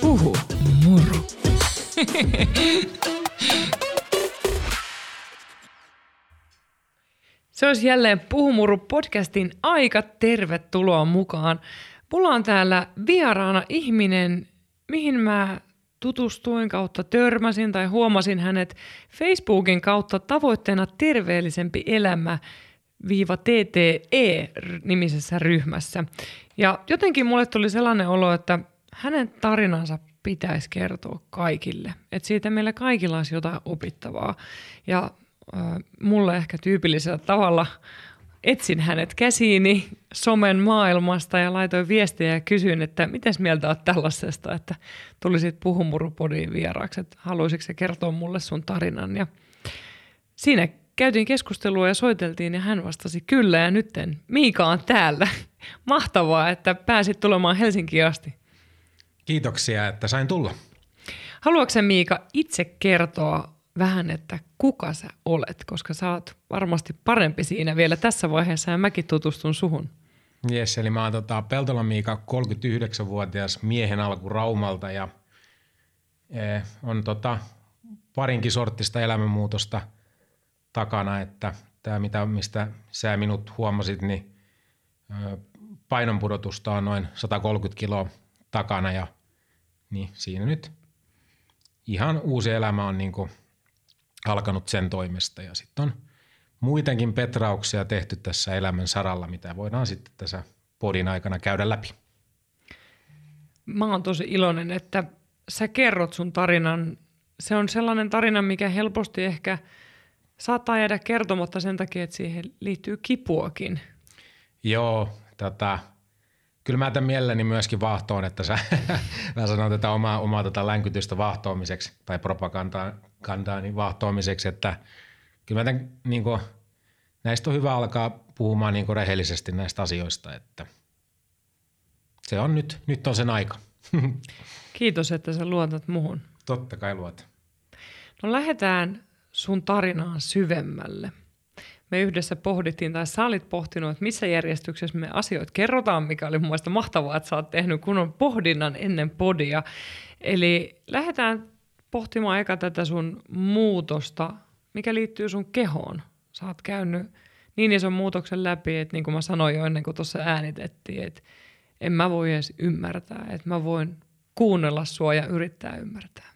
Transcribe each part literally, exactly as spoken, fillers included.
Puhu muru. Se olisi jälleen Puhu muru podcastin aika. Tervetuloa mukaan. Mulla on täällä vieraana ihminen, mihin mä tutustuin kautta törmäsin tai huomasin hänet Facebookin kautta tavoitteena terveellisempi elämä viiva T T E-nimisessä ryhmässä. Ja jotenkin mulle tuli sellainen olo, että hänen tarinansa pitäisi kertoa kaikille. Että siitä meillä kaikilla olisi jotain opittavaa. Ja äh, mulle ehkä tyypillisellä tavalla etsin hänet käsiini somen maailmasta ja laitoin viestiä ja kysyin, että mitäs mieltä olet tällaisesta, että tulisit Puhu muru -podin vieraaksi, että haluaisitko sä kertoa mulle sun tarinan. Ja siinä käytiin keskustelua ja soiteltiin ja hän vastasi kyllä ja nytten Miika on täällä. Mahtavaa, että pääsit tulemaan Helsinkiin asti. Kiitoksia, että sain tulla. Haluatko sä, Miika, itse kertoa vähän, että kuka sä olet, koska sä oot varmasti parempi siinä vielä tässä vaiheessa ja mäkin tutustun suhun. Jes, eli mä oon tota, Peltolan Miika, kolmekymmentäyhdeksänvuotias miehen alku Raumalta ja e, on tota, parinkin sorttista elämänmuutosta takana, että tämä mitä, mistä sä minut huomasit, niin ö, painonpudotusta on noin sata kolmekymmentä kiloa takana ja niin siinä nyt ihan uusi elämä on niinku alkanut sen toimesta ja sitten on muitakin petrauksia tehty tässä elämän saralla, mitä voidaan sitten tässä podin aikana käydä läpi. Mä oon tosi iloinen, että sä kerrot sun tarinan. Se on sellainen tarina, mikä helposti ehkä saattaa jäädä kertomatta sen takia, että siihen liittyy kipuakin. Joo, tota, kyllä mä tämän mielelläni myöskin vaahtoon, että sä, mä sanon tätä omaa, omaa tätä länkytystä vaahtoamiseksi tai propagandaa kandaa, niin vaahtoamiseksi, että kyllä mä tämän, niin kuin, näistä on hyvä alkaa puhumaan niin kuin rehellisesti näistä asioista, että se on nyt, nyt on sen aika. Kiitos, että sä luotat muhun. Totta kai luot. No lähdetään sun tarinaan syvemmälle. Me yhdessä pohdittiin, tai sä olit pohtinut, että missä järjestyksessä me asioita kerrotaan, mikä oli mun mielestä mahtavaa, että sä oot tehnyt kunnon pohdinnan ennen podia. Eli lähdetään pohtimaan eka tätä sun muutosta, mikä liittyy sun kehoon. Sä oot käynyt niin ison muutoksen läpi, että niin kuin mä sanoin jo ennen kuin tuossa äänitettiin, että en mä voi edes ymmärtää, että mä voin kuunnella sua ja yrittää ymmärtää.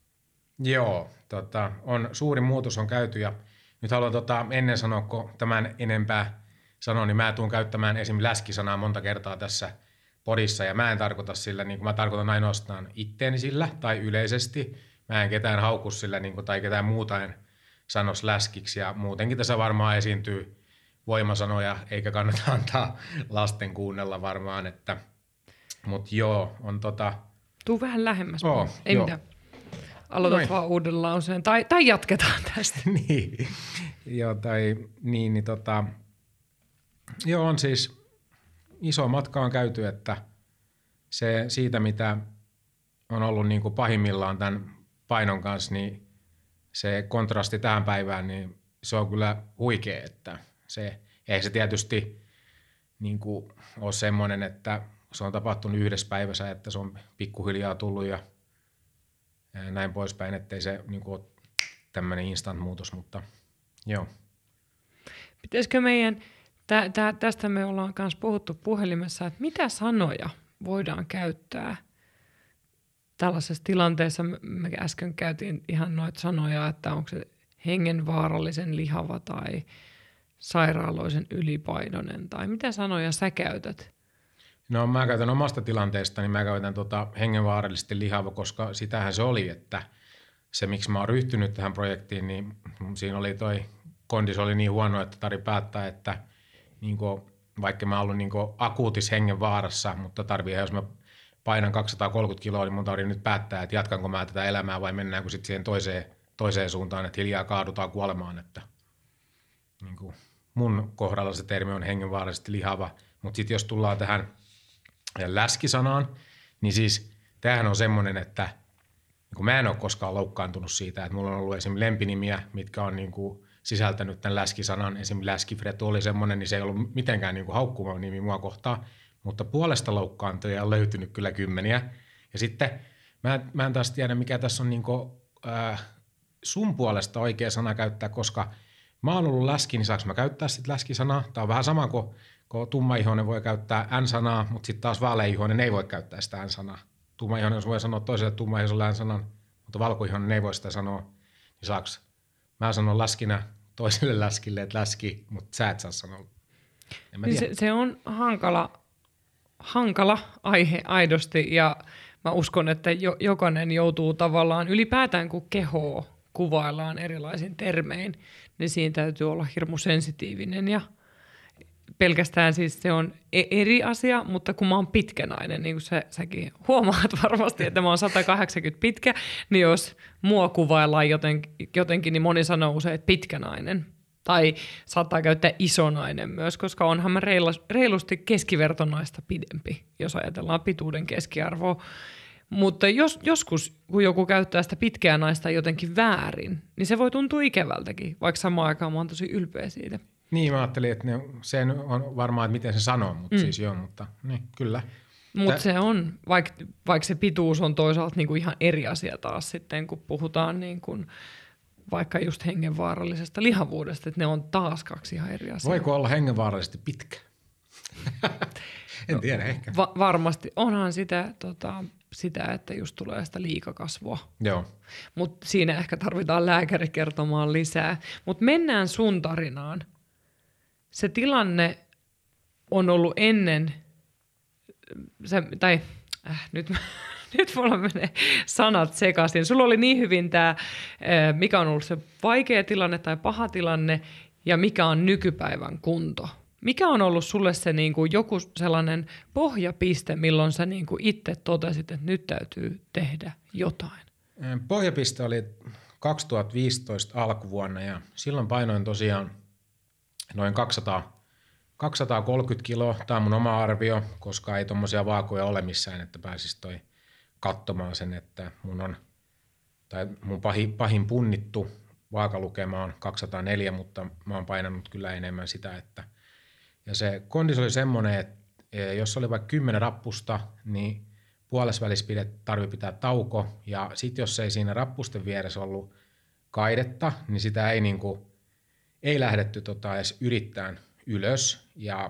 Joo, tota, on, suuri muutos on käyty ja nyt haluan tota, ennen sanoa, kun tämän enempää sanon, niin mä tuun käyttämään esim. Läskisanaa monta kertaa tässä podissa ja mä en tarkoita sillä, niin kuin mä tarkoitan ainoastaan itteeni sillä tai yleisesti. Mä en ketään hauku sillä niin kuin, tai ketään muuta en sanoisi läskiksi ja muutenkin tässä varmaan esiintyy voimasanoja eikä kannata antaa lasten kuunnella varmaan, että mut joo, on tota... Tuu vähän lähemmäs. Oo, ei joo. mitään. Aloitat Noin. vaan uuden lauseen, tai, tai jatketaan tästä. niin, joo, tai niin, niin tota, joo, on siis iso matka on käyty, että se siitä, mitä on ollut niin kuin pahimmillaan tämän painon kanssa, niin se kontrasti tähän päivään, niin se on kyllä huikea, että se, ei se tietysti niin kuin ole semmoinen, että se on tapahtunut yhdessä päivässä, että se on pikkuhiljaa tullut ja näin poispäin, ettei se niin kuin ole tämmöinen instant-muutos, mutta joo. Pitäisikö meidän, tä, tä, tästä me ollaan myös puhuttu puhelimessa, että mitä sanoja voidaan käyttää tällaisessa tilanteessa? Me äsken käytiin ihan noita sanoja, että onko se hengenvaarallisen lihava tai sairaaloisen ylipainoinen, tai mitä sanoja sä käytät? No mä käytän omasta tilanteesta, niin mä käytän tota hengenvaarallisesti lihava, koska sitähän se oli, että se miksi mä oon ryhtynyt tähän projektiin, niin siinä oli toi kondis oli niin huono, että tarvi päättää, että niin kuin, vaikka mä oon ollut niin kuin akuutis hengenvaarassa, mutta tarvii, jos mä painan kaksisataakolmekymmentä kiloa, niin mun tarvii nyt päättää, että jatkanko mä tätä elämää vai mennäänkö sitten siihen toiseen, toiseen suuntaan, että hiljaa kaadutaan kuolemaan, että niin kuin mun kohdalla se termi on hengenvaarallisesti lihava, mutta sitten jos tullaan tähän läskisanaan, niin siis tämähän on semmoinen, että niin mä en ole koskaan loukkaantunut siitä, että mulla on ollut esimerkiksi lempinimiä, mitkä on niin kuin sisältänyt tämän läskisanan. Esimerkiksi Läskifretu oli semmoinen, niin se ei ollut mitenkään niin kuin haukkuma nimi mua kohtaan, mutta puolesta loukkaantujia on löytynyt kyllä kymmeniä. Ja sitten Mä, mä en taas tiedä, mikä tässä on niinku, äh, sun puolesta oikea sana käyttää, koska mä oon ollut läski, niin saanko mä käyttää sitten läskisanaa? Tää on vähän sama kuin, kun tummaihoinen voi käyttää n-sanaa, mutta sitten taas vaaleihoinen ei voi käyttää sitä n-sanaa. Tummaihoinen voi sanoa toiselle tummaihoiselle n-sanan, mutta valkoihoinen ei voi sitä sanoa. Niin saaks mä sanon läskinä toiselle läskille, että läski, mutta sä et saa sanoa. Niin se, se on hankala, hankala aihe aidosti ja mä uskon, että jo, jokainen joutuu tavallaan ylipäätään kun kehoa kuvaillaan erilaisin termein, niin siinä täytyy olla hirmu sensitiivinen ja pelkästään siis se on eri asia, mutta kun mä oon pitkänainen, niin kuin sä, säkin huomaat varmasti, että mä oon sata kahdeksankymmentä pitkä, niin jos mua kuvaillaan jotenkin, jotenkin niin moni sanoo usein, että pitkänainen. Tai saattaa käyttää isonainen myös, koska onhan mä reilusti keskivertonaista pidempi, jos ajatellaan pituuden keskiarvoa. Mutta jos, joskus, kun joku käyttää sitä pitkää naista jotenkin väärin, niin se voi tuntua ikävältäkin, vaikka samaan aikaan mä oon tosi ylpeä siitä. Niin, mä ajattelin, että ne, se on varmaan, että miten se sanoo, mutta mm. siis joo, mutta niin, kyllä. Mutta se on, vaikka, vaikka se pituus on toisaalta niinku ihan eri asia taas sitten, kun puhutaan niin kuin vaikka just hengenvaarallisesta lihavuudesta, että ne on taas kaksi ihan eri asiaa. Voiko olla hengenvaarallisesti pitkä? En no, tiedä, ehkä. Va- varmasti. Onhan sitä, tota, sitä, että just tulee sitä liikakasvua. Joo. Mutta siinä ehkä tarvitaan lääkäri kertomaan lisää. Mutta mennään sun tarinaan. Se tilanne on ollut ennen, se, tai äh, nyt, nyt mulla menee sanat sekaisin. Sulla oli niin hyvin tämä, mikä on ollut se vaikea tilanne tai paha tilanne ja mikä on nykypäivän kunto. Mikä on ollut sulle se niin kuin joku sellainen pohjapiste, milloin sä niin kuin itse totesit, että nyt täytyy tehdä jotain? Pohjapiste oli kaksituhattaviisitoista alkuvuonna ja silloin painoin tosiaan noin kaksisataa, kaksisataakolmekymmentä kiloa. Tämä on mun oma arvio, koska ei tommosia vaakoja ole missään, että pääsis toi katsomaan sen, että mun on, tai mun pahin, pahin punnittu vaakalukema on kaksisataaneljä, mutta mä oon painanut kyllä enemmän sitä, että ja se kondis oli semmoinen, että jos oli vaikka kymmenen rappusta, niin puolesvälissä pidet, tarvii pitää tauko. Ja sitten jos ei siinä rappusten vieressä ollut kaidetta, niin sitä ei, niinku, ei lähdetty tota edes yrittämään ylös. Ja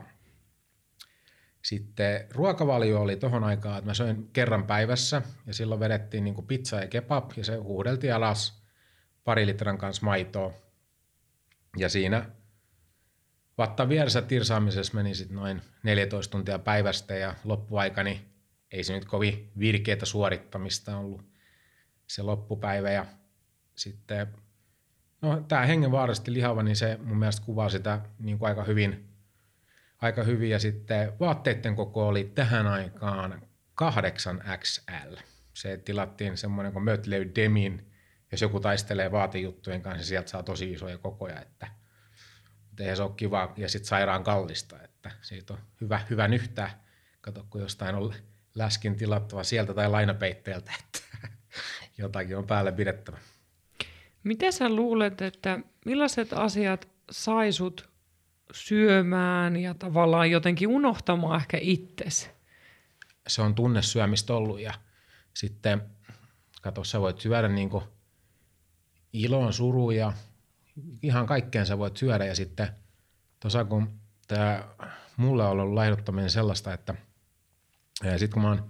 sitten ruokavalio oli tohon aikaan, että mä söin kerran päivässä ja silloin vedettiin niinku pizza ja kebab ja se huuhdeltiin alas pari litran kanssa maitoa. Ja siinä vattan vieressä tirsaamisessa meni sitten noin neljätoista tuntia päivästä ja loppuaikani ei se nyt kovin virkeätä suorittamista ollut se loppupäivä. Ja sitten, no tämä hengenvaarallisesti lihava, niin se mun mielestä kuvaa sitä niin kuin aika hyvin. Aika hyvin ja sitten vaatteiden koko oli tähän aikaan kahdeksan X L. Se tilattiin semmoinen kuin Mötley Demin, jos joku taistelee vaatejuttujen kanssa, sieltä saa tosi isoja kokoja, että eihän se ole kiva ja sitten sairaan kallista, että siitä on hyvä, hyvä nyhtää. Kato, kun jostain on läskin tilattava sieltä tai lainapeitteeltä, että jotakin on päälle pidettävä. Mitä sä luulet, että millaiset asiat sai sut syömään ja tavallaan jotenkin unohtamaan ehkä itsesi? Se on tunnesyömistä ollut ja sitten, kato, sä voit syödä niin kuin iloon, suruun ja ihan kaikkeen sä voit syödä ja sitten tuossa kun tää mulle on ollut laihduttaminen sellaista, että sitten kun mä oon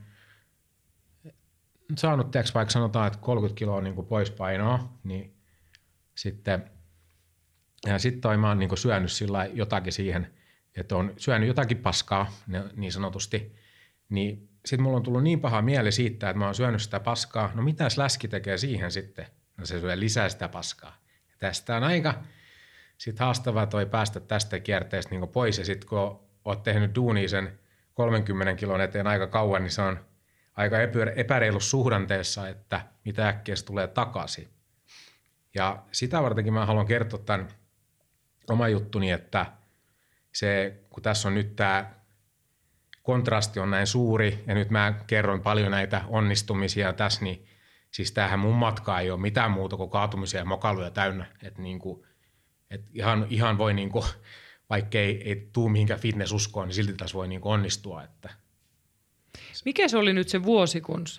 saanut teoksi vaikka sanotaan, että kolmekymmentä kiloa niin kuin pois painoa, niin sitten ja sitten toi mä oon niin kuin syönyt sillä jotakin siihen, että on syönyt jotakin paskaa niin sanotusti, niin sitten mulla on tullut niin paha mieli siitä, että mä oon syönyt sitä paskaa, no mitäs läski tekee siihen sitten? No se syö lisää sitä paskaa. Ja tästä on aika sit haastavaa toi päästä tästä kierteestä niin pois. Ja sitten kun oot tehnyt duunia sen kolmenkymmenen kilon eteen aika kauan, niin se on aika epäreilussa suhdanteessa, että mitä äkkiä se tulee takaisin. Ja sitä vartenkin mä haluan kertoa tämän oman juttuni, että se, kun tässä on nyt tämä kontrasti on näin suuri, ja nyt mä kerron paljon näitä onnistumisia tässä, niin siis tämähän mun matka ei ole mitään muuta kuin kaatumisia ja mokailuja täynnä. Että niinku, et ihan, ihan voi, niinku, vaikka ei, ei tule mihinkään fitnessuskoon, niin silti tässä voi niinku onnistua. Että. Mikä se oli nyt se vuosi, kun sä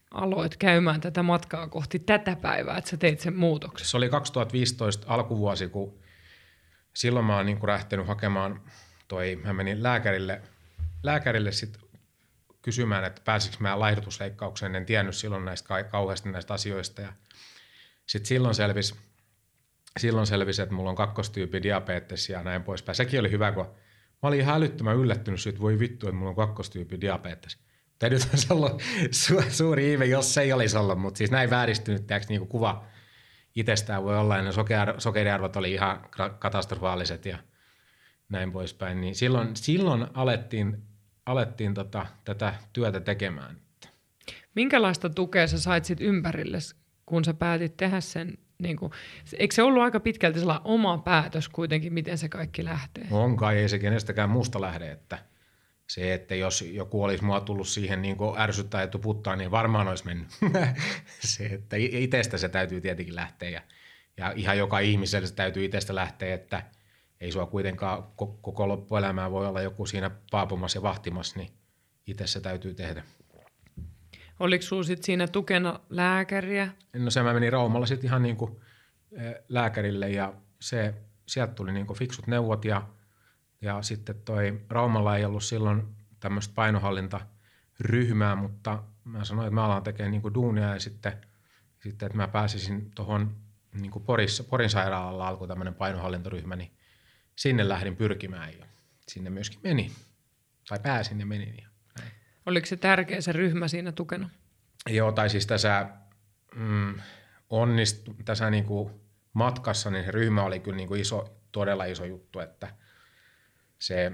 aloit käymään tätä matkaa kohti tätä päivää, että sä teit sen muutoksen? Se oli kaksituhattaviisitoista alkuvuosi, kun silloin mä oon niin kuin lähtenyt hakemaan, toi, mä menin lääkärille, lääkärille sit kysymään, että pääsikö mä laihdutusleikkaukseen, en tiennyt silloin näistä kauheasti näistä asioista. Ja sitten silloin selvisi, silloin selvisi, että mulla on kakkostyyppi diabetes ja näin poispäin. Sekin oli hyvä, kun mä olin ihan älyttömän yllättynyt siitä, että voi vittu, että mulla on kakkostyyppi diabetes. Tämä nyt olisi ollut su- suuri ihme, jos se ei olisi ollut, mutta siis näin vääristynyt tiiäks, niin kuin kuva itsestään voi olla, ja ne sokeriarvot oli ihan katastrofaaliset ja näin poispäin. Niin silloin, silloin alettiin, alettiin tota, tätä työtä tekemään. Minkälaista tukea sä sait sit ympärille, kun sä päätit tehdä sen? Niin kuin, eikö se ollut aika pitkälti sellainen oma päätös kuitenkin, miten se kaikki lähtee? On kai, ei se kenestäkään muusta lähde, että se, että jos joku olisi mua tullut siihen niin kuin ärsyttää ja tuputtaa, niin varmaan olisi mennyt. Se, että itsestä se täytyy tietenkin lähteä ja, ja ihan joka ihmiselle se täytyy itsestä lähteä, että ei sua kuitenkaan koko loppuelämää voi olla joku siinä paapumassa ja vahtimassa, niin itse se täytyy tehdä. Oliko sinulla sitten siinä tukena lääkäriä? No se mä menin Raumalla sitten ihan niin kuin lääkärille ja se, sieltä tuli niin kuin fiksut neuvot ja Ja sitten toi Raumalla ei ollut silloin tämmöistä painohallintaryhmää, mutta mä sanoin, että mä alan tekemään niinku duunia ja sitten, sitten että mä pääsisin tuohon niinku Porissa, Porin sairaalalla alkoi tämmöinen painohallintaryhmä, niin sinne lähdin pyrkimään ja sinne myöskin menin. Tai pääsin ja menin. Ja näin. Oliko se tärkeä se ryhmä siinä tukena? Joo, tai siis tässä mm, onnistu, tässä niinku matkassa, niin se ryhmä oli kyllä niinku iso, todella iso juttu, että Se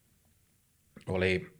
oli,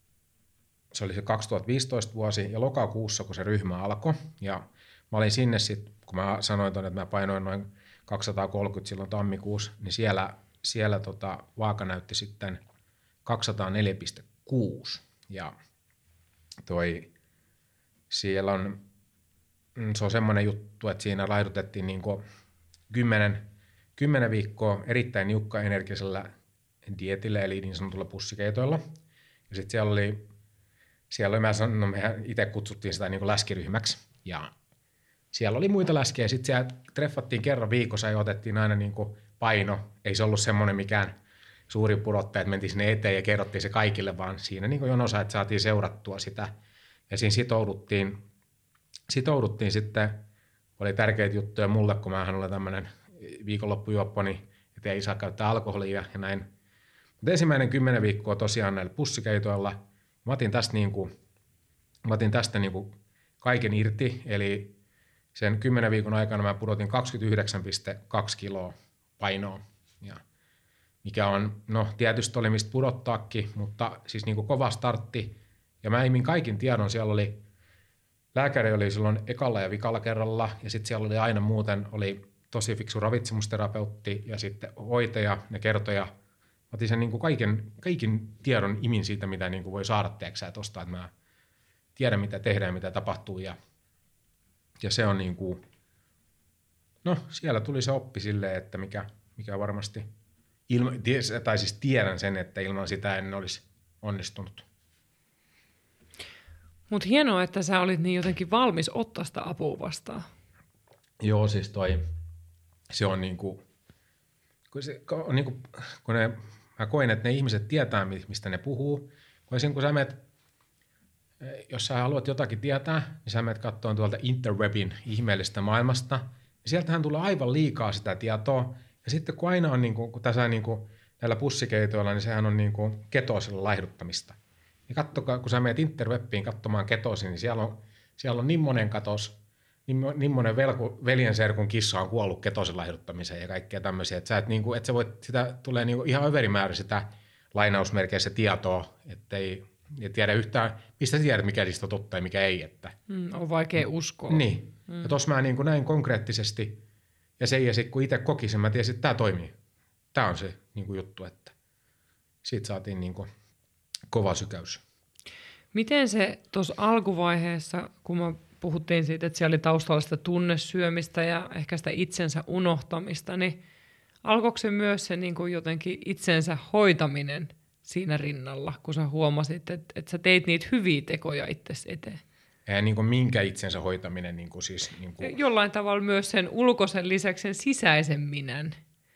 se oli se kaksituhattaviisitoista vuosi ja lokakuussa, kun se ryhmä alkoi. Ja mä olin sinne sitten, kun mä sanoin ton, että mä painoin noin kaksisataakolmekymmentä silloin tammikuussa, niin siellä, siellä tota, vaaka näytti sitten kaksisataaneljä pilkku kuusi. Ja toi, siellä on, se on semmoinen juttu, että siinä laihdutettiin niin kuin kymmenen, kymmenen viikkoa erittäin niukka energisellä dietillä, eli niin sanotulla pussikeitoilla. Ja sitten siellä oli, siellä oli, mä sanon, no mehän itse kutsuttiin sitä niin kuin läskiryhmäksi, ja siellä oli muita läskejä. Sitten siellä treffattiin kerran viikossa ja otettiin aina niin kuin paino. Ei se ollut semmoinen mikään suuri pudottaja, että mentiin sinne eteen ja kerrottiin se kaikille, vaan siinä niin kuin jonosa, että saatiin seurattua sitä. Ja siinä sitouduttiin, sitouduttiin sitten, oli tärkeitä juttuja mulle, kun mähän olen tämmöinen viikonloppujuoppo, niin että ei saa käyttää alkoholia ja näin. Mutta ensimmäinen kymmenen viikkoa tosiaan näillä pussikeitoilla. Mä otin tästä, niinku, mä otin tästä niinku kaiken irti, eli sen kymmenen viikon aikana mä pudotin kaksikymmentäyhdeksän pilkku kaksi kiloa painoa. Ja mikä on, no tietysti oli mistä pudottaakin, mutta siis niinku kova startti. Ja mä imin kaikin tiedon, siellä oli, lääkäri oli silloin ekalla ja vikalla kerralla, ja sitten siellä oli aina muuten, oli tosi fiksu ravitsemusterapeutti ja sitten hoitaja, ne kertoja. Mä otin sen niin kuin kaiken, kaiken tiedon imin siitä, mitä niin kuin voi saada teeksää tosta, että mä tiedän, mitä tehdään ja mitä tapahtuu. Ja, ja se on niin kuin, no siellä tuli se oppi silleen, että mikä, mikä varmasti, ilma, tai siis tiedän sen, että ilman sitä en olisi onnistunut. Mutta hienoa, että sä olit niin jotenkin valmis ottaa sitä apua vastaan. Joo, siis toi, se on niin kuin, kun, se, on niin kuin, kun ne, mä koin, että ne ihmiset tietää, mistä ne puhuu. Kun, kun sä menet, jos sä haluat jotakin tietää, niin sä menet katsomaan tuolta interwebin ihmeellisestä maailmasta. Ja sieltähän tulee aivan liikaa sitä tietoa. Ja sitten kun aina on, niin kuin, kun tässä niin kuin, näillä pussikeitoilla, niin sehän on niin kuin ketoosilla laihduttamista. Niin katsokaa, kun sä menet interwebiin katsomaan ketoosia, niin siellä on, siellä on niin monen katos, niin monen veljenserkun kissa on kuollut ketosen laihduttamiseen ja kaikkea tämmöisiä, että sä, et niinku, et sä voit, sitä tulee niinku ihan överimäärä sitä lainausmerkeissä tietoa, ettei et tiedä yhtään, mistä sä tiedät, mikä niistä on totta ja mikä ei. Että. Mm, on vaikea uskoa. Niin, mm. Ja tossa mä niinku näin konkreettisesti, ja sen ja sitten kun itse kokisin, mä tiesin, että tää toimii. Tää on se niinku juttu, että siitä saatiin niinku kova sykäys. Miten se tuossa alkuvaiheessa, kun mä puhuttiin siitä, että siellä oli taustalla sitä tunnesyömistä ja ehkä sitä itsensä unohtamista, niin alkoiko se myös se niin kuin jotenkin itsensä hoitaminen siinä rinnalla, kun sä huomasit, että, että sä teit niitä hyviä tekoja itsesi eteen? Eihän niin kuin minkä itsensä hoitaminen niin kuin siis... Niin kuin... Jollain tavalla myös sen ulkoisen lisäksi sen sisäisen minän.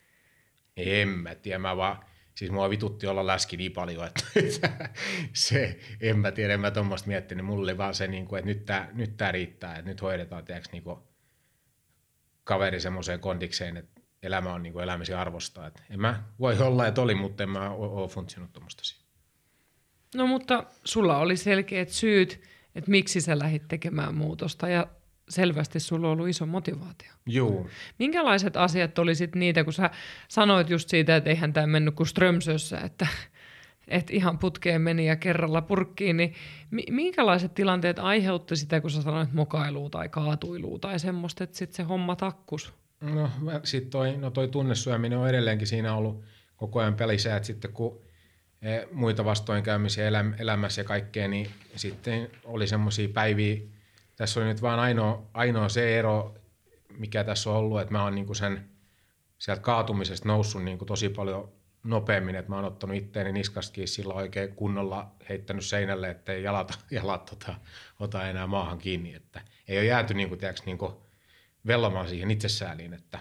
En mä tiedä, mä vaan... Siis mua vitutti olla läski niin paljon, että se, en mä tiedä, en mä tuommoista miettinyt. Mulla oli vaan se, niin kuin, että nyt tää, nyt tää riittää, että nyt hoidetaan tiiäks, niin kuin kaveri semmoiseen kondikseen, että elämä on niin kuin elämisi arvostaa. Että en mä voi olla, että oli, mutta en mä ole funtsinut tuommoista siinä. No mutta sulla oli selkeät syyt, että miksi sä lähdit tekemään muutosta ja selvästi sulla on ollut iso motivaatio. Joo. Minkälaiset asiat oli sit niitä, kun sä sanoit just siitä, että eihän tämä mennyt kuin Strömsössä, että, että ihan putkeen meni ja kerralla purkkiin, niin minkälaiset tilanteet aiheutti sitä, kun sä sanoit mokailua tai kaatuilua tai semmoista, että sitten se homma takkus? No sit toi, no toi tunnesyöminen on edelleenkin siinä ollut koko ajan pelissä, että sitten kun muita vastoinkäymisiä elämässä ja kaikkea, niin sitten oli semmoisia päiviä. Tässä oli nyt vaan ainoa, ainoa se ero, mikä tässä on ollut, että mä oon niinku sen sieltä kaatumisesta noussut niinku tosi paljon nopeammin, että mä oon ottanut itteeni niskastakin sillä oikein kunnolla heittänyt seinälle, ettei jalat, jalat tota, ota enää maahan kiinni. Että ei ole jääty niinku, tiiäks, niinku vellomaan siihen itsesääliin. Että...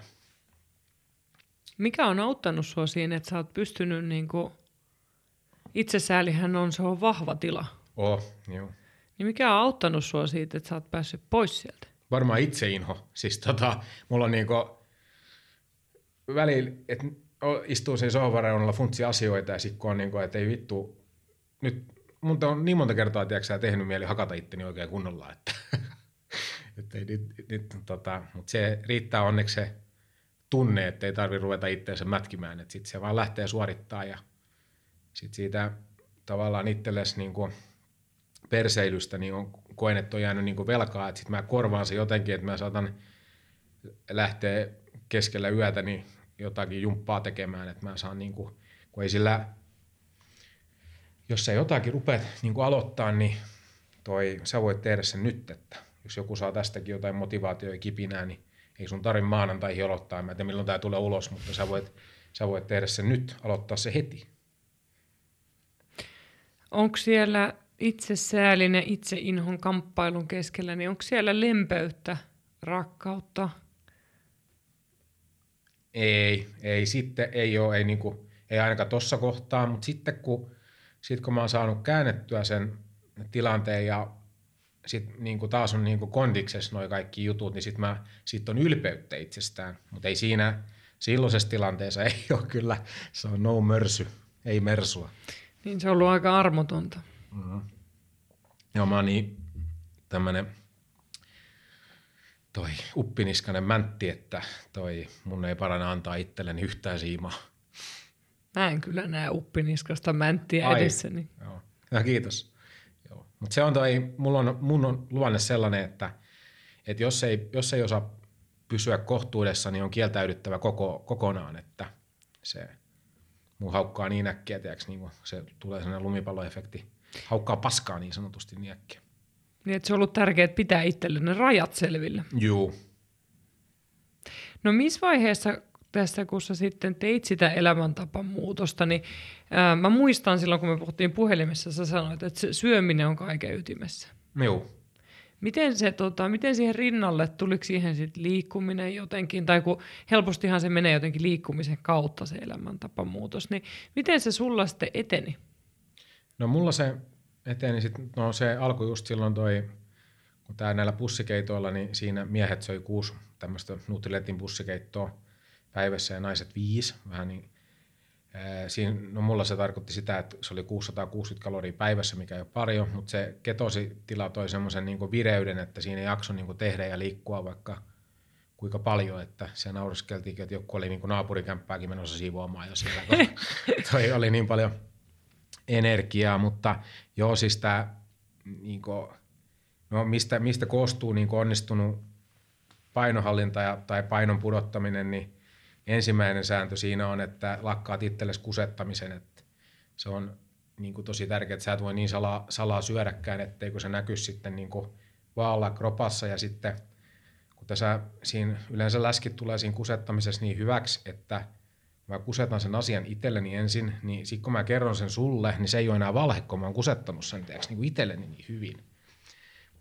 Mikä on auttanut sua siinä, että sä oot pystynyt, niinku... itsesäälihän on, se on vahva tila. Oh, joo. Niin mikä on auttanut sua siitä, että sä oot päässyt pois sieltä? Varmaan itseinho. Siis tota, mulla on niinku välillä, että istuu siinä sohvareunalla funtsi asioita ja sit kun on niinku, että ei vittu, nyt mun on niin monta kertaa, tiedätkö, tehnyt mieli hakata itteni oikein kunnolla, että, että ei, nyt, nyt, tota, mutta se riittää onneksi se tunne, että ei tarvitse ruveta itteensä mätkimään, että sit se vaan lähtee suorittaa ja sit siitä tavallaan itsellesi niinku perseilystä niin on koen, että on jäänyt niin kuin velkaa, että sitten mä korvaan se jotenkin, että mä saatan lähteä keskellä yötä niin jotakin jumppaa tekemään, että mä saan niin kuin, kun ei sillä, jos sä jotakin rupeat niin kuin aloittaa, niin toi, sä voit tehdä sen nyt, että jos joku saa tästäkin jotain motivaatioa ja kipinää, niin ei sun tarvitse maanantaihin aloittaa, mä en tiedä milloin tää tulee ulos, mutta sä voit, sä voit tehdä sen nyt, aloittaa se heti. Onko siellä itsesäällinen itseinhon kamppailun keskellä, niin onko siellä lempeyttä, rakkautta? Ei, ei sitten, ei ole, ei, niinku, ei ainakaan tuossa kohtaa, mutta sitten kun, sit kun mä oon saanut käännettyä sen tilanteen ja sitten niinku taas on niinku kondiksessa noi kaikki jutut, niin sitten mä, sit on ylpeyttä itsestään, mutta ei siinä silloisessa tilanteessa ei ole kyllä, se on no mörsy, ei mersua. Niin se on ollut aika armotonta. Mm-hmm. Joo, mä oon niin tämmönen toi uppiniskainen mäntti, että toi mun ei parane antaa itselleni yhtään siimaa. Mä en kyllä näe uppiniskasta mänttiä Ai, edessäni. Joo, no, kiitos. Joo. Mut se on toi, mulla on, mun on luonne sellainen, että, että jos, ei, jos ei osaa pysyä kohtuudessa, niin on kieltäydyttävä koko, kokonaan, että se mun haukkaa niin äkkiä, tiiäks, niin se tulee sellainen lumipalloefekti. Haukkaa paskaa niin sanotusti niin äkkiä. Niin, että se on ollut tärkeää pitää itselle ne rajat selvillä. Juu. No missä vaiheessa tässä, kun sä sitten teit sitä elämäntapamuutosta, niin ää, mä muistan silloin, kun me puhuttiin puhelimessa, sä sanoit, että se syöminen on kaiken ytimessä. Juu. Miten, se, tota, miten siihen rinnalle, tuliko siihen sitten liikkuminen jotenkin, tai kun helpostihan se menee jotenkin liikkumisen kautta se elämäntapamuutos, niin miten se sulla sitten eteni? No mulla se eteni sitten, no se alkoi just silloin toi, kun tää näillä pussikeitoilla, niin siinä miehet söi kuusi tämmöistä Nutriletin pussikeittoa päivässä ja naiset viisi, vähän niin. Ää, siinä, no mulla se tarkoitti sitä, että se oli kuusisataakuusikymmentä kaloria päivässä, mikä ei ole paljon, mutta se ketositila toi semmoisen niin kuin vireyden, että siinä ei jakso niin kuin tehdä ja liikkua vaikka kuinka paljon, että se nauriskeltiinkin, että joku oli niin kuin naapurikämppääkin menossa siivoamaan jo siellä, kun toi oli niin paljon energiaa, mutta joo, siis tämä, niin kuin, no mistä, mistä koostuu niin kuin onnistunut painonhallinta ja, tai painon pudottaminen, niin ensimmäinen sääntö siinä on, että lakkaat itsellesi kusettamisen, että se on niin kuin tosi tärkeää, että sä et voi niin salaa, salaa syödäkään, etteikö se näky sitten niin kuin vaalla kropassa ja sitten kun tässä siinä yleensä läskit tulee siinä kusettamisessa niin hyväksi, että mä kusetan sen asian itselleni ensin, niin sit kun mä kerron sen sulle, niin se ei ole enää valhe, kun mä oon kusettanut sen teoksi niin kuin itselleni niin hyvin.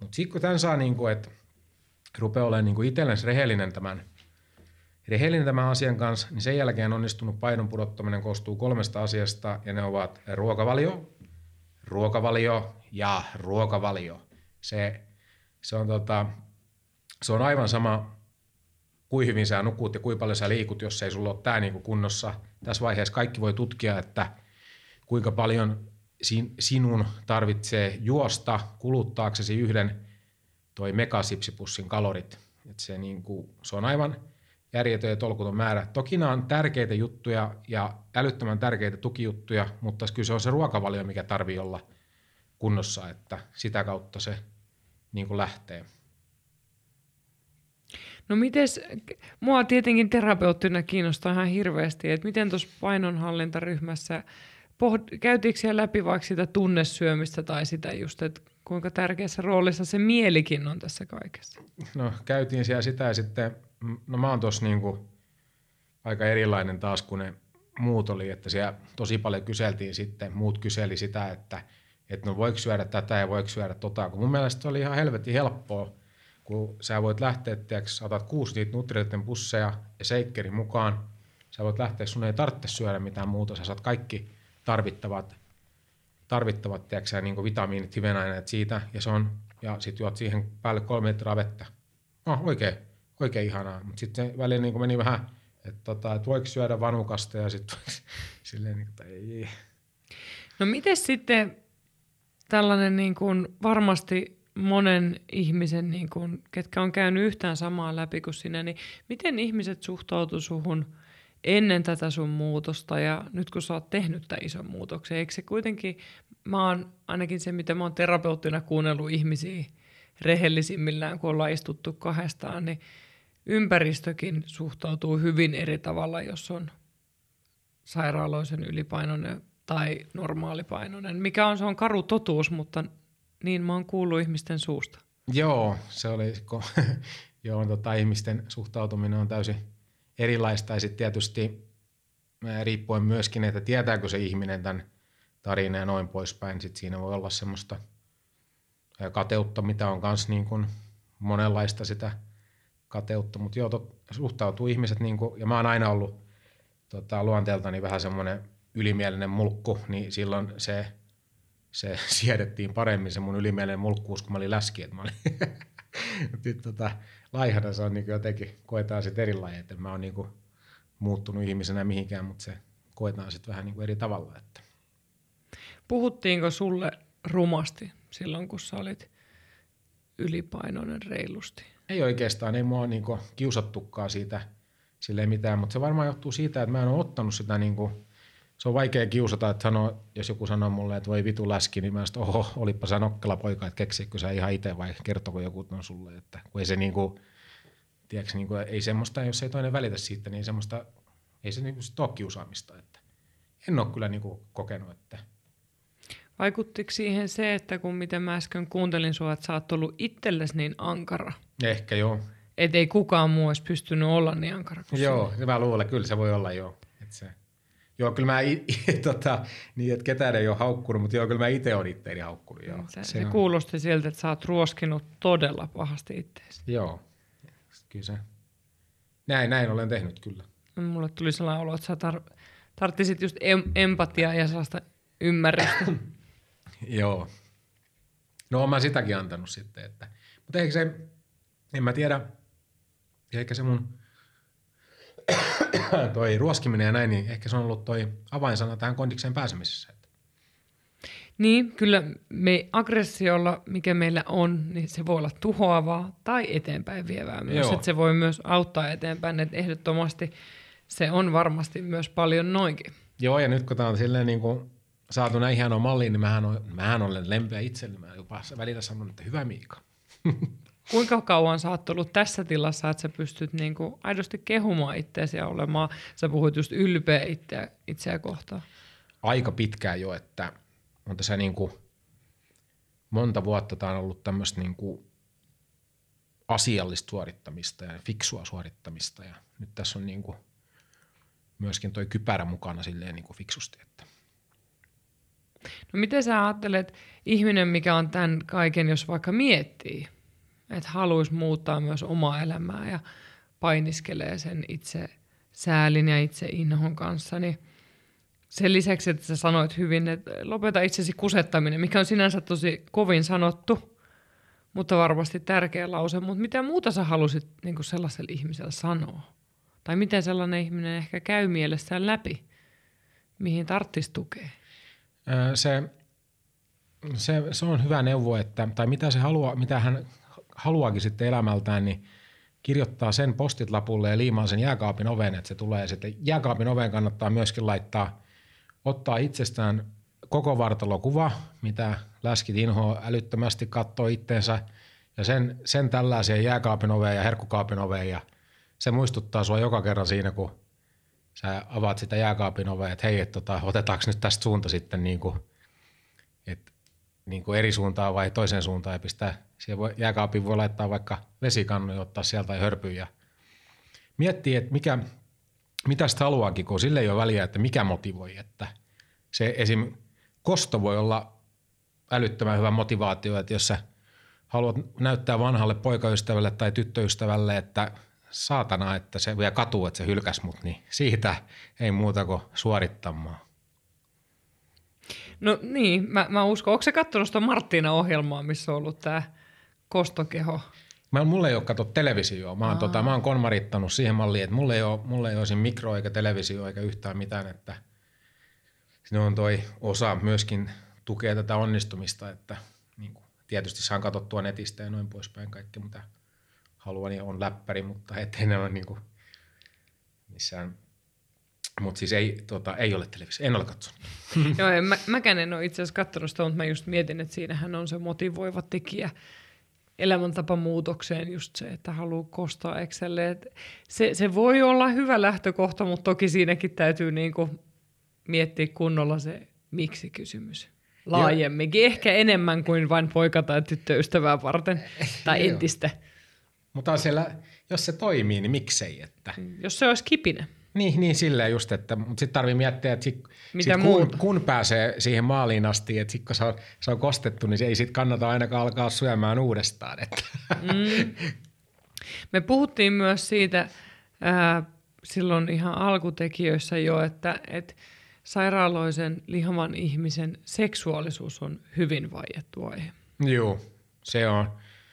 Mutta sitten kun tämän saa, niin kuin, että rupeaa olemaan niin kuin itsellensä rehellinen tämän, rehellinen tämän asian kanssa, niin sen jälkeen onnistunut painon pudottaminen koostuu kolmesta asiasta, ja ne ovat ruokavalio, ruokavalio ja ruokavalio. Se, se, on, tota, se on aivan sama, kuin hyvin sä nukut ja kuinka paljon sä liikut, jos ei sulla ole tämä niin kuin kunnossa. Tässä vaiheessa kaikki voi tutkia, että kuinka paljon sinun tarvitsee juosta kuluttaaksesi yhden toi megasipsipussin kalorit. Et se, niin kuin, se on aivan järjetön ja tolkuton määrä. Toki nämä on tärkeitä juttuja ja älyttömän tärkeitä tukijuttuja, mutta kyllä se on se ruokavalio, mikä tarvii olla kunnossa, että sitä kautta se niin kuin lähtee. No mites, mua tietenkin terapeuttina kiinnostaa ihan hirveästi, että miten tuossa painonhallintaryhmässä, pohd- käytiinkö siellä läpi vaikka sitä tunnesyömistä tai sitä just, että kuinka tärkeässä roolissa se mielikin on tässä kaikessa? No käytiin siellä sitä ja sitten, no mä oon tossa niinku aika erilainen taas kuin ne muut oli, että siellä tosi paljon kyseltiin sitten, muut kyseli sitä, että, että no voiko syödä tätä ja voiko syödä tota, kun mun mielestä se oli ihan helvetin helppoa, kun sä voit lähteä, tiiäks, otat kuusi niitä Nutrienten pusseja ja seikkerin mukaan, sä voit lähteä, sun ei tarvitse syödä mitään muuta, sä saat kaikki tarvittavat, tarvittavat tiiäks, niin kuin vitamiinit, hivenaineet siitä, ja se on, ja sit juot siihen päälle kolme litraa vettä. No oikein, oikein ihanaa, mutta sitten se väliin niin meni vähän, että tota, et voiko syödä vanukasta, ja sitten silleen, niin kuin, ei. No miten sitten tällainen niin kuin varmasti monen ihmisen, niin kuin, ketkä on käynyt yhtään samaa läpi kuin sinä, niin miten ihmiset suhtautuu suhun ennen tätä sun muutosta ja nyt kun sä oot tehnyt tämän ison muutoksen? Eikö se kuitenkin, mä oon ainakin se, mitä mä oon terapeuttina kuunnellut ihmisiä rehellisimmillään, kun ollaan istuttu kahdestaan, niin ympäristökin suhtautuu hyvin eri tavalla, jos on sairaaloisen ylipainoinen tai normaalipainoinen. Mikä on, se on karu totuus, mutta niin mä oon kuullut ihmisten suusta. Joo, se oli, kun joo, tota, ihmisten suhtautuminen on täysin erilaista ja sitten tietysti riippuen myöskin, että tietääkö se ihminen tämän tarinan ja noin poispäin. Sitten siinä voi olla semmoista kateutta, mitä on myös niin kuin monenlaista sitä kateutta, mutta joo, tot, suhtautuu ihmiset, niin kuin, ja mä oon aina ollut tota, luonteeltani vähän semmoinen ylimielinen mulkku, niin silloin se Se siedettiin paremmin, se mun ylimielinen mulkkuus, kun mä olin läski. Että mä olin nyt tota, laihana se on niin jotenkin, koetaan sitten erilainen, että mä oon niin muuttunut ihmisenä mihinkään, mutta se koetaan sitten vähän niin eri tavalla. Että. Puhuttiinko sulle rumasti silloin, kun sä olit ylipainoinen reilusti? Ei oikeastaan, ei mua niin kiusattukaan siitä silleen mitään, mutta se varmaan johtuu siitä, että mä en ole ottanut sitä niin kuin, se on vaikea kiusata, että sanoo, jos joku sanoo mulle, että voi vitu läski, niin mä sanoin, että oho, olipa sä nokkela poika, että keksikö sä ihan itse vai kertoko joku on sulle, että kun ei se niinku, tiedätkö, niinku, ei semmoista, jos ei toinen välitä siitä, niin semmoista, ei se niinku sit ole kiusaamista, että en ole kyllä niinku kokenut, että. Vaikuttiko siihen se, että kun miten mä äsken kuuntelin sua, että sä oot ollut itsellesi niin ankara? Ehkä joo. Että ei kukaan muu olisi pystynyt olla niin ankara kuin joo, sinä. Mä luulen, kyllä se voi olla joo, että se. Joo, kyllä mä itse, tota, niin että ketään ei ole haukkunut, mutta joo, kyllä mä itse olen itteeni haukkunut. Joo. Se, se, se on. kuulosti siltä, että sä oot ruoskinut todella pahasti itteesi. Joo, kyllä se. Näin, näin olen tehnyt kyllä. Mulle tuli sellainen olo, että sä tar- tarttisit just em- empatiaa ja sellaista ymmärrystä. Joo. No oon mä sitäkin antanut sitten, että. Mutta ehkä se, en mä tiedä, ehkä se mun toi ruoskiminen ja näin, niin ehkä se on ollut toi avainsana tähän kondikseen pääsemisessä. Niin, kyllä me aggressiolla, mikä meillä on, niin se voi olla tuhoavaa tai eteenpäin vievää myös. Että se voi myös auttaa eteenpäin, että ehdottomasti se on varmasti myös paljon noinkin. Joo, ja nyt kun tämä on silleen niin kuin saatu näin hienoa malliin, niin mähän, on, mähän olen lempeä itselleni. Mä jopa välillä sanon, että hyvä Miika. Kuinka kauan sä oot ollut tässä tilassa, että sä pystyt niinku aidosti kehumaan itseäsi ja olemaan, sä puhuit just ylpeä itseä, itseä kohtaan? Aika pitkään jo, että on tässä niinku monta vuotta tää on ollut tämmöistä niinku asiallista suorittamista ja fiksua suorittamista ja nyt tässä on niinku myöskin toi kypärä mukana silleen niinku fiksusti. Että. No miten sä ajattelet, ihminen mikä on tämän kaiken, jos vaikka miettii, että haluaisi muuttaa myös omaa elämää ja painiskelee sen itse säälin ja itse inhon kanssa, niin sen lisäksi, että sä sanoit hyvin, että lopeta itsesi kusettaminen, mikä on sinänsä tosi kovin sanottu, mutta varmasti tärkeä lause. Mutta mitä muuta sä halusit niin kuin sellaiselle ihmiselle sanoa? Tai miten sellainen ihminen ehkä käy mielessään läpi, mihin tarvitsisi tukea? Se, se, se on hyvä neuvo, että, tai mitä, se haluaa, mitä hän haluaakin sitten elämältään, niin kirjoittaa sen postit lapulle ja liimaa sen jääkaapin oveen, että se tulee sitten. Jääkaapin oveen kannattaa myöskin laittaa, ottaa itsestään koko vartalokuva, mitä läskit inhoa älyttömästi katsoo itteensä, ja sen, sen tällaiseen jääkaapin oveen ja herkkukaapin oveen, ja se muistuttaa sua joka kerran siinä, kun sä avaat sitä jääkaapin ovea, että hei, et tota, otetaanko nyt tästä suunta sitten niin kuin, et, niin kuin eri suuntaan vai toiseen suuntaan, ja pistää, siihen voi, jääkaapin voi laittaa vaikka vesikannu ja ottaa sieltä ja hörpyä, ja miettii, että mikä, mitä sitä haluaakin, kun sille ei ole väliä, että mikä motivoi, että se esim. Kosto voi olla älyttömän hyvä motivaatio, että jos sä haluat näyttää vanhalle poikaystävälle tai tyttöystävälle, että saatana, että se vielä katuu, että se hylkäs mut, niin siitä ei muuta kuin suorittamaan. No niin, mä, mä uskon. Onko sä katsonut sitä Marttiina-ohjelmaa, missä on ollut tää kostokeho? Mä, mulla ei ole kato televisioa. Mä oon, tota, mä oon konmarittanut siihen malliin, että mulla ei ole, mulla ei ole siinä mikro eikä televisio eikä yhtään mitään, että siinä on toi osa myöskin tukea tätä onnistumista, että niin kuin, tietysti saan katsottua netistä ja noin poispäin kaikki, mitä haluan ja on läppäri, mutta ettei ne ole niin kuin missään. Mutta siis ei, tota, ei ole televisio, en ole katsonut. Joo, en, mä, mäkään en ole itse asiassa katsonut sitä, mutta mä just mietin, että siinähän on se motivoiva tekijä elämäntapamuutokseen just se, että haluaa kostaa Excelle. Se, se voi olla hyvä lähtökohta, mutta toki siinäkin täytyy niinku miettiä kunnolla se miksi-kysymys. Laajemminkin, Joo. ehkä enemmän kuin vain poika- tai tyttöystävää varten tai entistä. Mutta siellä, jos se toimii, niin miksei? Että jos se olisi kipinä. Niin, niin silleen just, että mutta sitten tarvii miettiä, että sit, sit kun, kun pääsee siihen maaliin asti, että sitten kun se on, se on kostettu, niin se ei sitten kannata ainakaan alkaa syömään uudestaan. Että. Mm. Me puhuttiin myös siitä ää, silloin ihan alkutekijöissä jo, että et sairaaloisen lihavan ihmisen seksuaalisuus on hyvin vaiettu aihe. Joo, se on.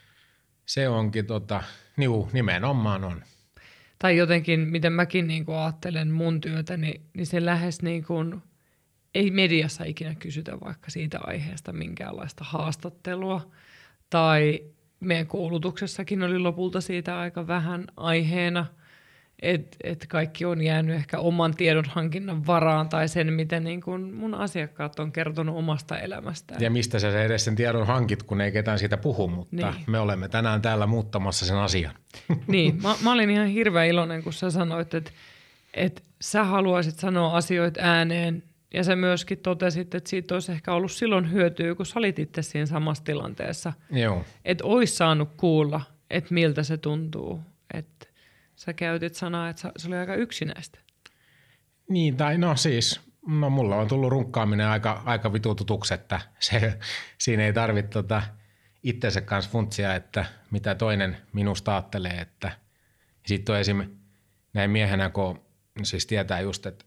Se onkin tota, niu, nimenomaan on. Tai jotenkin, miten mäkin niin kuin ajattelen mun työtä, niin, niin se lähes niin kuin, ei mediassa ikinä kysytä vaikka siitä aiheesta minkäänlaista haastattelua. Tai meidän koulutuksessakin oli lopulta siitä aika vähän aiheena, että et kaikki on jäänyt ehkä oman tiedonhankinnan varaan tai sen, miten niin kuin mun asiakkaat on kertonut omasta elämästään. Ja mistä sä edes sen tiedon hankit, kun ei ketään siitä puhu, mutta niin. Me olemme tänään täällä muuttamassa sen asian. Niin, mä, mä olin ihan hirveän iloinen, kun sä sanoit, että, että sä haluaisit sanoa asioita ääneen ja sä myöskin totesit, että siitä olisi ehkä ollut silloin hyötyä, kun sä olit itse siinä samassa tilanteessa. Joo. Että olisi saanut kuulla, että miltä se tuntuu, että sä käytit sanaa, että se oli aika yksinäistä. Niin, tai no siis, no mulla on tullut runkkaaminen aika, aika vitututuksi, että se, siinä ei tarvitse tota itsensä kanssa funtsia, että mitä toinen minusta ajattelee. Että sitten on esim. Näin miehenä, kun siis tietää just, että,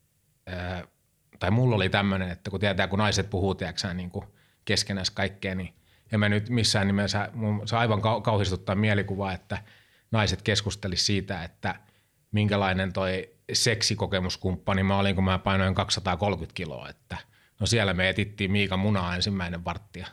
ää, tai mulla oli tämmöinen, että kun tietää, kun naiset puhuu, tiedätkö niin kuin keskenäs kaikkea, niin en mä nyt missään nimessä, se aivan kauhistuttaa mielikuva, että naiset keskustelisivat siitä, että minkälainen toi seksikokemuskumppani mä olin, kun mä painoin kaksisataakolmekymmentä kiloa. Että no siellä me etittiin Miika munaa ensimmäinen varttia.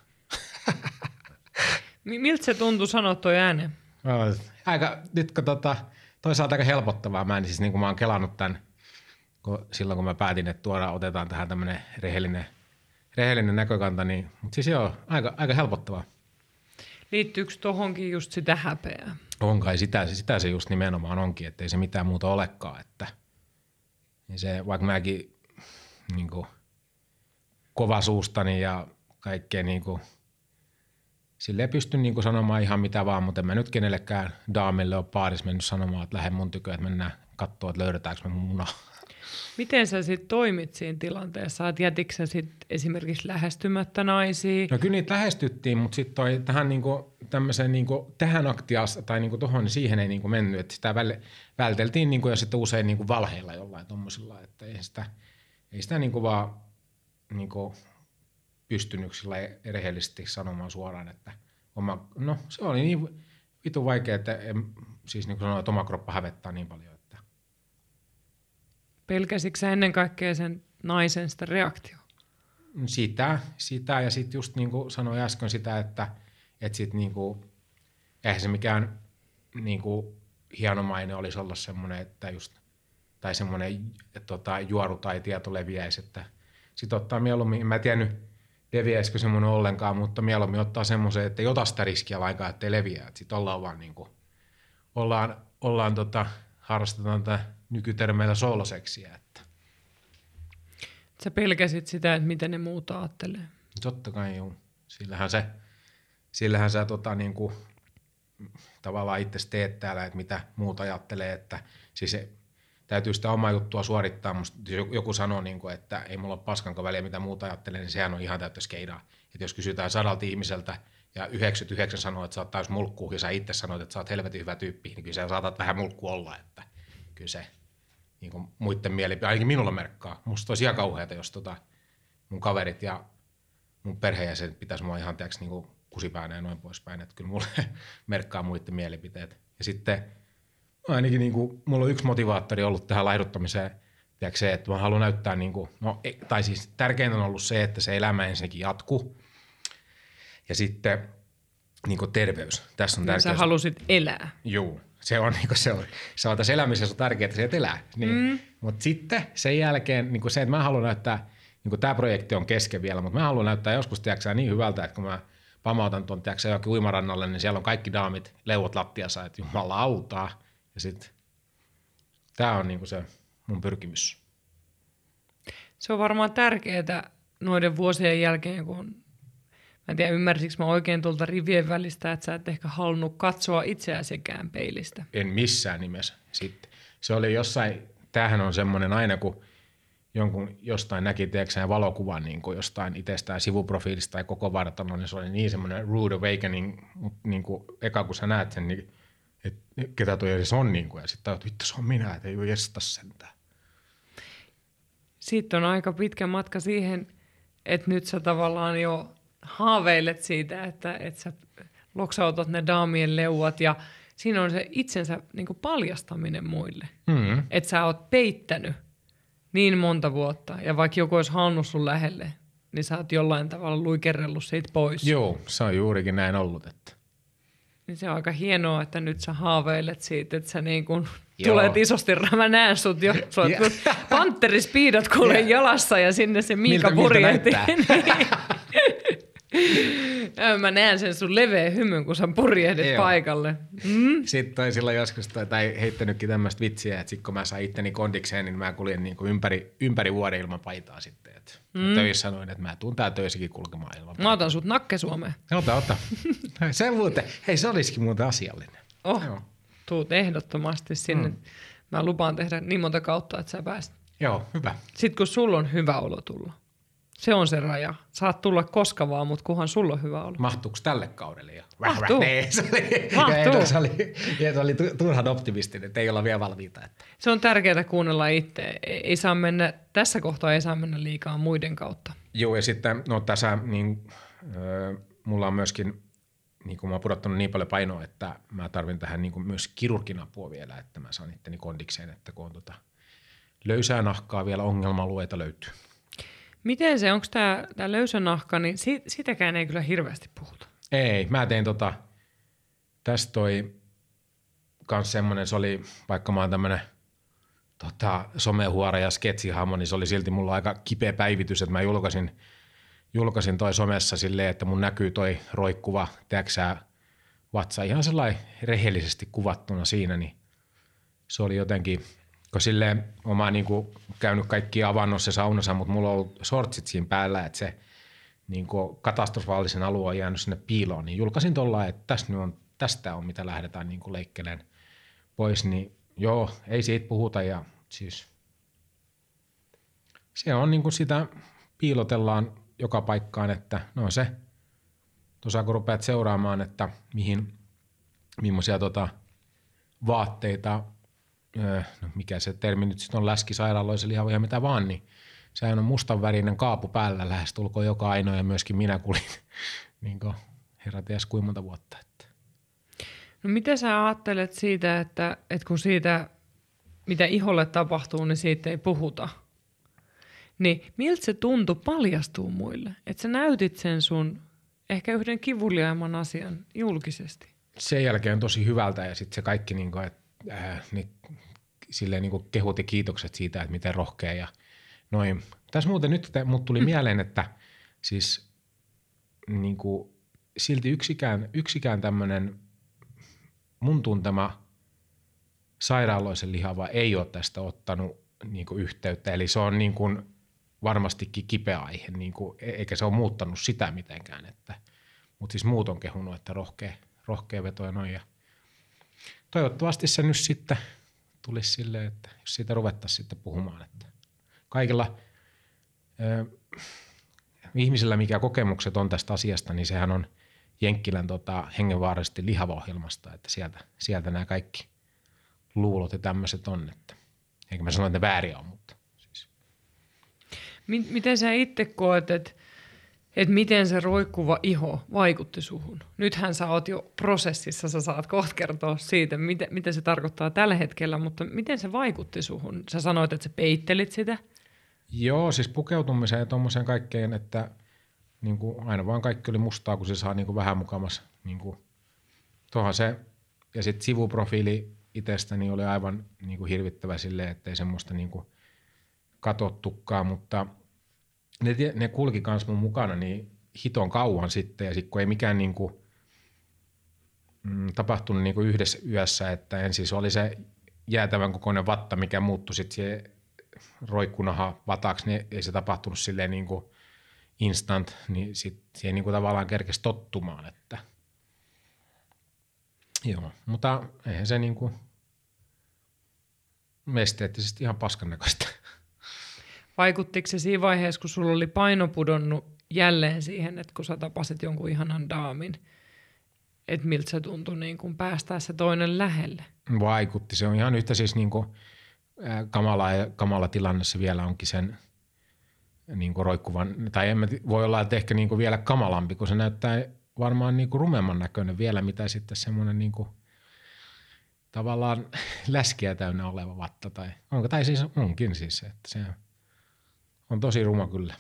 Miltä se tuntui sanoa toi ääneen? Aika, nyt kun tota, toisaalta aika helpottavaa. Mä en siis niin kuin mä oon kelannut tämän, kun silloin kun mä päätin, että tuodaan, otetaan tähän tämmöinen rehellinen, rehellinen näkökanta, niin, mutta siis joo, aika, aika helpottavaa. Liittyykö tohonkin just sitä häpeää? On kai, sitä, sitä se just nimenomaan onkin, että ei se mitään muuta olekaan. Että, niin se, vaikka mäkin niin kuin, kovasuustani ja kaikkea niin kuin, silleen pystyn niin kuin, sanomaan ihan mitä vaan, mutta en mä nyt kenellekään daamille ole baarissa mennyt sanomaan, että lähde mun tykö, että mennään katsoa, että löydetäänkö me mun munaa. Miten sä sitten toimit siinä tilanteessa? Et jätitkö sä sit esimerkiksi lähestymättä naisia? No kyllä niitä lähestyttiin, mutta sitten toi tähän niinku, tämmöiseen niinku, tähän aktiaan tai niinku tohon, niin siihen ei niinku mennyt. Että sitä väl, välteltiin niinku, ja sitten usein niinku valheilla jollain tommosilla, että ei sitä, ei sitä niinku vaan niinku pystynyt sillä rehellisesti sanomaan suoraan, että oma, no se oli niin vitun vaikea, että en, siis niin kuin sanoin, että oma kroppa hävettää niin paljon. Että. Pelkäsitkö sä ennen kaikkea sen naisen sitä reaktioa? Sitä, sitä ja sitten just niin kuin sanoin äsken sitä, että, että sit niin kuin, eihän se mikään niin kuin hienomainen olisi olla semmoinen, että just, tai semmoinen tota, juoru tai tieto leviäisi, että sit ottaa mieluummin, mä en tiennyt leviäisikö semmoinen ollenkaan, mutta mieluummin ottaa semmoisen, että ei ota sitä riskiä lainkaan, ettei leviä. Sitten ollaan vaan niin kuin, ollaan, ollaan tota, harrastetaan tätä nykytermeillä sooloseksiä. Että. Sä pelkäsit sitä, että miten ne muut ajattelee? Totta kai juu. Sillähän se, sillähän sä tota, niin kuin, tavallaan itse teet täällä, että mitä muut ajattelee. Että, siis se, täytyy sitä omaa juttua suorittaa. Musta joku sanoo, niin kuin, että ei mulla ole paskanko väliä, mitä muuta ajattelee, niin sehän on ihan täyttä skeidaa. Että jos kysytään sadalta ihmiseltä ja yhdeksänkymmentäyhdeksän sanoo, että sä oot täys mulkkuu, ja sä itse sanoit, että sä oot helvetin hyvä tyyppi, niin kyllä sä saatat vähän mulkku olla. Että kyllä se niin kuin muiden mielipide, ainakin minulla merkkaa. Musta olisi ihan kauheata, jos tota, mun kaverit ja mun perheenjäsenet pitäisi mua ihan teoksi niin kusipäänä ja noin poispäin. Että kyllä mulle merkkaa muiden mielipiteet. Ja sitten ainakin niin kuin, mulla on yksi motivaattori ollut tähän laihduttamiseen, tiedätkö se, että mä haluan näyttää, niin kuin, no, tai siis tärkeintä on ollut se, että se elämä ensinnäkin jatkuu. Ja sitten niin kuin terveys. Tässä on tärkeää. Sä halusit elää. Joo, se on, niin kuin se on, se on tässä elämisessä on tärkeää, että se et elää. Niin. Mm. Mutta sitten sen jälkeen niin kuin se, että mä haluan näyttää, niin kuin tämä projekti on kesken vielä, mutta mä haluan näyttää joskus tiedätkö, niin hyvältä, että kun mä pamautan tuon tiedätkö, johonkin uimarannalle, niin siellä on kaikki daamit leuat lattiassa, että jumala autaa. Ja sitten tämä on niinku se mun pyrkimys. Se on varmaan tärkeää noiden vuosien jälkeen, kun mä en tiedä ymmärsikö mä oikein tuolta rivien välistä, että sä et ehkä halunnut katsoa itseäsikään peilistä. En missään nimessä. Sitten se oli jossain, tämähän on semmoinen aina kun jonkun jostain näki tiedätkö, valokuvan niin kuin jostain itsestään sivuprofiilista tai koko vartalo, niin se oli niin semmoinen rude awakening, mutta niin kuin eka kun sä näet sen, niin että ketä toi edes on, niin kuin, ja sitten että vittu se on minä, että ei voi jestaa sentään. Sitten on aika pitkä matka siihen, että nyt sä tavallaan jo haaveilet siitä, että, että sä loksautat ne daamien leuat, ja siinä on se itsensä niin kuin paljastaminen muille. Mm-hmm. Että sä oot peittänyt niin monta vuotta, ja vaikka joku olisi halunnut sun lähelle, niin sä oot jollain tavalla luikerrellut siitä pois. Joo, se on juurikin näin ollut, että niin se on aika hienoa, että nyt sä haaveilet siitä, että sä niin kuin tulet isosti, mä näen sut jo, sä oot yeah. pantterispiidot kuule yeah. jalassa ja sinne se Miika purjehti. Mä näen sen sun leveä hymyn, kun sä purjehdit Joo. paikalle. Mm? Sitten toi silloin joskus, tai, tai heittänytkin tämmöistä vitsiä, että sit kun mä sain itteni kondikseen, niin mä kuljen niin kuin ympäri, ympäri vuoden ilman paitaa sitten. Et mm. töissä sanoin, että mä tuun tää töissäkin kulkemaan ilman paitaa. Mä otan sut nakke Suomeen. Ota, ota. Se muuten, hei se olisikin muuten asiallinen. Oh, Joo. tuut ehdottomasti sinne. Mm. Mä lupaan tehdä niin monta kautta, että sä pääset. Joo, hyvä. Sitten kun sulla on hyvä olo tulla. Se on se raja. Saat tulla koska vaan, mutta kunhan sulla on hyvä olo. Mahtuuko tälle kaudelle jo? Mahtuu. Nee, se oli, Mahtuu. Se oli, se oli turhan optimistinen, että ei olla vielä valmiita. Että. Se on tärkeää kuunnella itse. Ei saa mennä, tässä kohtaa ei saa mennä liikaa muiden kautta. Joo, ja sitten no tässä niin, äh, mulla on myöskin, niin kuin mä oon pudottanut niin paljon painoa, että mä tarvin tähän niin kuin myös kirurgin apua vielä, että mä saan itteni kondikseen, että kun on tota löysää nahkaa vielä ongelma-alueita löytyy. Miten se, onko tämä löysä nahka, niin si- sitäkään ei kyllä hirveästi puhuta. Ei, mä tein tota, tästä toi kans semmonen, se oli, vaikka mä oon tämmönen tota, somehuora ja sketsihahmo, niin se oli silti mulla aika kipeä päivitys, että mä julkaisin, julkaisin toi somessa silleen, että mun näkyy toi roikkuva, tiedäksä, vatsa ihan sellainen rehellisesti kuvattuna siinä, niin se oli jotenkin, kun silleen mä niinku käynyt kaikki avannossa ja saunassa, mutta mulla on ollut shortsit siinä päällä, että se niinku katastrofaalisen alue on jäänyt sinne piiloon, niin julkaisin tuolla, että tästä on, tästä on mitä lähdetään niinku leikkeleen pois, niin joo, ei siitä puhuta ja siis se on niin kuin sitä piilotellaan joka paikkaan, että no se, tuossa kun rupeat seuraamaan, että mihin, millaisia tota vaatteita, no mikä se termi nyt sitten on, läskisairaaloissa, lihavuja ja mitä vaan, niin sehän on mustanvärinen kaapu päällä lähestulkoon joka ainoa ja myöskin minä kulin niin kuin herra ties kuinka monta vuotta. Että. No mitä sä ajattelet siitä, että, että kun siitä, mitä iholle tapahtuu, niin siitä ei puhuta, niin miltä se tuntui paljastuu muille? Että sä näytit sen sun ehkä yhden kivuliaimman asian julkisesti. Sen jälkeen tosi hyvältä ja sitten se kaikki niin kuin, että, äh, niin, silleen niin kuin kehut ja kiitokset siitä, että miten rohkea ja noin. Tässä muuten nyt mut tuli mm. mieleen, että siis niin kuin, silti yksikään, yksikään tämmöinen mun tuntema sairaaloisen lihava ei ole tästä ottanut niin kuin yhteyttä. Eli se on niin kuin varmastikin kipeä aihe, niin kuin, eikä se ole muuttanut sitä mitenkään. Että, mutta siis muut on kehunut, että rohkea, rohkea veto ja noin. Ja toivottavasti se nyt sitten tulisi silleen, että jos siitä ruvettaisiin sitten puhumaan, että kaikilla ö, ihmisillä, mikä kokemukset on tästä asiasta, niin sehän on Jenkkilän tota, hengenvaarallisesti lihava-ohjelmasta, että sieltä, sieltä nämä kaikki luulot ja tämmöiset on. Että, eikä mä sano, että ne vääriä on, mutta siis. Miten sä itse koet, että, että miten se roikkuva iho vaikutti suhun? Nythän sä oot jo prosessissa, sä saat kohta kertoa siitä, miten, mitä se tarkoittaa tällä hetkellä, mutta miten se vaikutti suhun? Sä sanoit, että sä peittelit sitä. Joo, siis pukeutumiseen ja tuommoiseen kaikkeen, että niin kuin aina vaan kaikki oli mustaa, kun se saa niin kuin vähän mukamassa. Niin kuin, tuohan se, ja sitten sivuprofiili itsestäni oli aivan niin kuin hirvittävä silleen, ettei semmoista niin kuin katottukaan, mutta ne, ne kulki kans mun mukana niin hiton kauan sitten, ja sitten kun ei mikään niin kuin, mm, tapahtunut niin kuin yhdessä yössä, että ensin se oli se jäätävän kokoinen vatta, mikä muuttui sitten siihen roikkunaha vataksi, niin ei se tapahtunut silleen niin kuin instant, niin sitten siihen niin kuin tavallaan kerkesi tottumaan, että joo, mutta eihän se niin kuin esteettisesti ihan paskan näköistä. Vaikuttiko se siinä vaiheessa, kun sulla oli paino pudonnut jälleen siihen, että kun sä tapasit jonkun ihanan daamin, että miltä se tuntui niin kuin päästää se toinen lähelle? Vaikutti. Se on ihan yhtä siis niin kuin kamala ja kamala tilanne se vielä onkin sen niin kuin roikkuvan, tai en mä, voi olla, että ehkä niin kuin vielä kamalampi, kun se näyttää varmaan niin kuin rumemman näköinen vielä, mitä sitten semmoinen niin kuin tavallaan läskiä täynnä oleva vatta. Tai, onko, tai siis onkin siis se, että se on tosi ruma kyllä.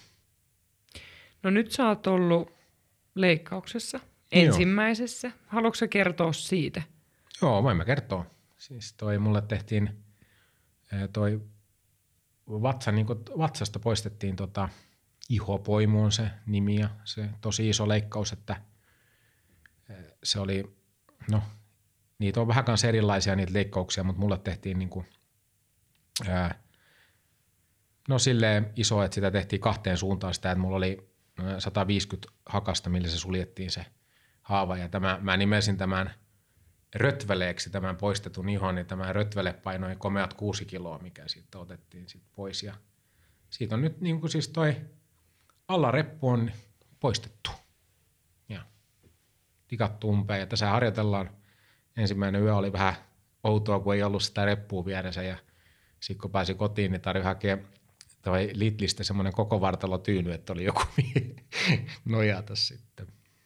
No nyt sä oot ollut leikkauksessa, ensimmäisessä. Haluatko sä kertoa siitä? Joo, voin mä kertoa. Siis toi mulle tehtiin, toi vatsa, niin kuin vatsasta poistettiin tota, ihopoimu on se nimi ja se tosi iso leikkaus, että se oli, no niitä on vähän kanssa erilaisia niitä leikkauksia, mutta mulle tehtiin niin kuin, ää, no silleen iso, että sitä tehtiin kahteen suuntaan sitä, että mulla oli sata viisikymmentä hakasta, millä se suljettiin se haava ja tämä, mä nimesin tämän rötveleeksi tämän poistetun ihon, niin tämä rötvele painoi komeat kuusi kiloa, mikä siitä otettiin sit pois. Ja siitä on nyt niin kuin siis toi allareppu on poistettu ja tikattu umpeen. Ja tässä harjoitellaan. Ensimmäinen yö oli vähän outoa, kun ei ollut sitä reppua vieressä ja sitten kun pääsi kotiin, niin tarvitsi hakea toi Lidlistä semmoinen koko vartalotyyny, että oli joku nojata sitten.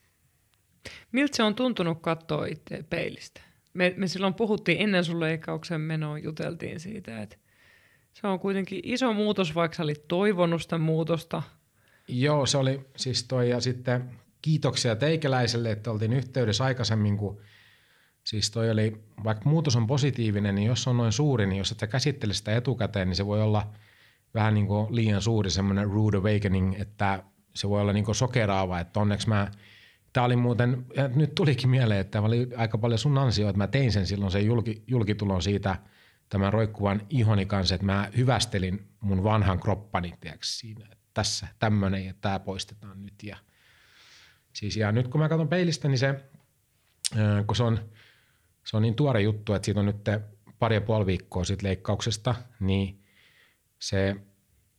Miltä se on tuntunut katsoa itse peilistä? Me, me silloin puhuttiin ennen sun leikkauksen menoa, juteltiin siitä, että se on kuitenkin iso muutos, vaikka sä olit toivonut sitä muutosta. Joo, se oli siis toi ja sitten kiitoksia teikäläiselle, että oltiin yhteydessä aikaisemmin, kun siis toi oli, vaikka muutos on positiivinen, niin jos on noin suuri, niin jos et sä käsittele sitä etukäteen, niin se voi olla vähän niin kuin liian suuri semmoinen rude awakening, että se voi olla niin kuin sokeraava, että onneksi mä Tämä oli muuten, ja nyt tulikin mieleen, että tämä oli aika paljon sun ansio, että mä tein sen silloin sen julki, julkitulon siitä tämän roikkuvan ihoni kanssa, että mä hyvästelin mun vanhan kroppani, tiedätkö, siinä, että tässä tämmöinen ja tämä poistetaan nyt. Ja, siis, ja nyt kun mä katson peilistä, niin se, kun se on, se on niin tuore juttu, että siitä on nyt pari ja puoli viikkoa siitä leikkauksesta, niin se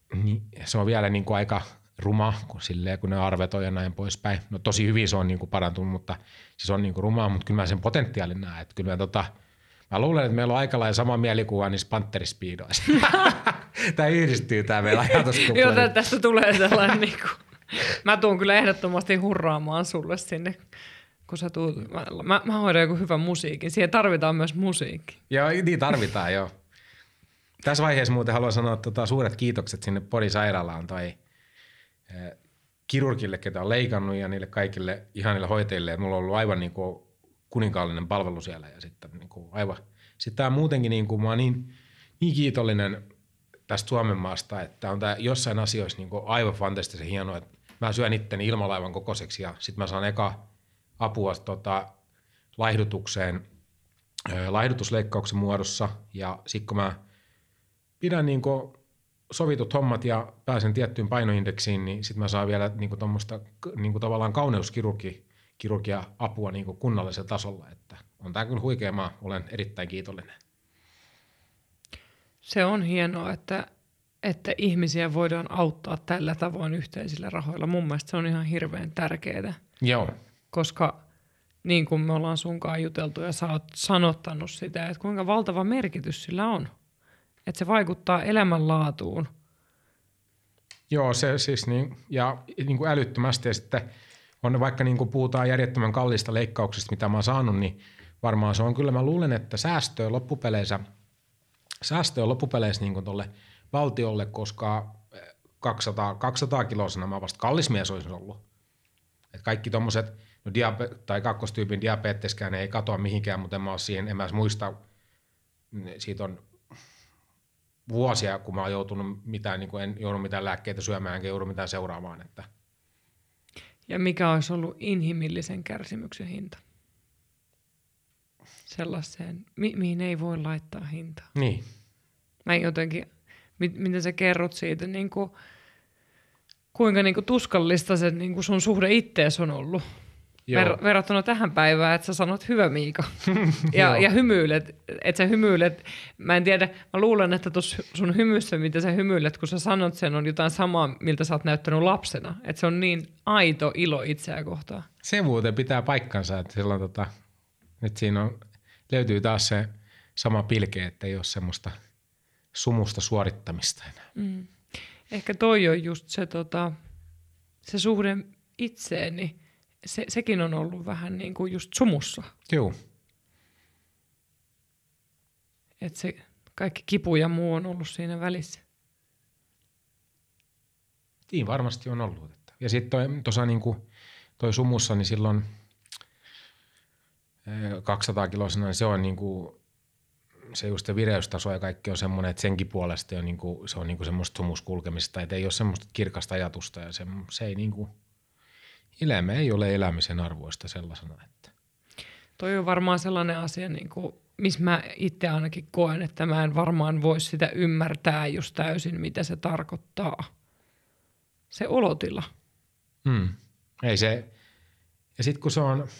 niin se on vielä niin kuin aika ruma, kun, silleen, kun ne arvet on ja näin poispäin. No tosi hyvin se on niin kuin parantunut, mutta siis on niin kuin rumaa, mutta kyllä mä sen potentiaalin näen. Että kyllä mä, tota, mä luulen, että meillä on aika lailla sama mielikuva niissä pantterispiidoissa. Tämä yhdistyy tämä meidän ajatuskupla. Joo, tästä tulee sellainen, niin kuin, mä tuun kyllä ehdottomasti hurraamaan sulle sinne, kun sä tuut, mä, mä, mä hoidan joku hyvän musiikin. Siihen tarvitaan myös musiikki. Joo, niin tarvitaan, joo. Tässä vaiheessa muuten haluan sanoa tota, suuret kiitokset sinne Porin sairaalaan tai eh, kirurgille, ketä on leikannut ja niille kaikille ihanille hoitajille. Mulla on ollut aivan niin kuin kuninkaallinen palvelu siellä ja sitten niin kuin aivan. Sitten tämä muutenkin niin kuin mä oon niin, niin kiitollinen tästä Suomen maasta, että on tämä jossain asioissa niin kuin aivan fantastisen hienoa, että mä syön itteni ilmalaivan kokoiseksi ja sitten mä saan eka apua tota, laihdutukseen, eh, laihdutusleikkauksen muodossa ja sitten kun mä pidän niin kuin sovitut hommat ja pääsen tiettyyn painoindeksiin, niin sitten mä saan vielä niin kuin tommoista niin kuin tavallaan kauneuskirurgia apua niin kuin kunnallisella tasolla. Että on tämä kyllä huikea maa. Olen erittäin kiitollinen. Se on hienoa, että, että ihmisiä voidaan auttaa tällä tavoin yhteisillä rahoilla. Mun mielestä se on ihan hirveän tärkeää. Joo. Koska niin kuin me ollaan sunkaan juteltu ja sä oot sanottanut sitä, että kuinka valtava merkitys sillä on. Että se vaikuttaa elämänlaatuun. Joo, se siis niin, ja niin kuin älyttömästi. Ja sitten on vaikka niin kuin puhutaan järjettömän kallista leikkauksista, mitä mä oon saanut, niin varmaan se on kyllä, mä luulen, että säästöä loppupeleissä, säästöä loppupeleissä niin kuin tolle valtiolle, koska kaksisataa, kaksisataa kilosena mä vasta kallis mies olisin ollut. Et kaikki tommoset, no diabe- tai kakkostyypin diabeteskään ei katoa mihinkään, mutta en mä ole siihen, en mä muista, siitä on vuosia, kun mä oon joutunut mitään, niin kuin en joudu mitään lääkkeitä syömään, enkä joudu mitään seuraamaan. Että. Ja mikä olisi ollut inhimillisen kärsimyksen hinta? Sellaiseen, mi- mihin ei voi laittaa hintaa. Niin. Mä jotenkin, mit- miten sä kerrot siitä, niin kuin, kuinka niin kuin tuskallista se niin kuin sun suhde ittees on ollut. Ver- verrattuna tähän päivään, että sä sanot hyvä Miika ja, ja hymyilet, että sä hymyilet. Mä en tiedä, mä luulen, että tuossa sun hymyssä, mitä sä hymyilet, kun sä sanot sen, on jotain samaa, miltä sä oot näyttänyt lapsena. Että se on niin aito ilo itseä kohtaan. Se muuten pitää paikkansa, että silloin tota, nyt siinä on, löytyy taas se sama pilke, että ei ole semmoista sumusta suorittamista enää. Mm. Ehkä toi on just se, tota, se suhde itseeni. Se, sekin on ollut vähän niin kuin just sumussa. Joo. Että se kaikki kipu ja muu on ollut siinä välissä. Niin varmasti on ollut. Ja sitten tuossa niinku, toi sumussa, niin silloin kaksisataa kilosena, niin se on niinku, se just se vireystaso ja kaikki on semmoinen, että senkin puolesta on niinku, se on niinku semmoista sumuskulkemista, että ei ole semmoista kirkasta ajatusta ja se, se ei niinku, elämä ei ole elämisen arvoista sellaisena. Että. Toi on varmaan sellainen asia, niin kuin, missä mä itse ainakin koen, että mä en varmaan voi sitä ymmärtää just täysin, mitä se tarkoittaa. Se olotila. Hmm. Ei se, ja sitten kun se on,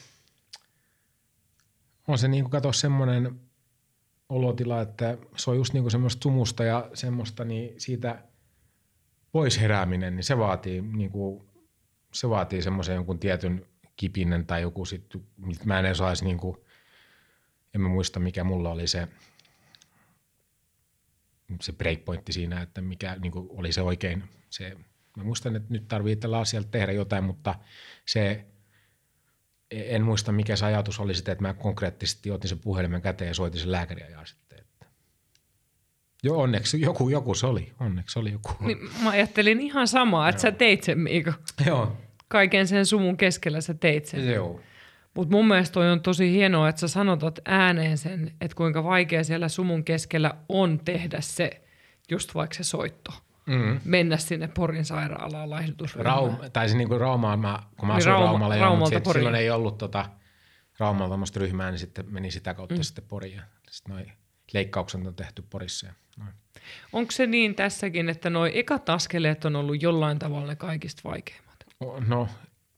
on se niin kuin kato semmoinen olotila, että se on just niin kuin semmoista sumusta ja semmoista, niin siitä pois herääminen, niin se vaatii niin kuin se vaatii semmoisen jonkun tietyn kipinnen tai joku sitten, mä en edes saisi niinku, en mä muista mikä mulla oli se, se breakpointti siinä, että mikä niinku oli se oikein, se, mä muistan, että nyt tarvii tällä asialla tehdä jotain, mutta se, en muista mikä se ajatus oli sitten, että mä konkreettisesti otin sen puhelimen käteen ja soitin sen lääkäriä ja sitten, että joo, onneksi joku, joku se oli. Onneksi oli joku. Niin, mä ajattelin ihan samaa, että Joo. sä teit sen, Miika. Joo. Kaiken sen sumun keskellä sä teit sen. Joo. Mutta mun mielestä toi on tosi hienoa, että sä sanotat ääneen sen, että kuinka vaikea siellä sumun keskellä on tehdä se, just vaikka se soitto. Mm. Mennä sinne Porin sairaalaan laihdutusryhmään. Raum, tai se niinku Raumaan, mä, kun mä niin asuin Rauma, Raumalla, jo, Raumalta mutta silloin ei ollut tota, Raumalla tämmöistä ryhmää, niin sitten meni sitä kautta mm. sitten Poriin. Ja sitten noi leikkaukset on tehty Porissa. Ja noin. Onko se niin tässäkin, että nuo ekat askeleet on ollut jollain tavalla ne kaikista vaikeimmat? No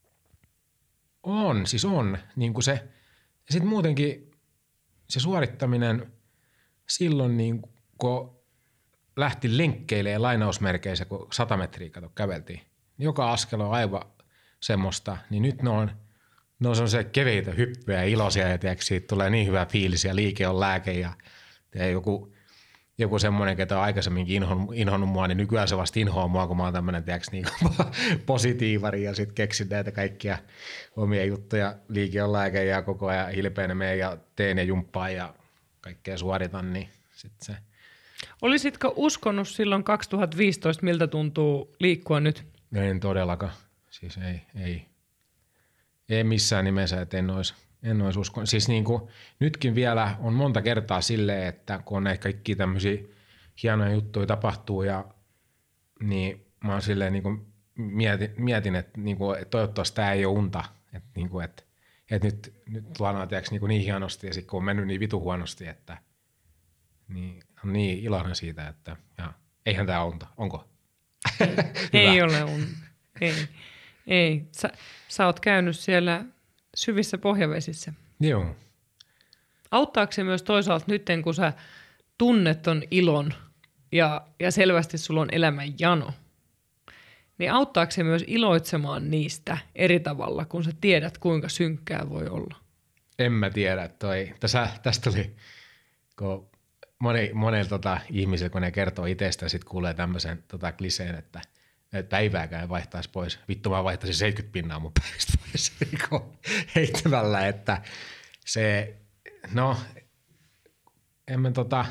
on, siis on. Niin kuin se, ja sitten muutenkin se suorittaminen silloin, niin kun lähti lenkkeilemään lainausmerkeissä, kun sata metriä kato käveltiin. Joka askel on aivan semmoista, niin nyt ne on, ne on semmoisia keveitä hyppyjä ja iloisia ja tiedätkö, siitä tulee niin hyvä fiilis ja liike on lääke ja, ja joku, joku semmoinen, ketä on aikaisemminkin inhonnut, inhonnut mua, niin nykyään se vasta inhoaa mua, kun mä oon tämmöinen tiedätkö, niin positiivari ja sitten keksin näitä kaikkia omia juttuja. Liike on lääke ja koko ajan hilpeänä menen ja teen ja jumppaan ja kaikkea suoritan, niin sitten se. Olisitko uskonut silloin kaksituhattaviisitoista, miltä tuntuu liikkua nyt? En todellakaan. Siis ei, ei, ei missään nimessä, että en olisi, en olisi uskonut. Siis niin kuin, nytkin vielä on monta kertaa silleen, että kun on näitä kaikkia tämmöisiä hienoja juttuja tapahtuu, ja, niin mä oon silleen niin kuin mietin, mietin, että, niin kuin, että toivottavasti tämä ei ole unta. Että, niin kuin, että, että nyt, nyt luodaan niin, niin hienosti ja sitten kun on mennyt niin vitu huonosti, että niin on niin iloinen siitä, että ja, eihän tämä unta, onko? Ei ole unta. Ei. Ei. Sä, sä oot käynyt siellä syvissä pohjavesissä. Joo. Auttaako se myös toisaalta nyt, kun sä tunnet ton ilon ja, ja selvästi sulla on elämän jano, niin auttaako se myös iloitsemaan niistä eri tavalla, kun sä tiedät, kuinka synkkää voi olla? En mä tiedä. Toi, tässä, tästä tuli, kun moni, monella tota, ihmisellä, kun ne kertoo itsestään, sit kuulee tämmöisen tota, kliseen, että päivääkään vaihtaisi pois. Vittu mä vaihtaisin seitsemänkymmentä pinnaa mun päivistä pois heittämällä, että se, no, en mä tota,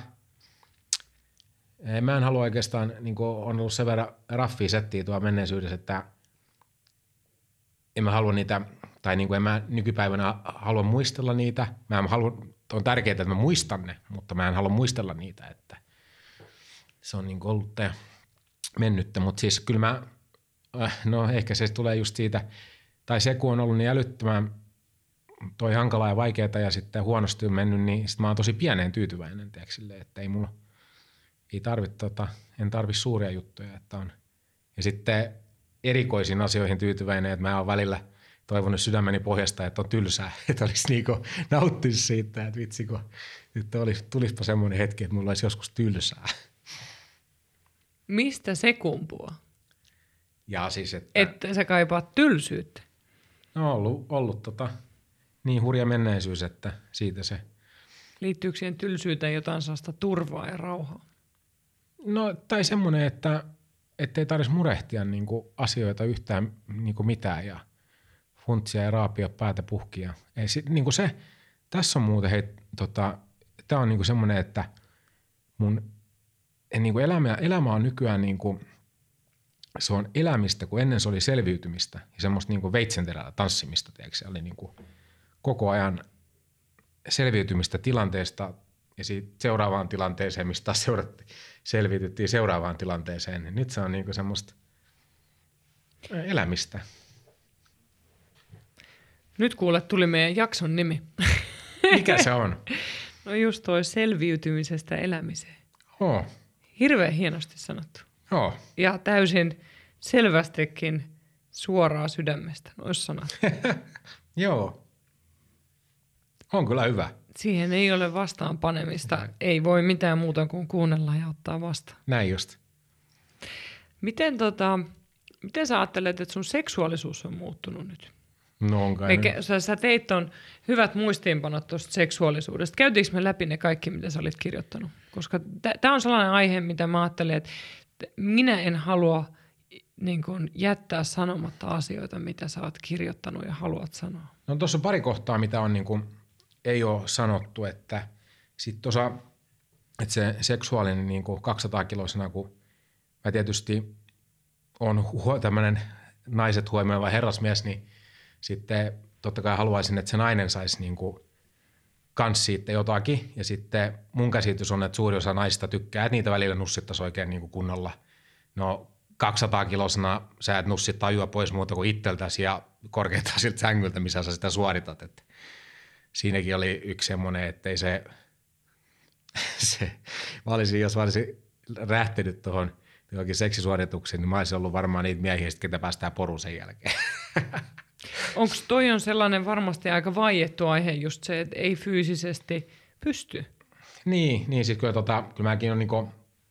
mä en halua oikeastaan, niin kuin on ollut sen verran raffia settiä tuolla menneisyydessä, että en mä halua niitä, tai niin kuin en mä nykypäivänä halua muistella niitä. Mä en halua, on tärkeää, että mä muistan ne, mutta mä en halua muistella niitä, että se on niin kuin ollut tämä mennyttä, mutta siis kyllä mä, no ehkä se tulee just siitä, tai se kun on ollut niin älyttömän toi hankalaa ja vaikeaa ja sitten huonosti on mennyt, niin sit mä oon tosi pieneen tyytyväinen, tiedätkö, silleen, että ei mulla, ei tarvitse, tota, en tarvi suuria juttuja, että on. Ja sitten erikoisiin asioihin tyytyväinen, että mä oon välillä toivonut sydämeni pohjasta, että on tylsää, että olisi niinku nauttisi siitä, että vitsi, kun nyt olisi, tulispa semmoinen hetki, että mulla olisi joskus tylsää. Mistä se kumpuaa? Ja siis, että... Että sä kaipaat tylsyyttä? No on ollut, ollut tota, niin hurja menneisyys, että siitä se... Liittyykö siihen tylsyyteen jotain sellaista turvaa ja rauhaa? No tai semmoinen, että ei tarvitsisi murehtia niin kuin asioita yhtään niin kuin mitään ja funtsia ja raapia päätä puhkia. Ei, niin kuin se, tässä on muuten, hei, tota, tämä on niin kuin semmoinen, että mun niin kuin elämä, elämä on nykyään niin kuin, se on elämistä, kun ennen se oli selviytymistä ja semmoista niin kuin veitsenterällä tanssimista, tiedätkö? Se oli niin kuin koko ajan selviytymistä tilanteesta ja siitä seuraavaan tilanteeseen, mistä taas seurattiin, selviytyttiin seuraavaan tilanteeseen. Niin nyt se on niin kuin semmoista elämistä. Nyt kuule, tuli meidän jakson nimi. Mikä se on? No just toi selviytymisestä elämiseen. Oh. Hirveän hienosti sanottu. Oh. Ja täysin selvästikin suoraa sydämestä, noissa sanat. Joo. On kyllä hyvä. Siihen ei ole vastaan panemista. Näin. Ei voi mitään muuta kuin kuunnella ja ottaa vastaan. Näin just. Miten, tota, miten sä ajattelet, että sun seksuaalisuus on muuttunut nyt? No on kai. Me, sä, sä teit ton hyvät muistiinpanot tuosta seksuaalisuudesta. Käytiinkö me läpi ne kaikki, mitä sä olit kirjoittanut? Koska tämä on sellainen aihe, mitä mä ajattelin, että minä en halua niin kun, jättää sanomatta asioita, mitä sä oot kirjoittanut ja haluat sanoa. No tuossa on pari kohtaa, mitä on, niin kuin, ei ole sanottu, että sit tuossa, että se seksuaalinen niin kuin kaksisataa-kiloisena, kun mä tietysti on huo, tämmöinen naiset huomioiva herrasmies, niin sitten totta kai haluaisin, että se nainen saisi niin kuin kans siitä jotakin. Ja sitten mun käsitys on, että suuri osa naisista tykkää, että niitä välillä nussittaisi oikein niin kuin kunnolla. No kaksisataa-kilosena sä et nussit tajua pois muuta kuin itseltäsi ja korkeintaan siltä sängyltä, missä sä sitä suoritat. Että siinäkin oli yksi semmoinen, ettei se, se mä olisin, jos mä olisin rähtinyt tuohon johonkin seksisuorituksiin, niin mä olisin ollut varmaan niitä miehiä, ketä päästään poruun sen jälkeen. Onko toi on sellainen varmasti aika vaiettu aihe just se, että ei fyysisesti pysty? Niin, niin siis kyllä, tota, kyllä mäkin on niinku,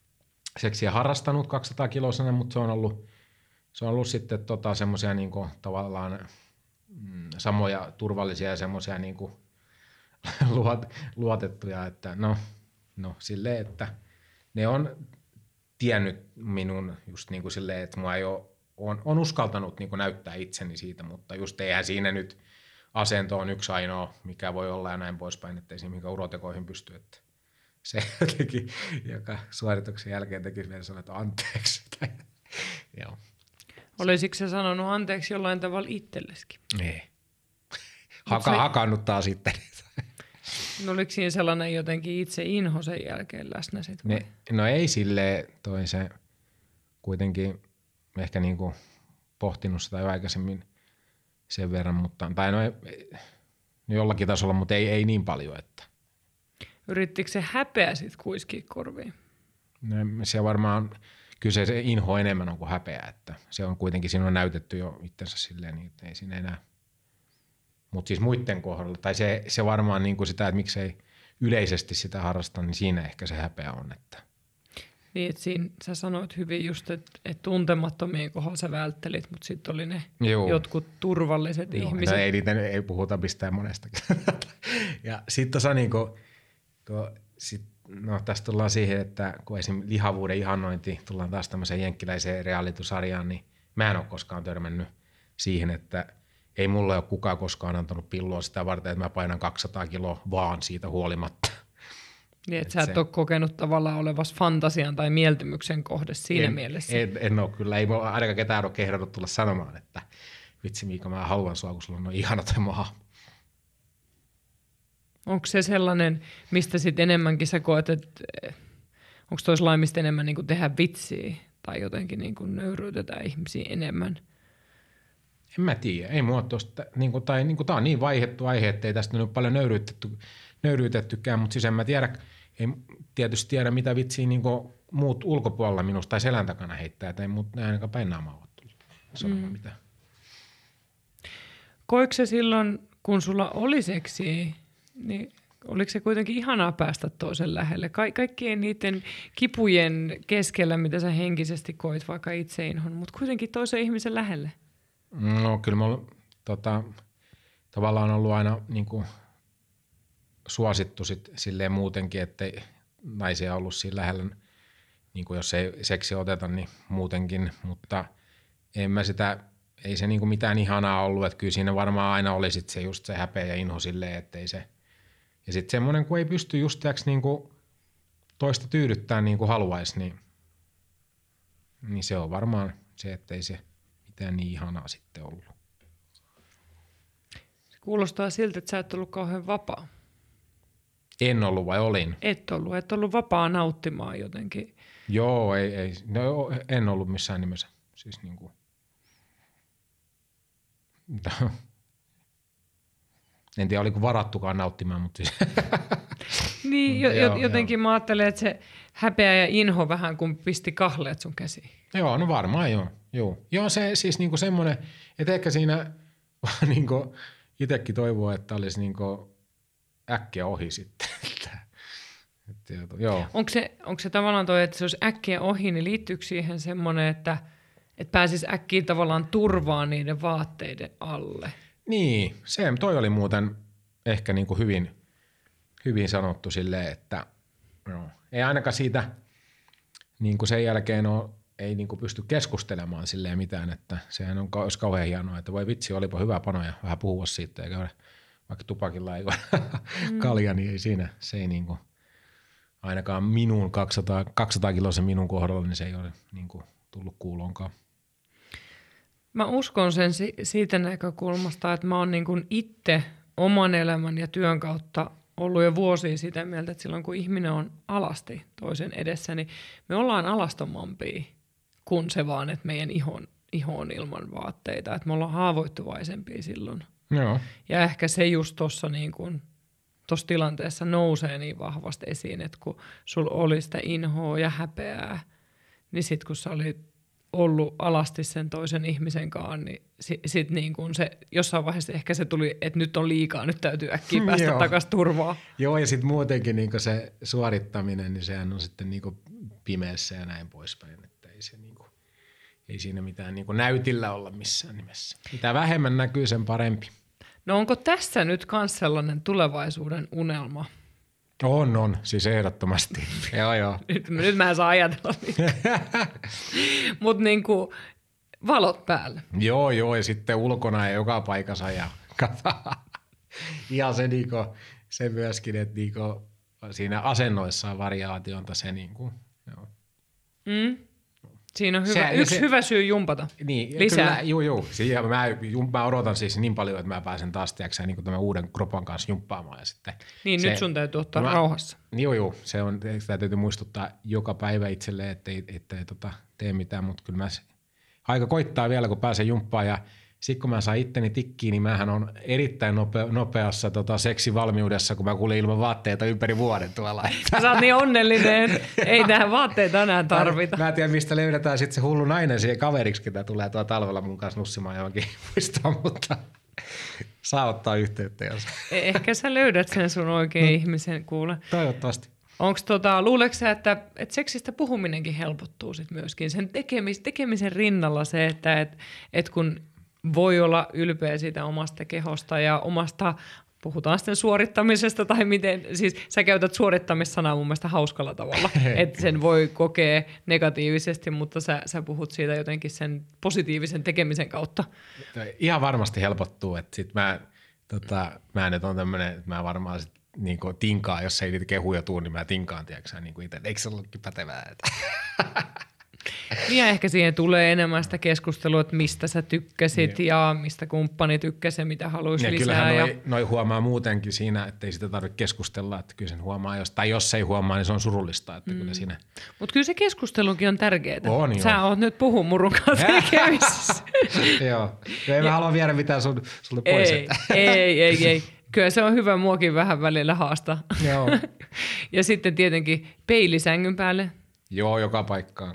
seksiä harrastanut kaksisataa kilosena, mutta se on ollut, se on ollut sitten tota semmoisia niinku tavallaan mm, samoja turvallisia ja semmoisia niinku luot, luotettuja, että no, no silleen, että ne on tiennyt minun just niin kuin silleen, että mua ei ole, on, on uskaltanut niin kuin näyttää itseni siitä, mutta just eihän siinä nyt asento on yksi ainoa, mikä voi olla ja näin poispäin, että ei siinä mikä urotekoihin pysty, että se jotenkin, joka suorituksen jälkeen tekisi vielä sanoa, että anteeksi. Joo. Olisitko sä sanonut anteeksi jollain tavalla itselleskin? Ei. Haka, se... Hakannuttaa sitten. No oliko siinä sellainen jotenkin itse inho sen jälkeen läsnä sitten? Ne, no ei silleen, toi se kuitenkin ehkä niinku pohtinut sitä jo aikaisemmin sen verran, mutta, tai no, ei, no jollakin tasolla, mutta ei, ei niin paljon. Että. Yrittikö se häpeä sitten kuiskia korviin? No, se varmaan, kyllä se, se inho enemmän on kuin häpeä, että se on kuitenkin, siinä on näytetty jo itsensä silleen, niin ei siinä enää. Mutta siis muiden kohdalla, tai se, se varmaan niin kuin sitä, että miksei yleisesti sitä harrasta, niin siinä ehkä se häpeä on. Että. Niin, että siinä sä sanoit hyvin just, että, että tuntemattomien kohdalla sä välttelit, mutta sitten oli ne Joo. jotkut turvalliset Joo, ihmiset. No ei niitä ei puhuta mistään monestakin. Ja sitten tuossa niin kuin, tuo, sit, no tästä tullaan siihen, että kun esimerkiksi lihavuuden ihannointi, tullaan taas tämmöiseen jenkkiläiseen reality-sarjaan, niin mä en ole koskaan törmännyt siihen, että ei mulle ole kukaan koskaan antanut pilloa sitä varten, että mä painan kaksisataa kiloa vaan siitä huolimatta. Niin, että et sä et se... ole kokenut tavallaan olevassa fantasian tai mieltymyksen kohde siinä en, mielessä. En, en ole kyllä. Ei mulla ainakaan ketään ole kehdannut tulla sanomaan, että vitsi Miika, mä haluan sua, kun sulla on noin ihana toi maha. Onko se sellainen, mistä sitten enemmänkin sä koet, että onko toi sellainen, mistä enemmän niin kuin tehdä vitsiä tai jotenkin niin kuin nöyryytetään ihmisiä enemmän? En mä tiedä. Ei mua tosta, niin kuin, tai niin kuin, tää on niin vaihdettu aihe, että ei tästä nyt paljon nöyryytetty, nöyryytettykään, mutta siis en mä tiedä, ei tietysti tiedä mitä vitsiä niin kuin muut ulkopuolella minusta tai selän takana heittää, tai muut ne ainakaan päin naamaa ovat tullut sanomaan mm. mitään. Koiko se silloin, kun sulla oli seksiä, niin oliko se kuitenkin ihanaa päästä toisen lähelle? Ka- kaikkien niiden kipujen keskellä, mitä sä henkisesti koit, vaikka itseinhon, mutta kuitenkin toisen ihmisen lähelle? No kyllä mulla tota, tavallaan on ollut aina niin kuin, suosittu sit silleen muutenkin, ettei naisia ollut siinä lähellä, niin kuin jos ei seksi oteta, niin muutenkin, mutta en mä sitä, ei se niin kuin mitään ihanaa ollut, että kyllä siinä varmaan aina oli sit se just se häpeä ja inho silleen, ettei se, ja sitten semmoinen, kun ei pysty just niin kuin toista tyydyttämään niin kuin haluaisi, niin, niin se on varmaan se, ettei se mitään niin ihanaa sitten ollut. Se kuulostaa siltä, että sä et ollut kauhean vapaa. En ollut vai olin? Et ollut, et ollut vapaa nauttimaan jotenkin. Joo, ei, ei. No, en ollut missään nimessä. Siis niin kuin. En tiedä, oliko varattukaan nauttimaan, mutta siis. Niin, jo, joo, jotenkin joo. Mä ajattelen, että se häpeä ja inho vähän kuin pisti kahleet sun käsiin. Joo, no varmaan joo. Joo, joo se siis niinku semmoinen, että ehkä siinä niinku itsekin toivoo, että olisi niinku äkkiä ohi sitten. Joo. Onko se, onko se tavallaan toi, että se olisi äkkiä ohi, niin liittyykö siihen semmoinen, että, että pääsisi äkkiä tavallaan turvaan niiden vaatteiden alle? Niin, se toi oli muuten ehkä niinku hyvin, hyvin sanottu silleen, että no, ei ainakaan siitä niinku sen jälkeen ole, ei niinku pysty keskustelemaan silleen mitään, että sehän on, olisi kauhean hienoa, että voi vitsi, olipa hyvä pano ja vähän puhua siitä, eikä vaikka tupakilla ei mm. kalja, niin ei siinä, se ei niinku, ainakaan minun kaksisataa, kaksisataa kiloisen minun kohdalla, niin se ei ole niinku tullut kuuloonkaan. Mä uskon sen si- siitä näkökulmasta, että mä oon niin kuin itse oman elämän ja työn kautta ollut jo vuosia sitä mieltä, että silloin kun ihminen on alasti toisen edessä, niin me ollaan alastomampia kuin se vaan, että meidän iho, iho on ilman vaatteita. Että me ollaan haavoittuvaisempia silloin. Joo. Ja ehkä se just tuossa niin kuin, tossa tilanteessa nousee niin vahvasti esiin, että kun sulla oli sitä inhoa ja häpeää, niin sit kun sä olit ollut alasti sen toisen ihmisen kanssa, niin sit, sit niin kuin se, jossain vaiheessa ehkä se tuli, että nyt on liikaa, nyt täytyy äkkiä päästä takaisin turvaan. Joo, ja sitten muutenkin niin se suorittaminen, niin sehän on sitten niin pimeässä ja näin poispäin, että ei, se niinku, ei siinä mitään niinku näytillä olla missään nimessä. Mitä vähemmän näkyy, sen parempi. No onko tässä nyt myös sellainen tulevaisuuden unelma? On, on. Siis ehdottomasti. joo, joo. Nyt, nyt mä en saa ajatella mitään. Mutta niinku valot päällä. Joo, joo. Ja sitten ulkona ja joka paikassa. Ja, ja se, niinku, se myöskin, että niinku, siinä asennoissa on variaationta se. Niinku, joo. Mm. Siinä on hyvä, se, yksi se, hyvä syy jumpata niin, lisää. Kyllä, juu, juu. Siihen mä, mä odotan siis niin paljon, että mä pääsen taas tiiäksä, niin tämän uuden kropan kanssa jumppaamaan. Ja sitten niin, se, nyt sun täytyy ottaa mä, rauhassa. Joo, joo. Se on, sitä täytyy muistuttaa joka päivä itselleen, ettei, ettei tota, tee mitään, mutta kyllä mä aika koittaa vielä, kun pääsen jumppaan. Ja sitten kun mä saan itteni tikkiin, niin mähän on erittäin nope, nopeassa tota, seksivalmiudessa, kun mä kuulin ilman vaatteita ympäri vuoden tuolla. Sä oot niin onnellinen, ei tähän vaatteita enää tarvita. Mä, mä en tiedä, mistä löydetään sitten se hullu nainen siihen kaveriksi, ketä tulee tuolla talvella mun kanssa nussimaan johonkin muistoon, mutta saa ottaa yhteyttä. Jos. Ehkä sä löydät sen sun oikein hmm. ihmisen, kuule. Toivottavasti. Onko tota, luuleeko sä, että, että seksistä puhuminenkin helpottuu sit myöskin sen tekemis, tekemisen rinnalla se, että et, et kun voi olla ylpeä siitä omasta kehosta ja omasta, puhutaan sitten suorittamisesta tai miten, siis sä käytät suorittamissanaa mun mielestä hauskalla tavalla, että sen voi kokea negatiivisesti, mutta sä, sä puhut siitä jotenkin sen positiivisen tekemisen kautta. Ihan varmasti helpottuu, että sit mä, tota, mä nyt on tämmönen, että mä varmaan sit niinku tinkaan, jos ei niitä kehuja tuu, niin mä tinkaan, tiedätkö niin kuin itse, eikö se ollutkin pätevää? Ja ehkä siihen tulee enemmän sitä keskustelua, että mistä sä tykkäsit niin. ja mistä kumppani tykkäsi ja mitä haluaisi ja lisää. Kyllähän ja noi, noi huomaa muutenkin siinä, että ei sitä tarvitse keskustella, että kyllä sen huomaa, jos, tai jos ei huomaa, niin se on surullista. Että mm. kyllä siinä... Mutta kyllä se keskustelukin on tärkeää. On, sä joo. oot nyt puhun murun kanssa tekemisissä. Joo, ei mä halua viedä mitään sun, sulle pois. Ei, ei, ei, ei. Kyllä se on hyvä muokin vähän välillä haastaa. Joo. Ja sitten tietenkin peilisängyn päälle. Joo, joka paikkaan.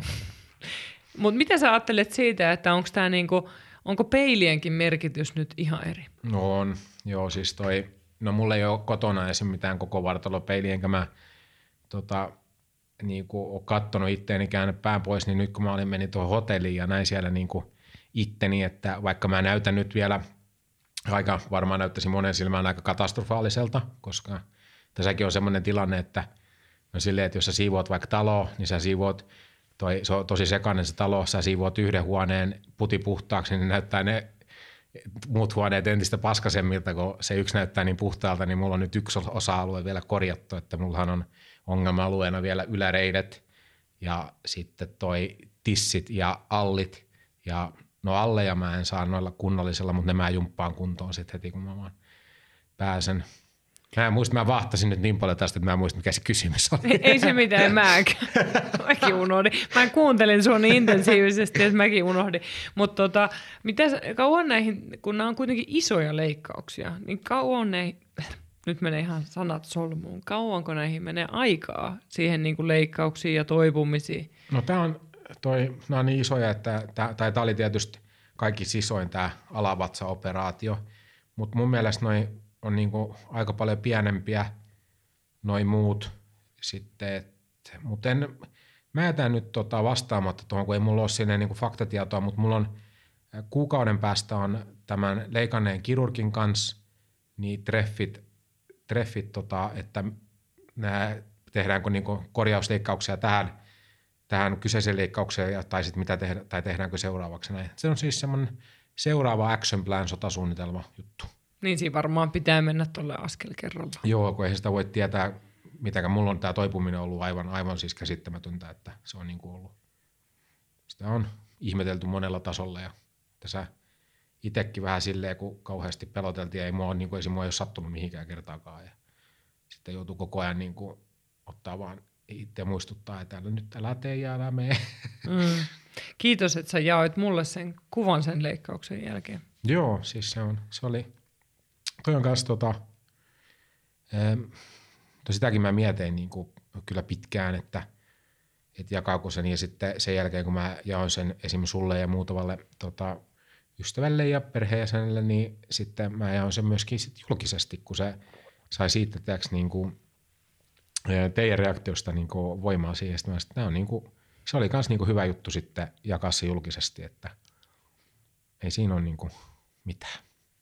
Mutta mitä sä ajattelet siitä, että onko tää niinku, onko peilienkin merkitys nyt ihan eri? No on, joo siis toi, no mulla ei ole kotona esim. Mitään koko vartalopeiliä, enkä mä tota, niinku ole kattonut itteeni käännä pään pois, niin nyt kun mä olin menin tuohon hotelliin ja näin siellä niinku itteni, että vaikka mä näytän nyt vielä aika, varmaan näyttäisi monen silmään aika katastrofaaliselta, koska tässäkin on semmoinen tilanne, että no silleen, että jos sä siivoat vaikka taloa, niin sä siivoat Toi, se on tosi sekainen se talo, sä siivoat yhden huoneen puti puhtaaksi, niin näyttää ne muut huoneet entistä paskasemmilta, kun se yksi näyttää niin puhtaalta, niin mulla on nyt yksi osa-alue vielä korjattu, että mullahan on ongelma-alueena vielä yläreidet ja sitten toi tissit ja allit ja no alleja mä en saa noilla kunnallisella, mutta ne mä jumppaan kuntoon sitten heti, kun mä vaan pääsen. Mä en muista, mä vahtasin nyt niin paljon tästä, että mä en muista, mikä se kysymys oli. Ei, ei se mitään, mäkään. Mäkin unohdin. Mä kuuntelin sua niin intensiivisesti, että mäkin unohdin. Mutta tota, mitä kauan näihin, kun nämä on kuitenkin isoja leikkauksia, niin kauan ne, nyt menee ihan sanat solmuun, kauanko näihin menee aikaa siihen niin kuin leikkauksiin ja toipumisiin? No tää on, toi, nämä on niin isoja, että tää, tai tää oli tietysti kaikki isoin tää alavatsa-operaatio, mutta mun mielestä noi on niinku aika paljon pienempiä noi muut sitten, mutta en, mä jätän nyt tota vastaamatta tuohon, kun ei mulla ole sinne niinku faktatietoa, mutta mulla on kuukauden päästä on tämän leikanneen kirurgin kanssa niin treffit, treffit tota, että nää tehdäänkö niinku korjausleikkauksia tähän, tähän kyseiseen leikkaukseen tai sitten mitä tehdä, tai tehdäänkö seuraavaksi näin. Se on siis semmoinen seuraava action plan sotasuunnitelma juttu. Niin siinä varmaan pitää mennä tuolle askel kerralla. Joo, kun eihän sitä voi tietää, mitäkään. Mulla on tämä toipuminen ollut aivan, aivan siis käsittämätöntä, että se on niin kuin ollut. Sitä on ihmetelty monella tasolla ja tässä itsekin vähän silleen, kun kauheasti peloteltiin, ei mua, niin kuin, ei, mua ei ole sattunut mihinkään kertaakaan. Ja sitten joutuu koko ajan niin kuin, ottaa vaan itse muistuttaa, että älä nyt älä tee ja älä mene. Mm. Kiitos, että sä jaoit mulle sen kuvan sen leikkauksen jälkeen. Joo, siis se, on, se oli... Toi on kanssa tota, to sitäkin mä mietin niin kuin kyllä pitkään, että, että jakaako sen ja sitten sen jälkeen kun mä jaoin sen esimerkiksi sulle ja muutamalle tota, ystävälle ja perheenjäsenelle, niin sitten mä jaoin sen myöskin sit julkisesti, kun se sai siitä teoksi niin kuin, teidän reaktiosta niin kuin voimaa siihen. Sitten mä sanoin, että nämä on niin kuin, se oli myös niin kuin hyvä juttu sitten jakaa se julkisesti, että ei siinä ole niin kuin mitään.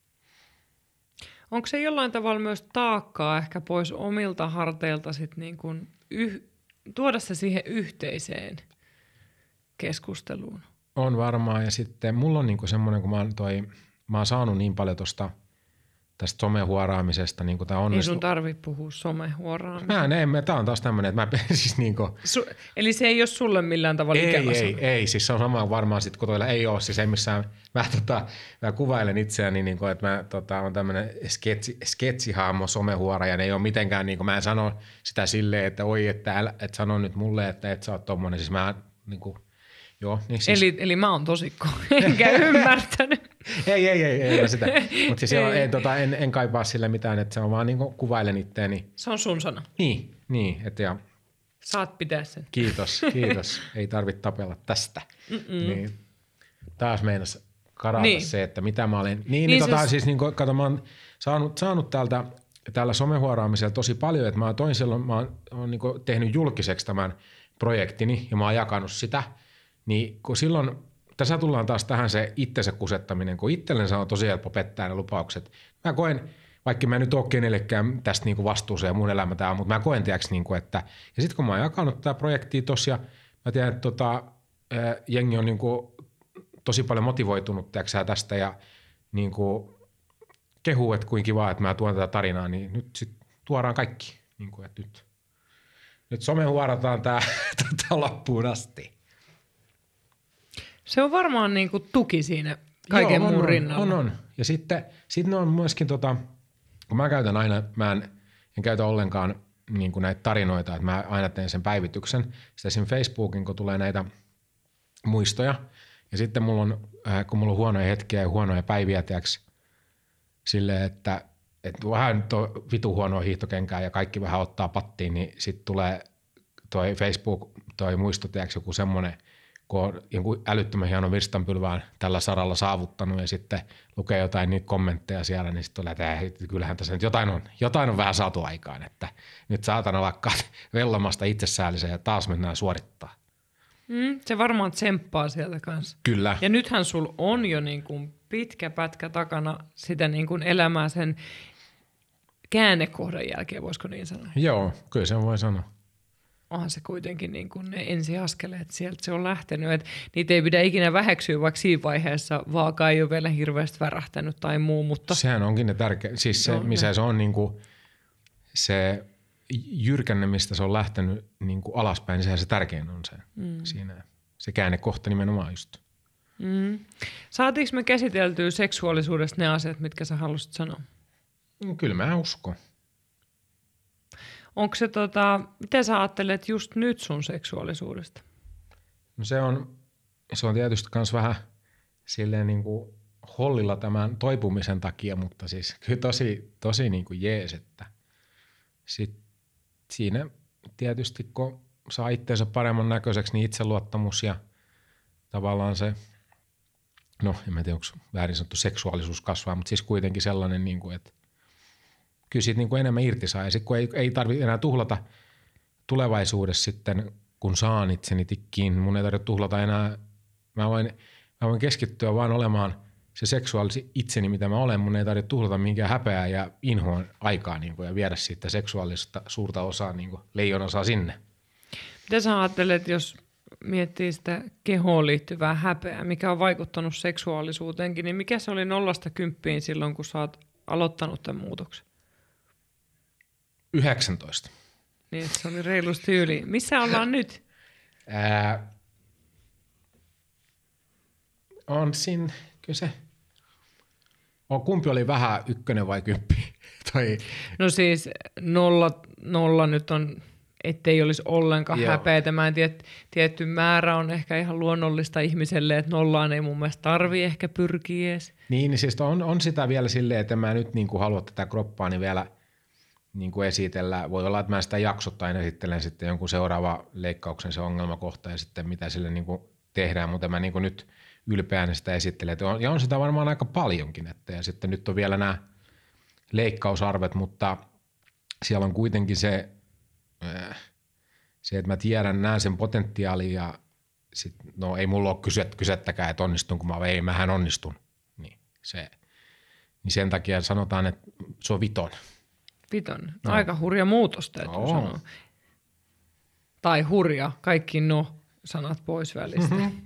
Onko se jollain tavalla myös taakkaa ehkä pois omilta harteilta sit niin kuin yh, tuoda se siihen yhteiseen keskusteluun? On varmaan, ja sitten mulla on niinku semmoinen, kun mä oon, toi, mä oon saanut niin paljon tosta, tästä somehuoraamisesta. Niin tää onnistu... Ei sun tarvi puhua somehuoraamisesta. Mä en, mä, tää on taas tämmönen, että mä siis niinku... Su, eli se ei ole sulle millään tavalla ei, ikävä ei, sana. ei, siis se on sama varmaan sit, kun toilla ei ole, siis ei missään, mä, tota, mä kuvailen itseäni, niin kuin, että mä tota, on tämmönen sketsi, sketsihahmo somehuora, ja ne ei ole mitenkään, niin kuin, mä en sano sitä silleen, että oi, että, älä, että sano nyt mulle, että et sä oot tommonen, siis mä niin kuin, joo, niin siis... Eli, eli mä oon tosikko, enkä ymmärtänyt. ei, ei, ei, ei, ei sitä. Mutta siis ei. En, tota, en, en kaipaa sille mitään, että se on vaan niinku kuvailen itteeni. Se on sun sana. Niin, niin. Et ja... Saat pitää sen. Kiitos, kiitos. Ei tarvitse tapella tästä. Niin. Taas meinas karata niin. Se, että mitä mä olen. Niin, niin, niin tota, siis, siis niin kuin, kato, mä oon saanut, saanut täältä, täällä somehuoraamisella tosi paljon, että mä toin silloin, mä oon, oon niin kuin tehnyt julkiseksi tämän projektini ja mä oon jakanut sitä. Niin kun silloin, tässä tullaan taas tähän se itsensä kusettaminen, kun itsellensä on tosi helppo pettää ne lupaukset. Mä koen, vaikka mä nyt ole kenellekään tästä niinku vastuuseen ja mun elämä tää on, mutta mä koen tiiäks, niinku, että ja sitten kun mä oon jakanut tätä projektia tossa ja mä tiedän, että tota, ää, jengi on niinku tosi paljon motivoitunut tiiäksä, tästä ja niinku kehuu, että kuinka kivaa, että mä tuon tätä tarinaa, niin nyt sit tuodaan kaikki. Niinku, että nyt, nyt somehuorataan tää tota, loppuun asti. Se on varmaan niinku tuki siinä kaiken Joo, on, muun rinnalla. On, on. Ja sitten sit ne on myöskin, tota, kun mä käytän aina, mä en, en käytä ollenkaan niin kuin näitä tarinoita, että mä aina teen sen päivityksen. Sitten siinä Facebookin, kun tulee näitä muistoja, ja sitten mulla on, äh, kun mulla on huonoja hetkiä ja huonoja päiviä, tiiäks, silleen, että, että vähän nyt on vitu huonoa hiihtokenkää ja kaikki vähän ottaa pattiin, niin sitten tulee toi Facebook, toi muisto, tiiäks, joku semmoinen, kun on jonkun älyttömän hieno virstanpylvään tällä saralla saavuttanut ja sitten lukee jotain niitä kommentteja siellä, niin sitten tulee, että kyllähän tässä nyt jotain on, jotain on vähän saatu aikaan, että nyt saatana lakkaat vellomasta itsesäällisen ja taas mennään suorittaa. Mm, se varmaan tsemppaa sieltä kanssa. Kyllä. Ja nythän sul on jo niin kuin pitkä pätkä takana sitä niin kuin elämää sen käännekohdan jälkeen, voisiko niin sanoa? Joo, kyllä sen voi sanoa. Onhan se kuitenkin niin kuin ne ensiaskeleet sieltä se on lähtenyt. Et niitä ei pidä ikinä väheksyä, vaikka siinä vaiheessa vaaka ei ole vielä hirveästi värähtänyt tai muu. Mutta... Sehän onkin ne tärkeä. Siis se, Joo, missä ne. Se on niin kuin se jyrkänne, mistä se on lähtenyt niin kuin alaspäin, niin sehän se tärkein on se mm. siinä. Se käännekohta nimenomaan just. Mm. Saatiinko me käsiteltyä seksuaalisuudesta ne asiat, mitkä sä halusit sanoa? No, kyllä mä uskon. Onko se tota, miten sä ajattelet just nyt sun seksuaalisuudesta? No se on, se on tietysti kans vähän silleen niin kuin hollilla tämän toipumisen takia, mutta siis kyllä tosi, tosi niin kuin jees, että sit siinä tietysti kun saa itseensä paremman näköiseksi, niin itseluottamus ja tavallaan se, no en mä tiedä, onko väärin sanottu seksuaalisuus kasvaa, mutta siis kuitenkin sellainen, niin kuin, että kyllä siitä niin kuin enemmän irti saa. Ja sitten kun ei, ei tarvitse enää tuhlata tulevaisuudessa sitten, kun saan itseni tikkiin, mun ei tarvitse tuhlata enää. Mä voin, mä voin keskittyä vaan olemaan se seksuaalisi itseni, mitä mä olen. Mun ei tarvitse tuhlata minkään häpeää ja inhoon aikaa niin kuin, ja viedä siitä seksuaalista suurta osaa, niin kuin leijon osaa sinne. Mitä sä ajattelet, jos miettii sitä kehoon liittyvää häpeää, mikä on vaikuttanut seksuaalisuuteenkin, niin mikä se oli nollasta kymppiin silloin, kun sä oot aloittanut tämän muutoksen? yhdeksäntoista. Niin, se oli reilusti yli. Missä ollaan nyt? Ää, on siinä, kyllä se, on, kumpi oli vähän ykkönen vai kymppi? Toi. No siis nolla, nolla nyt on, ettei olisi ollenkaan Joo. häpeätä. Mä en tiedä, tietty määrä on ehkä ihan luonnollista ihmiselle, että nollaan ei mun mielestä tarvii ehkä pyrkiä edes. Niin, niin siis on, on sitä vielä silleen, että mä nyt niin kuin halua tätä kroppaani vielä niin kuin esitellä. Voi olla, että mä sitä jaksottain esittelen sitten jonkun seuraava leikkauksen se ongelmakohta ja sitten mitä sille niin kuin tehdään, mutta mä niin kuin nyt ylpeänä sitä esittelen. Ja on sitä varmaan aika paljonkin. Että, ja sitten nyt on vielä nämä leikkausarvet, mutta siellä on kuitenkin se se, että mä tiedän, näen sen potentiaalin ja sit, no ei mulla ole kyset, kysettäkään, että onnistun, kun mä ei, mähän onnistun. Niin, se, niin sen takia sanotaan, että se on viton. Viton. No. Aika hurja muutos täytyy no. sanoa. Tai hurja, kaikki no sanat pois välistä. Mm-hmm.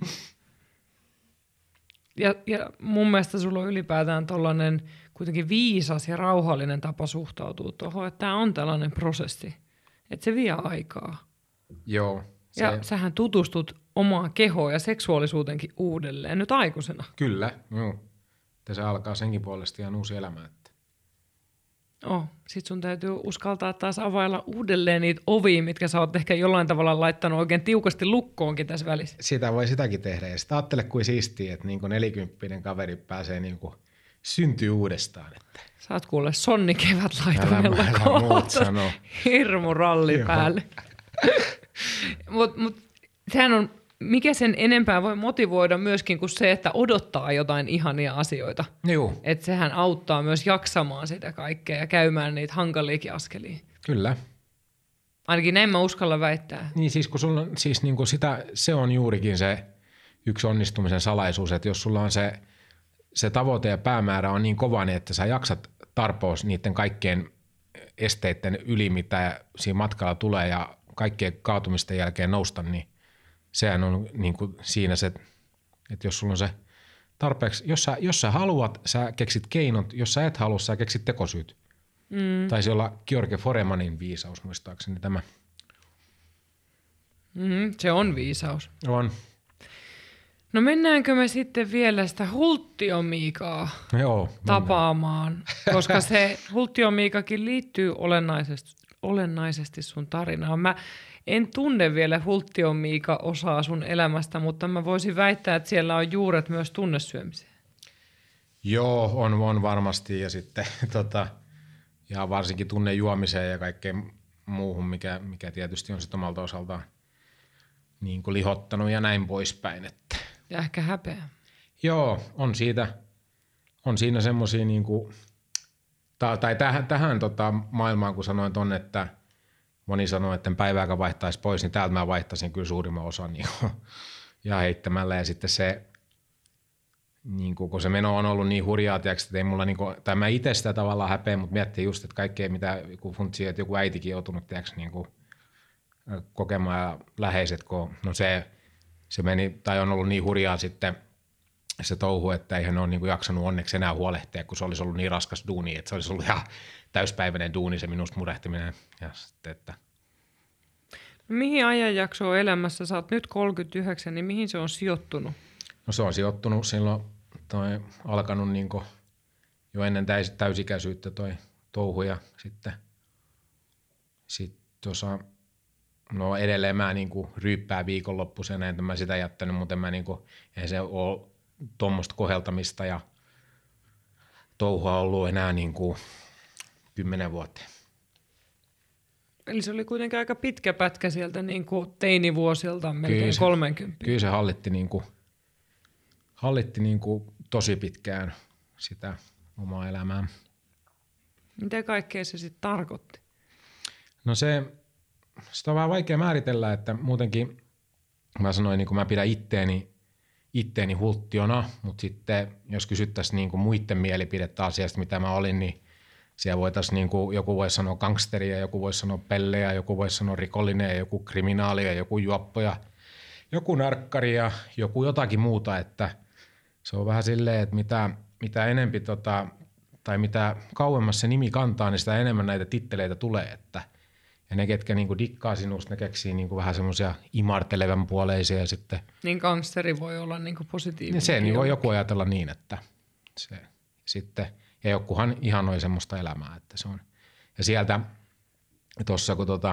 Ja, ja mun mielestä sulla on ylipäätään tollainen kuitenkin viisas ja rauhallinen tapa suhtautua tuohon, että tämä on tällainen prosessi, että se vie aikaa. Joo. Se... Ja sähän tutustut omaan kehoon ja seksuaalisuutenkin uudelleen nyt aikuisena. Kyllä, joo. Se alkaa senkin puolesta ihan uusi elämä. Että... Oh, sit sun täytyy uskaltaa taas availla uudelleen niitä ovia, mitkä sä oot ehkä jollain tavalla laittanut oikein tiukasti lukkoonkin tässä välissä. Sitä voi sitäkin tehdä. Ja sitten ajattele, kuin siistiä, että niin nelikymppinen kaveri pääsee niin kuin syntyy uudestaan. Että... Sä oot kuule Sonni kevätlaitumella kohta. Hirmu ralli päälle. Mutta mut, sehän on, mikä sen enempää voi motivoida myöskin kuin se, että odottaa jotain ihania asioita. Joo. Että sehän auttaa myös jaksamaan sitä kaikkea ja käymään niitä hankaliakin askelia. Kyllä. Ainakin näin mä uskallan väittää. Niin siis, kun sulla, siis niin kuin sitä, se on juurikin se yksi onnistumisen salaisuus, että jos sulla on se, se tavoite ja päämäärä on niin kova, niin että sä jaksat tarpoos niiden kaikkien esteiden yli, mitä siinä matkalla tulee ja kaikkien kaatumisten jälkeen nousta, niin sehän on niin kuin siinä se, että jos sulla on se tarpeeksi, jos sä, jos sä haluat, sä keksit keinot, jos sä et halua, sä keksit tekosyyt. Mm. Taisi olla George Foremanin viisaus, muistaakseni tämä. Mm, se on viisaus. On. No mennäänkö me sitten vielä sitä Hulttion Miikaa Joo, tapaamaan, koska se Hulttion Miikakin liittyy olennaisesti, olennaisesti sun tarinaan. Mä en tunne vielä Hulttion Miika osaa sun elämästä, mutta mä voisin väittää, että siellä on juuret myös tunnesyömiseen. Joo, on, on varmasti ja sitten tota, ja varsinkin tunnejuomiseen ja kaikkeen muuhun, mikä, mikä tietysti on sitten omalta osaltaan niin kuin lihottanut ja näin poispäin. Että. Ja ehkä häpeä. Joo, on siitä, on siinä semmoisia niin kuin, tai, tai tähän, tähän tota maailmaan, kun sanoin ton, että moni sanoo, että en päivääkään vaihtaisi pois, niin täältä mä vaihtaisin kyllä suurimman osan niin kuin, ja heittämällä. Ja sitten se, niin kuin, kun se meno on ollut niin hurjaa, tiiäks, että ei mulla, niin kuin, tai mä itse sitä tavallaan häpeä, mutta miettii just, että kaikkea mitä joku funtsii, että joku äitikin joutunut tiiäks, niin kuin, kokemaan ja läheiset, kun no se, se meni, tai on ollut niin hurjaa sitten se touhu, että eihän ole niin kuin jaksanut onneksi enää huolehtia, kun se olisi ollut niin raskas duuni, että se olisi ollut ihan täyspäiväinen duuni, se minusta murehtiminen. Ja sitten, että... Mihin ajanjaksoon elämässä, sä oot nyt kolmekymmentäyhdeksän, niin mihin se on sijoittunut? No se on sijoittunut silloin, toi alkanut niin kuin jo ennen täys, täysikäisyyttä toi touhu ja sitten sit tuossa, no edelleen mä niin kuin ryyppää viikonloppuisena, en mä sitä jättänyt, mutta en mä niin kuin, eihän se ole tuommoista koheltamista ja touhua ollut enää niin kuin kymmenen vuoteen. Eli se oli kuitenkin aika pitkä pätkä sieltä niin kuin teinivuosilta, melkein se, kolmekymmentä. Kyllä se hallitti, niin kuin, hallitti niin kuin tosi pitkään sitä omaa elämää. Mitä kaikkea se sitten tarkoitti? No se, sitä on vähän vaikea määritellä, että muutenkin mä sanoin, niin kuin mä pidän itteeni, itteeni hulttiona, mutta sitten jos kysyttäisiin niin kuin muiden mielipidettä asiasta, mitä mä olin, niin siellä voitaisiin, niin kuin, joku voisi sanoa gangsteria, joku voisi sanoa pelleä, joku voisi sanoa rikollinen, joku kriminaalia, joku juoppoja, joku narkkari ja joku jotakin muuta, että se on vähän silleen, että mitä, mitä enempi tota, tai mitä kauemmas se nimi kantaa, niin sitä enemmän näitä titteleitä tulee, että ja ne, ketkä niinku dikkaa sinusta, ne keksii niinku vähän semmoisia imartelevän puoleisia ja sitten... Niin gangsteri voi olla niinku positiivinen. Niin se niin voi joku ajatella niin, että se sitten... Ja jokuhan ihanoi semmoista elämää, että se on. Ja sieltä tuossa kun tota,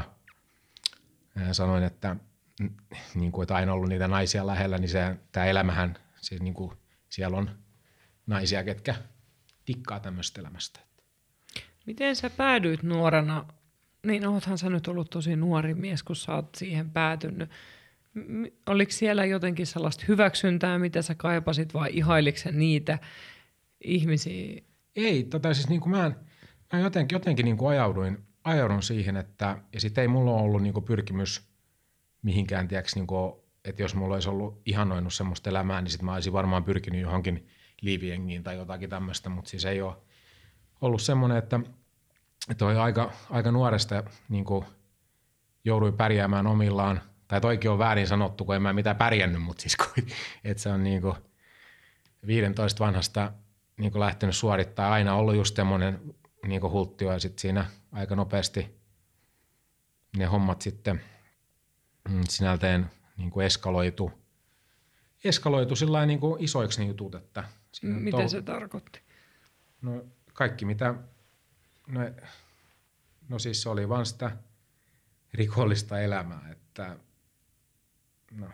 sanoin, että, niin kuin, että aina ollut niitä naisia lähellä, niin se, tämä elämähän, siis niin kuin, siellä on naisia, ketkä dikkaa tämmöistä elämästä. Miten sä päädyit nuorena, niin oothan sä nyt ollut tosi nuori mies, kun sä oot siihen päätynyt. M- oliko siellä jotenkin sellaista hyväksyntää, mitä sä kaipasit, vai ihailiko sä niitä ihmisiä? Ei, tota siis niin kuin mä, mä jotenkin, jotenkin niin kuin ajauduin, ajauduin siihen, että ja sitten ei mulla ole ollut niin kuin pyrkimys mihinkään, tiiäks, niin kuin, että jos mulla olisi ollut ihanoinut semmoista elämää, niin sitten mä olisin varmaan pyrkinyt johonkin liivijengiin tai jotakin tämmöistä, mutta siis ei ole ollut semmoinen, että toi aika, aika nuoresta niin kuin jouduin pärjäämään omillaan, tai toikin on väärin sanottu, kun en mä mitään pärjännyt, mutta siis kun, että se on niin kuin viisitoista vanhasta niin kuin lähtenyt suorittaa, aina ollut just semmoinen niin kuin hulttio, ja sitten siinä aika nopeasti ne hommat sitten sinälteen niin kuin eskaloitu, eskaloitu sillain niin kuin isoiksi ne jutut, että mitä tou- se tarkoitti? No kaikki mitä, no, no siis se oli vaan sitä rikollista elämää, että no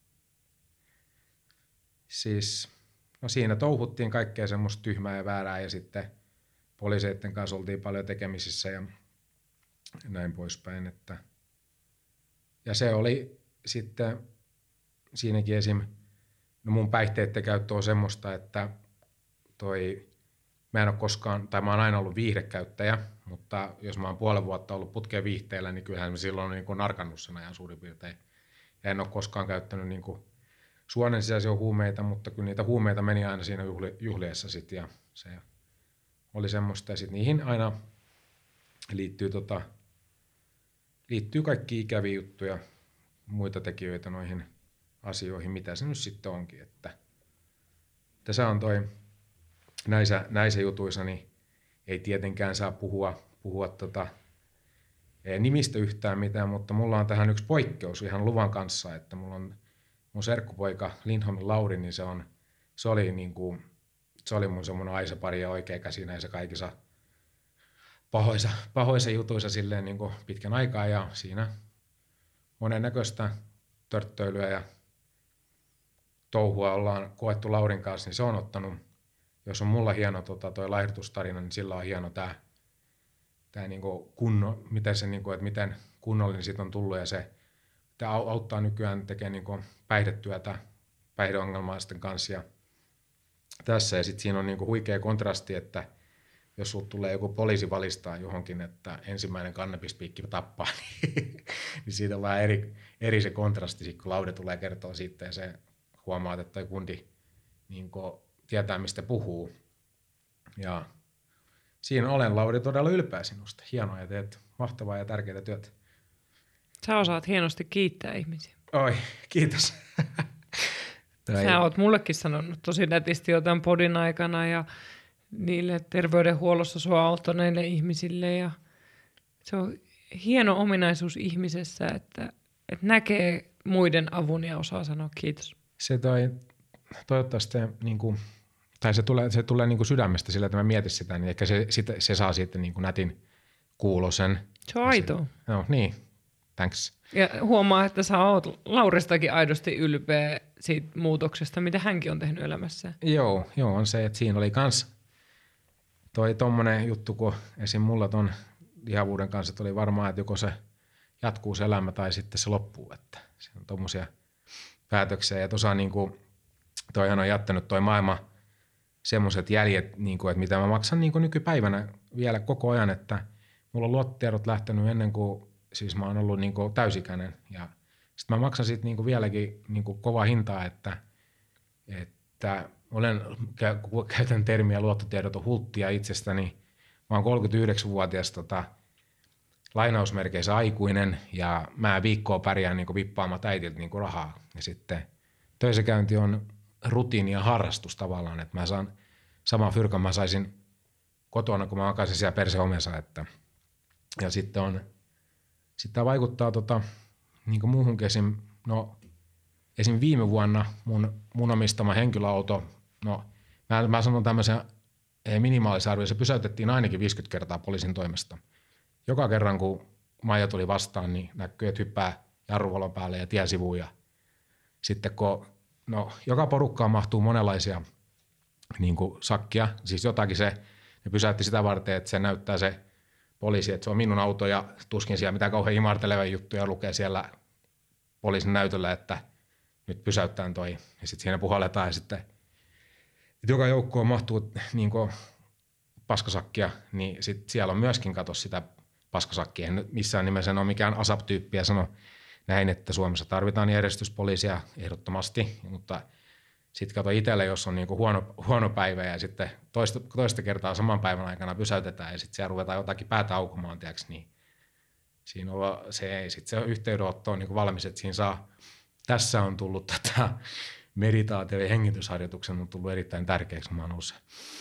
siis no siinä touhuttiin kaikkea semmoista tyhmää ja väärää ja sitten poliiseiden kanssa oltiin paljon tekemisissä ja näin poispäin, että ja se oli sitten siinäkin esim. No mun päihteiden käyttö on semmoista, että toi mä en ole koskaan, tai mä oon aina ollut viihdekäyttäjä, mutta jos mä oon puolen vuotta ollut putkeen viihteellä, niin kyllähän mä silloin on niin kuin narkannut sen ajan suurin piirtein. Ja en ole koskaan käyttänyt niin kuin suonen sisäisiä huumeita, mutta kyllä niitä huumeita meni aina siinä juhli, juhliessa sitten ja se oli semmoista. Ja sitten niihin aina liittyy, tota, liittyy kaikki ikäviä juttuja, muita tekijöitä noihin asioihin, mitä se nyt sitten onkin. Että tässä on toi näissä, näissä jutuissa, niin ei tietenkään saa puhua, puhua tota, nimistä yhtään mitään, mutta mulla on tähän yksi poikkeus ihan luvan kanssa, että mulla on mun serkkupoika Lindholmin Lauri, niin se, on, se, oli, niin kuin, se oli mun semmoinen aisapari ja oikea käsi näissä kaikissa pahoissa, pahoissa jutuissa silleen niin kuin pitkän aikaa ja siinä monennäköistä törttöilyä ja touhua ollaan koettu Laurin kanssa, niin se on ottanut, jos on mulla hieno tota, toi laihdutustarina, niin sillä on hieno tää, tää niinku kunno, miten se, niinku, että miten kunnollinen siitä on tullut ja se tää auttaa nykyään tekemään niinku päihdetyötä päihdeongelmaisten kanssa ja tässä ja sitten siinä on niinku huikea kontrasti, että jos sulta tulee joku poliisi valistaa johonkin, että ensimmäinen kannabispiikki tappaa, niin, niin siitä on vähän eri, eri se kontrasti, kun Laude tulee kertoa siitä ja se huomaa, että toi kundi niin tietää, mistä puhuu. Ja siinä olen, Lauri, todella ylpeä sinusta. Hienoa ja teet mahtavaa ja tärkeää työtä. Sä osaat hienosti kiittää ihmisiä. Oi, kiitos. Sä oot mullekin sanonut tosi nätisti jo tämän podin aikana ja niille terveydenhuollossa sua auttaneille ihmisille. Ja se on hieno ominaisuus ihmisessä, että, että näkee muiden avun ja osaa sanoa kiitos. Se toi, toivottavasti niin kuin, tai se tulee, se tulee niin kuin sydämestä sillä, että mä mietin sitä, niin ehkä se, se, se saa sitten niin kuin nätin kuulosen. Se on aitoa. No niin, thanks. Ja huomaa, että sä oot Lauristakin aidosti ylpeä siitä muutoksesta, mitä hänkin on tehnyt elämässään. Joo, joo on se, että siinä oli kans toi tommonen juttu, kun esim. Mulla ton lihavuuden kanssa, että oli varmaan, että joko se jatkuu se elämä tai sitten se loppuu, että se on tommosia päätöksiä. Ja tosiaan niin kuin, toihan on jättänyt toi maailma semmoiset jäljet, niin kuin, että mitä mä maksan niin kuin nykypäivänä vielä koko ajan, että mulla on luottotiedot lähtenyt ennen kuin siis mä oon ollut niin kuin täysikäinen. Ja sitten mä maksan siitä niin kuin vieläkin niin kuin kovaa hintaa, että, että olen, käytän termiä luottotiedot on hulttia itsestäni. Mä oon kolmekymmentäyhdeksänvuotias tota, lainausmerkeissä aikuinen ja mä viikkoa pärjään niin vippaamaan äitiltä niin rahaa. Ja sitten töissäkäynti on rutiini ja harrastus tavallaan, että mä saan saman fyrkan mä saisin kotona, kun mä makaisin siellä perseomessa. Että, ja sitten on, sitten tämä vaikuttaa tota, niin muuhunkin esim, no esim. Viime vuonna mun, mun omistama henkilöauto, no mä, mä sanon tämmöisen minimaalisen se pysäytettiin ainakin viisikymmentä kertaa poliisin toimesta. Joka kerran, kun Maija tuli vastaan, niin näkyy, että hyppää jarruvalon päälle ja tiesivuun. Ja sitten kun, no, joka porukkaan mahtuu monenlaisia niin kuin sakkia, siis jotakin se, ne pysäytti sitä varten, että se näyttää se poliisi, että se on minun auto ja tuskin siellä mitään kauhean imartelevia juttuja lukee siellä poliisin näytöllä, että nyt pysäyttää toi. Ja sitten siinä puhalletaan ja sitten, että joka joukkoon mahtuu niin kuin paskasakkia, niin sit siellä on myöskin kato sitä paskasakkia. En missään nimessä ole mikään A S A P-tyyppi ja sano näin, että Suomessa tarvitaan järjestyspoliisia ehdottomasti, mutta sitten kato itselle, jos on niinku huono, huono päivä ja sitten toista, toista kertaa saman päivän aikana pysäytetään ja sitten siellä ruvetaan jotakin päätä aukomaan, tiiäks, niin siinä on se, ei, sit se yhteydenotto on niinku valmis, että siinä saa, tässä on tullut tätä meditaatio- ja hengitysharjoituksen on tullut erittäin tärkeäksi, mä oon noussut.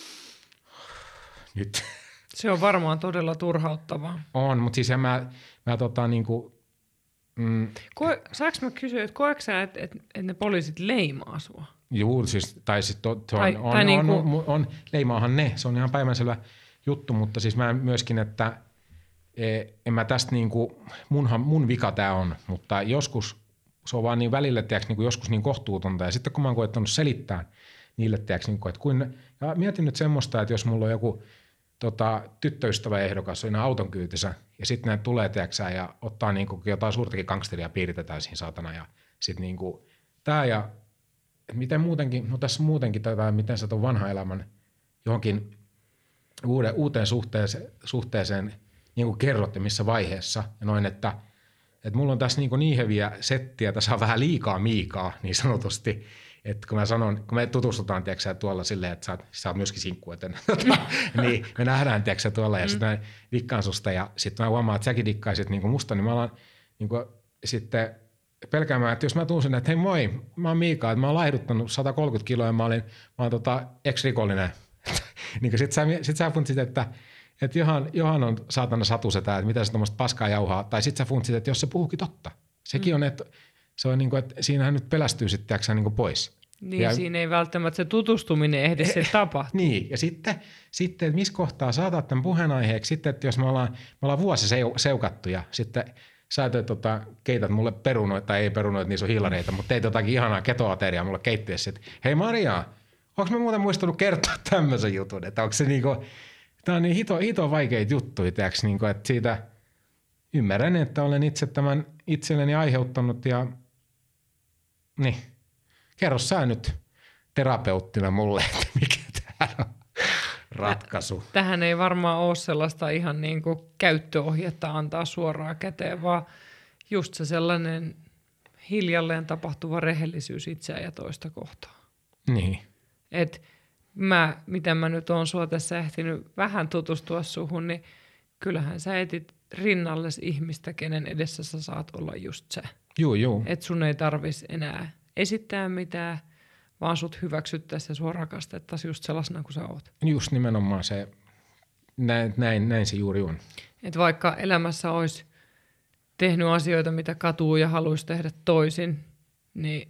Nyt. Se on varmaan todella turhauttavaa. On, mutta siis mä, mä tota niinku... Mm, Koe, saanko mä kysyä, että koetko sä, että et, et ne poliisit leimaa sua? Juu, siis, tai sit to, to Tai- on, on, tai on, niinku- on, on, on, leimaahan ne, se on ihan päivänselvä juttu, mutta siis mä myöskin, että e, en mä tästä niinku, munhan, mun vika tää on, mutta joskus se on vaan niin välillä, tiiäks, niinku joskus niin kohtuutonta ja sitten kun mä oon koettanut selittää niille, tiiäks, niinku, että kuin, ja mietin nyt semmoista, että jos mulla on joku tota, tyttöystäväehdokas on auton kyytissä ja sitten ne tulee, tiiäksä, ja ottaa niinku jotain suurtakin gangsteria piiritetään siinä saatana ja sitten niinku tää ja miten muutenkin, no tässä muutenkin tätä, miten sä ton vanhan elämän johonkin uuden, uuteen suhteeseen, suhteeseen niin kuin kerrot ja missä vaiheessa ja noin, että, että mulla on tässä niin, niin heviä settiä, tässä on vähän liikaa miikaa niin sanotusti, että kun mä sanon, kun me tutustutaan, tiiäksä, tuolla silleen, että sä oot, sä oot myöskin sinkku, eten, niin me nähdään, tiiäksä, tuolla ja mm. sitten mä dikkaan susta ja sitten mä huomaan, että säkin dikkaisit niin kuin musta, niin mä alan niin kuin, sitten pelkäämään, että jos mä tuun sinne, että hei moi, mä oon Miika, että mä oon laihduttanut sata kolmekymmentä kiloa ja mä, olin, mä oon tota ex-rikollinen. niin sit sä, sit sä funtsit, että, että Johan, Johan on saatana satusetä, että mitä se tuommoista paskaa jauhaa. Tai sit sä funtsit, että jos se puhukin totta. Sekin mm. on, että se on niin kuin, että siinähän nyt pelästyy sitten niin kuin pois. Niin, ja, siinä ei välttämättä se tutustuminen ehdi se tapahtua. Niin, ja sitten, sitten että missä kohtaa saatat tämän puheenaiheeksi, sitten, että jos me ollaan, me ollaan vuosi seukattu ja sitten sä te, tota, keität mulle perunoita, tai ei perunoita, niissä on hiilareita, mutta teit jotakin ihanaa ketoateriaa mulle keittiössä, että hei Maria, onko mä muuten muistanut kertoa tämmöisen jutun, että onko se niinku, tää on niin hito, hito vaikeita juttuja, tiiäks, niinku, että siitä ymmärrän, että olen itse tämän itselleni aiheuttanut ja niin, kerro sä nyt terapeuttina mulle, että mikä tää on ratkaisu. Tähän ei varmaan ole sellaista ihan niin kuin käyttöohjetta antaa suoraan käteen, vaan just se sellainen hiljalleen tapahtuva rehellisyys itseä ja toista kohtaan. Niin. Et mä, mitä mä nyt oon sua tässä ehtinyt vähän tutustua suhun, niin kyllähän sä etit rinnalles ihmistä, kenen edessä sä saat olla just se. Juu, juu. Et sun ei tarvis enää esittää mitään, vaan sut hyväksyttäisiin ja sua rakastettaisiin just sellaisena kuin sä oot. Just nimenomaan se, näin, näin, näin se juuri on. Et vaikka elämässä olisi tehnyt asioita, mitä katuu ja haluaisi tehdä toisin, niin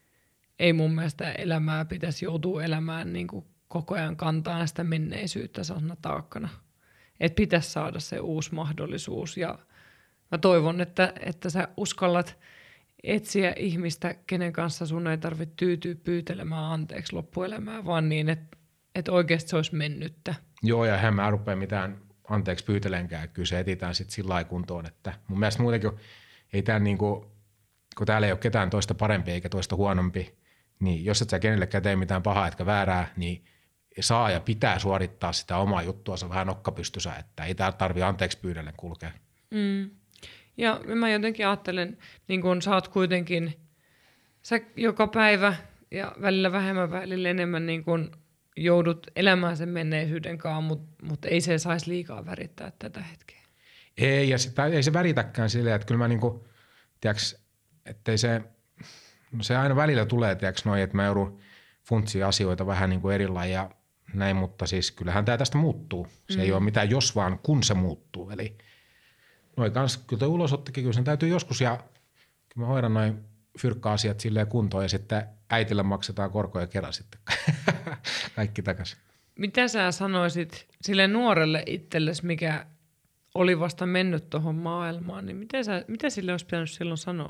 ei mun mielestä elämää pitäisi joutua elämään niin kuin koko ajan kantaa sitä menneisyyttä sana taakkana. Et pitäisi saada se uusi mahdollisuus ja mä toivon, että, että sä uskallat etsiä ihmistä, kenen kanssa sun ei tarvitse tyytyä pyytelemään anteeksi loppuelämää, vaan niin, että, että oikeasti se olisi mennyttä. Joo, ja hän mä rupea mitään anteeksi pyytelenkään. Kyllä se etitään sitten sillä lailla kuntoon, että mun mielestä muutenkin, ei tää niinku, kun täällä ei ole ketään toista parempi eikä toista huonompi, niin jos et sä kenellekään tee mitään pahaa etkä väärää, niin saa ja pitää suorittaa sitä omaa juttuansa vähän nokkapystyssä, että ei tää tarvitse anteeksi pyydellen kulkea. Mm. Ja mä jotenkin ajattelen, niin kun sä oot kuitenkin, sä joka päivä ja välillä vähemmän, välillä enemmän niin kun joudut elämään sen menneisyyden kanssa, mutta mut ei se saisi liikaa värittää tätä hetkeä. Ei, ja sitä, ei se väritäkään silleen, että kyllä mä niinku, tiiäks, ettei se, no se aina välillä tulee, tiiäks, noin, että mä joudun funtsia asioita vähän niin kuin erilaisia ja näin, mutta siis kyllähän tämä tästä muuttuu. Se mm. ei ole mitään jos vaan, kun se muuttuu. Eli noin kans, kyllä tuo ulosottokin, kyllä sen täytyy joskus ja kyllä mä hoidan noin fyrkka-asiat silleen kuntoon ja sitten äitille maksetaan korkoja kerran sitten kaikki takaisin. Mitä sä sanoisit sille nuorelle itsellesi, mikä oli vasta mennyt tuohon maailmaan, niin mitä, sä, mitä sille olisi pitänyt silloin sanoa?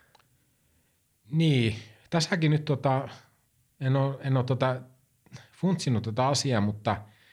Niin, tässäkin nyt tota, en ole, en ole tota, funtsinut tätä asiaa, mutta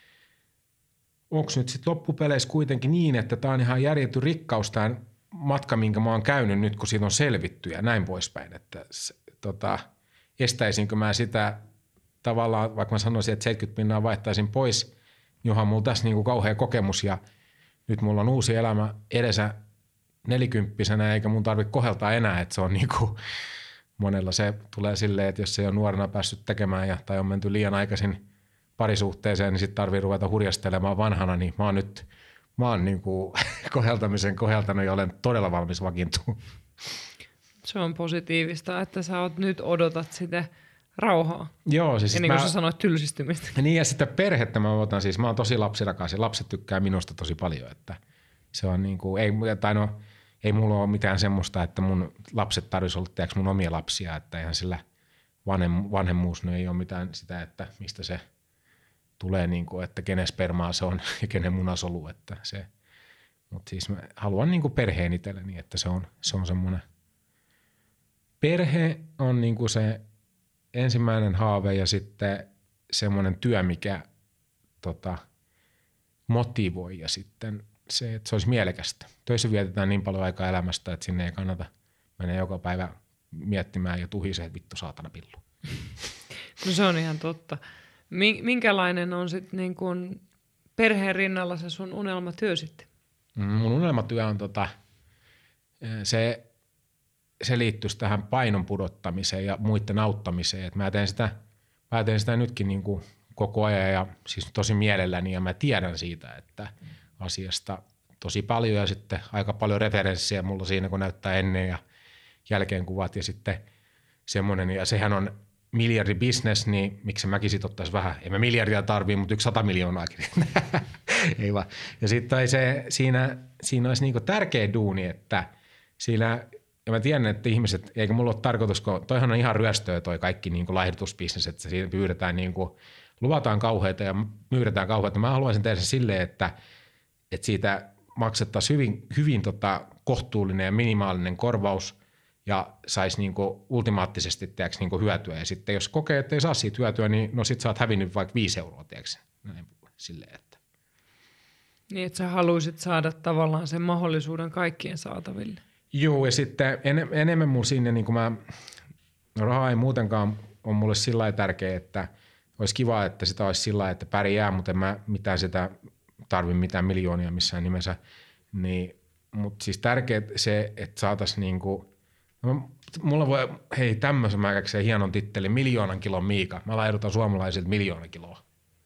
onko nyt sitten loppupeleissä kuitenkin niin, että tämä on ihan järjetty rikkaus tämä matka, minkä mä oon käynyt nyt, kun siitä on selvitty ja näin poispäin, että se, tota, estäisinkö mä sitä tavallaan, vaikka mä sanoisin, että seitsemänkymmentä pinnaa vaihtaisin pois, niin onhan mulla tässä niinku kauhea kokemus ja nyt mulla on uusi elämä edessä nelikymppisenä eikä mun tarvitse koheltaa enää, että se on niinku, monella se tulee silleen, että jos ei ole nuorena päässyt tekemään ja, tai on menty liian aikaisin parisuhteeseen, niin sitten tarvii ruveta hurjastelemaan vanhana, niin mä oon nyt, mä oon niinku koheltamisen koheltanut ja olen todella valmis vakiintumaan. Se on positiivista, että sä oot nyt odotat sitä rauhaa. Joo, siis ja niin kuin mä, sä sanoit, tylsistymistä. Niin ja sitä perhettä mä otan siis, mä oon tosi lapsirakas ja lapset tykkää minusta tosi paljon, että se on niinku, ei, tai no, ei mulla ole mitään semmoista, että mun lapset tarvitsisi olla teoks mun omia lapsia, että eihän sillä vanhem, vanhemmuus no ei ole mitään sitä, että mistä se tulee niinku, että kenen spermaa se on ja kenen munasolu, että se, mutta siis mä haluan niinku perheen itselleni, että se on, se on semmoinen, perhe on niinku se ensimmäinen haave ja sitten semmoinen työ, mikä tota, motivoi ja sitten se, että se olisi mielekästä. Töissä vietetään niin paljon aikaa elämästä, että sinne ei kannata mennä joka päivä miettimään ja tuhisee, että vittu saatana pillu. No se on ihan totta. Minkälainen on sitten niin kun perheen rinnalla se sun unelmatyö sitten? Mun unelmatyö on tota, se, se liittyisi tähän painon pudottamiseen ja muiden auttamiseen. Et mä teen sitä, mä teen sitä nytkin niin kuin koko ajan ja siis tosi mielelläni ja mä tiedän siitä, että asiasta tosi paljon ja sitten aika paljon referenssiä mulla siinä, kun näyttää ennen ja jälkeen kuvat ja sitten semmoinen. Ja sehän on miljardibisnes, niin miksi mäkin sit ottaisi vähän. En mä miljardia tarvii, mutta yksi sata miljoonaakin. Ei vaan. Ja sitten se, siinä, siinä olisi niinku tärkeä duuni, että siinä, ja mä tiedän, että ihmiset, eikä mulla ole tarkoitus, kun toihan on ihan ryöstöä toi kaikki niinku laihdutusbisnes, että siinä pyydetään niinku, luvataan kauheita ja myydetään kauheita. Mä haluaisin tehdä se silleen, että, että siitä maksettaisiin hyvin, hyvin tota kohtuullinen ja minimaalinen korvaus ja saisi niinku ultimaattisesti tiiäks, niinku hyötyä. Ja sitten jos kokee, että ei saa siitä hyötyä, niin no sit sä oot hävinnyt vaikka viisi euroa, tiiäks, näin silleen, että. Niin, että sä haluaisit saada tavallaan sen mahdollisuuden kaikkien saataville. Joo, ja sitten en, enemmän mulla sinne, niin kuin mä, no raha ei muutenkaan ole mulle sillä lailla tärkeä, että olisi kiva, että sitä olisi sillä lailla, että pärjää, mutta en mä mitään sitä tarvi mitään miljoonia missään nimessä. Niin, mutta siis tärkeää se, että saataisiin niinku, no, mulla voi, hei tämmöisen mä kekseen hienon tittelin, miljoonan kilon Miika. Mä laidutan suomalaisilta miljoona kiloa.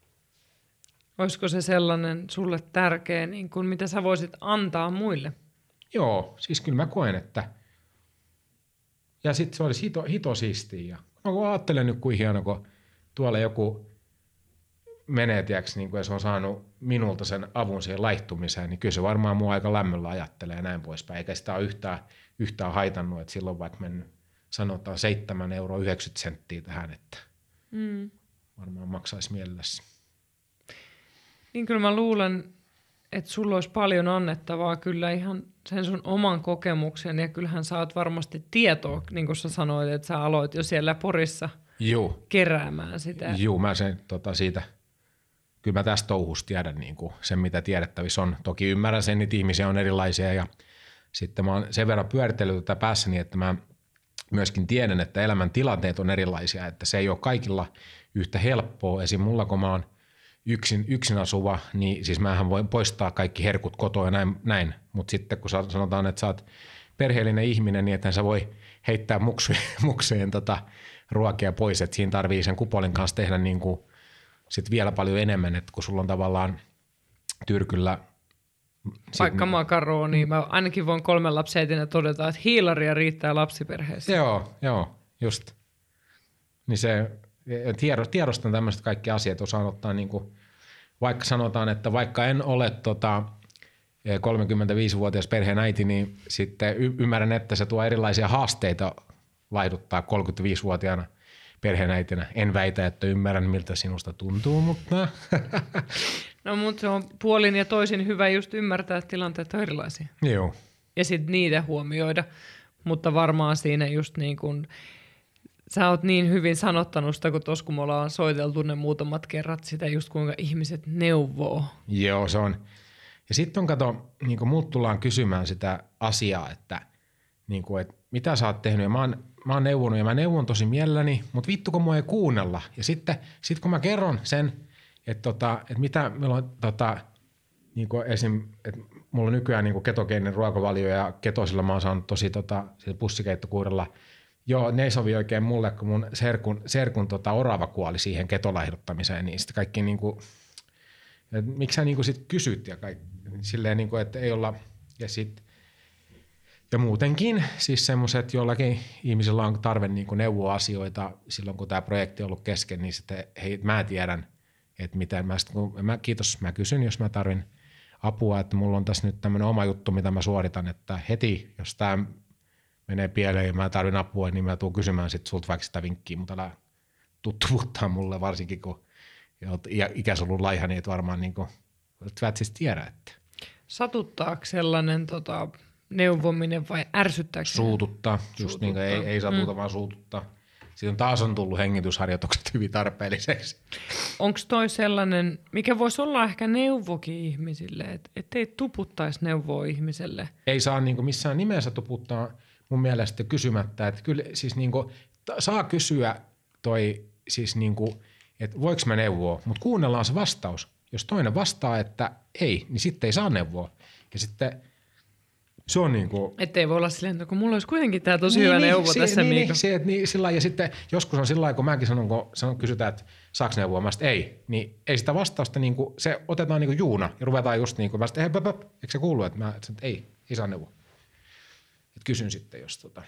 Olisiko se sellainen sulle tärkeä, niin kuin mitä sä voisit antaa muille? Joo, siis kyllä mä koen, että ja sitten se olisi hito, hito siistiä. Ja mä ajattelen nyt kuin hieno, kun tuolla joku menee, tiiäks, niin kuin se on saanut minulta sen avun siihen laihtumiseen, niin kyllä se varmaan mua aika lämmöllä ajattelee ja näin poispäin. Eikä sitä ole yhtään, yhtään haitannut, että silloin vaikka mennyt sanotaan seitsemän euroa yhdeksänkymmentä senttiä tähän, että mm. varmaan maksaisi mielelläsi. Niin kyllä mä luulen, että sulla olisi paljon annettavaa kyllä ihan sen sun oman kokemuksen ja kyllähän saat varmasti tietoa, niin kuin sä sanoit, että sä aloit jo siellä Porissa Juu. keräämään sitä. Joo, mä sen tota, siitä, kyllä mä tästä touhusta tiedän niin kuin sen, mitä tiedettävissä on. Toki ymmärrän sen, että ihmisiä on erilaisia ja sitten mä oon sen verran pyöritellyt tätä päässäni, että mä myöskin tiedän, että elämän tilanteet on erilaisia, että se ei ole kaikilla yhtä helppoa. Esim. Mulla, kun mä oon yksin, yksin asuva, niin siis mähän voin poistaa kaikki herkut kotoa ja näin, näin. Mutta sitten kun sanotaan, että sä oot perheellinen ihminen, niin ethän sä voi heittää muksujen, muksujen tota, ruokia pois, että siinä tarvii sen kupolin kanssa tehdä niin kuin sit vielä paljon enemmän, että kun sulla on tavallaan tyrkyllä vaikka makaroni, niin mä ainakin voin kolmen lapsen todeta, että hiilaria riittää lapsiperheessä. Joo, joo, just. Niin se, tiedostan tämmöiset kaikki asiat, osaan ottaa niin kuin, vaikka sanotaan, että vaikka en ole tota, kolmekymmentäviisivuotias perheen äiti, niin sitten y- ymmärrän, että se tuo erilaisia haasteita laihduttaa kolmekymmentäviisivuotiaana perheenäitinä. En väitä, että ymmärrän, miltä sinusta tuntuu, mutta no mutta se on puolin ja toisin hyvä just ymmärtää, että tilanteet on erilaisia. Joo. Ja sitten niitä huomioida, mutta varmaan siinä just niin kuin sä oot niin hyvin sanottanut sitä, kun tuossa kun me ollaan soiteltu ne muutamat kerrat sitä just kuinka ihmiset neuvoo. Joo, se on. Ja sitten on kato, niin kuin muut tullaan kysymään sitä asiaa, että, niin kuin, että mitä sä oot tehnyt ja mä oon Mä oon neuvonut ja mä neuvon tosi mielelläni, mutta vittu kun mua ei kuunnella. Ja sitten sit kun mä kerron sen, että, tota, että mitä meillä on tota, niin kuin esim, että mulla on nykyään niin kuin ketogeeninen ruokavalio ja ketosilla mä oon saanut tosi tota, pussikeittokuurella. Joo, ne ei sovi oikein mulle, kun mun serkun, serkun tota, orava kuoli siihen ketolaihdutamiseen, niin sitten kaikki niinku, miksi sä niinku sit kysyt ja kaikki, silleen niinku, että ei olla, ja sit, ja muutenkin siis semmoiset, jollakin ihmisillä on tarve niinku neuvoa asioita silloin, kun tämä projekti on ollut kesken, niin sitten hei, mä tiedän, että miten mä, sit, kun mä, kiitos, mä kysyn, jos mä tarvin apua, että mulla on tässä nyt tämmöinen oma juttu, mitä mä suoritan, että heti, jos tämä menee pieleen ja mä tarvin apua, niin mä tuun kysymään sit sulta vaikka sitä vinkkiä, mutta älä tuttuvuttaa mulle, varsinkin kun oot ikäs ollut laiha, niin et varmaan niin kuin, et et siis tiedä. Että. Satuttaako sellainen tota, neuvominen vai ärsyttääkö? Suututtaa, just suututtaa. Niin kuin ei, ei satuta, mm. vaan suututtaa. Sitten taas on tullut hengitysharjoitukset hyvin tarpeelliseksi. Onko toi sellainen, mikä voisi olla ehkä neuvokin ihmisille, että ettei tuputtaisi neuvoa ihmiselle? Ei saa niin kuin missään nimessä tuputtaa mun mielestä kysymättä, että kyllä siis niin kuin, saa kysyä toi siis niin kuin, että voiko mä neuvoa, mutta kuunnellaan se vastaus. Jos toinen vastaa, että ei, niin sitten ei saa neuvoa. Ja sitten se on niin kuin... Että ei voi olla silleen, että kun mulla olisi kuitenkin tämä tosi niin, hyvä niin, neuvo se, tässä, niin, Miika. Niin, se, niin, sillä ja sitten joskus on sillä lailla, kun mäkin sanon, kun sanon, kysytään, että saaks neuvoa, mä sitten ei. Niin ei sitä vastausta, niin kuin, se otetaan niin kuin juuna ja ruvetaan just niin kuin, mä sitten, hei, pöp, pöp, eikö se kuulu, että mä että ei, ei saa neuvoa. Et kysyn sitten, jos tota,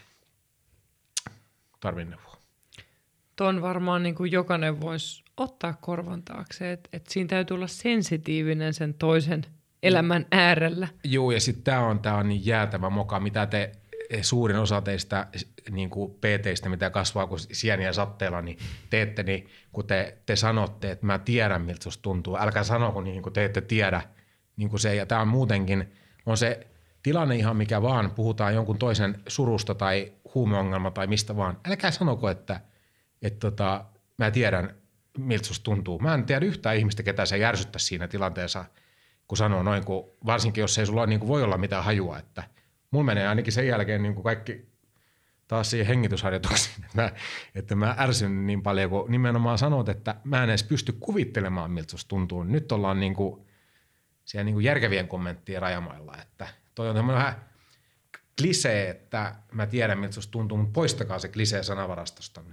tarvin neuvoa. Tuon varmaan niin kuin jokainen voisi ottaa korvan taakse, että et siinä täytyy olla sensitiivinen sen toisen elämän äärellä. Joo, ja sitten tämä on, tää on niin jäätävä moka, mitä te suurin osa teistä niin kuin P T:istä, mitä kasvaa kuin sieniä satteella, niin teette, niin kun te, te sanotte, että mä tiedän, miltä susta tuntuu. Älkää sanoko niin kuin te ette tiedä. Niin kuin se, ja tämä on muutenkin, on se tilanne ihan mikä vaan, puhutaan jonkun toisen surusta tai huumeongelma tai mistä vaan. Älkää sanoko, että, että tota, mä tiedän, miltä susta tuntuu. Mä en tiedä yhtään ihmistä, ketä se järsyttää siinä tilanteessa, kun sanoo noin, kun, varsinkin jos ei sulla niin kuin voi olla mitään hajua. Että mulla menee ainakin sen jälkeen niin kuin kaikki taas siihen hengitysharjoituksiin, että mä, että mä ärsyn niin paljon, kun nimenomaan sanot, että mä en edes pysty kuvittelemaan, miltä susta tuntuu. Nyt ollaan niin kuin siellä niin kuin järkevien kommenttien rajamailla, että toi on tämmöinen vähän klisee, että mä tiedän, miltä susta tuntuu, mutta poistakaa se klisee sanavarastosta.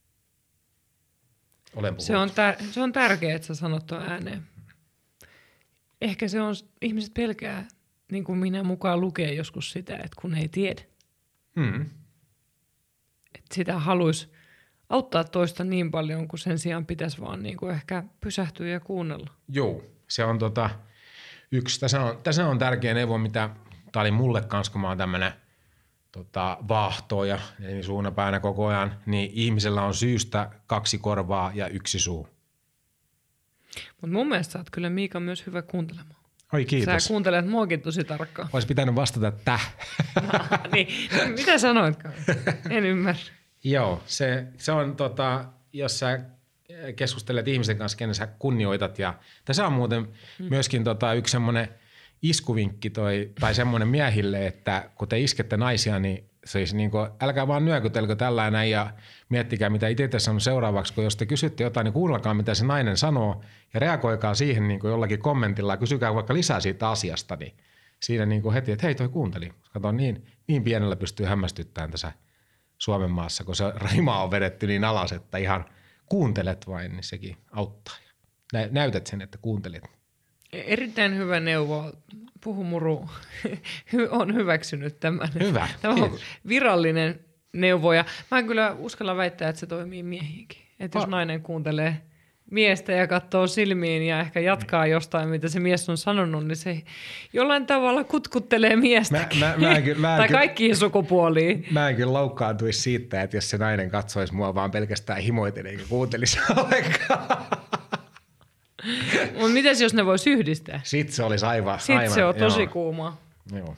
Olen puhunut. Se on, tär- se on tärkeää, että sä sanot tuon ääneen. Ehkä se on, ihmiset pelkää, niin kuin minä mukaan lukee joskus sitä, että kun ei tiedä. Hmm. Että sitä haluaisi auttaa toista niin paljon, kun sen sijaan pitäisi vaan niin kuin ehkä pysähtyä ja kuunnella. Joo, se on tota, yksi. Tässä on, tässä on tärkeä neuvo, mitä tämä oli mulle kanssa, kun mä oon tämmöinen tota, vaahtoja, eli suunapäänä koko ajan, niin ihmisellä on syystä kaksi korvaa ja yksi suu. Mutta mun mielestä sä oot kyllä, Miika, myös hyvä kuuntelemaan. Oi kiitos. Sä kuuntelet muakin tosi tarkkaan. Olisi pitänyt vastata täh. No, niin. Mitä sanoitkaan? En ymmärrä. Joo, se, se on tota, jos sä keskustelet ihmisen kanssa, kenen sä kunnioitat. Ja, tässä on muuten hmm. myöskin tota, yksi semmoinen iskuvinkki toi, tai semmoinen miehille, että kun te iskette naisia, niin siis niin kuin, älkää vaan nyökytelkö tällainen ja miettikää, mitä itse te sanoo seuraavaksi, kun jos te kysytte jotain, niin kuunnelkaa, mitä se nainen sanoo ja reagoikaa siihen niin kuin jollakin kommentilla ja kysykää vaikka lisää siitä asiasta, niin siinä niin kuin heti, että hei toi kuunteli. Kato, niin, niin pienellä pystyy hämmästyttämään tässä Suomen maassa, kun se rima on vedetty niin alas, että ihan kuuntelet vain, niin sekin auttaa. Näytät sen, että kuuntelet. Erittäin hyvä neuvo. Puhumuru on hyväksynyt tämän. Hyvä. Tämä on virallinen neuvo. Ja mä en kyllä uskalla väittää, että se toimii miehiinkin. Että jos oh. nainen kuuntelee miestä ja katsoo silmiin ja ehkä jatkaa mm. jostain, mitä se mies on sanonut, niin se jollain tavalla kutkuttelee miestäkin. Mä, mä, mä ky, mä tai kaikkiin sukupuoliin. Mä en kyllä loukkaantuisi siitä, että jos se nainen katsoisi mua vaan pelkästään himoiten eikä kuuntelisi ollenkaan. Mutta mitäs jos ne vois yhdistää? Sitten se olisi aivan. Sitten aivan, se on tosi joo. kuumaa. Joo.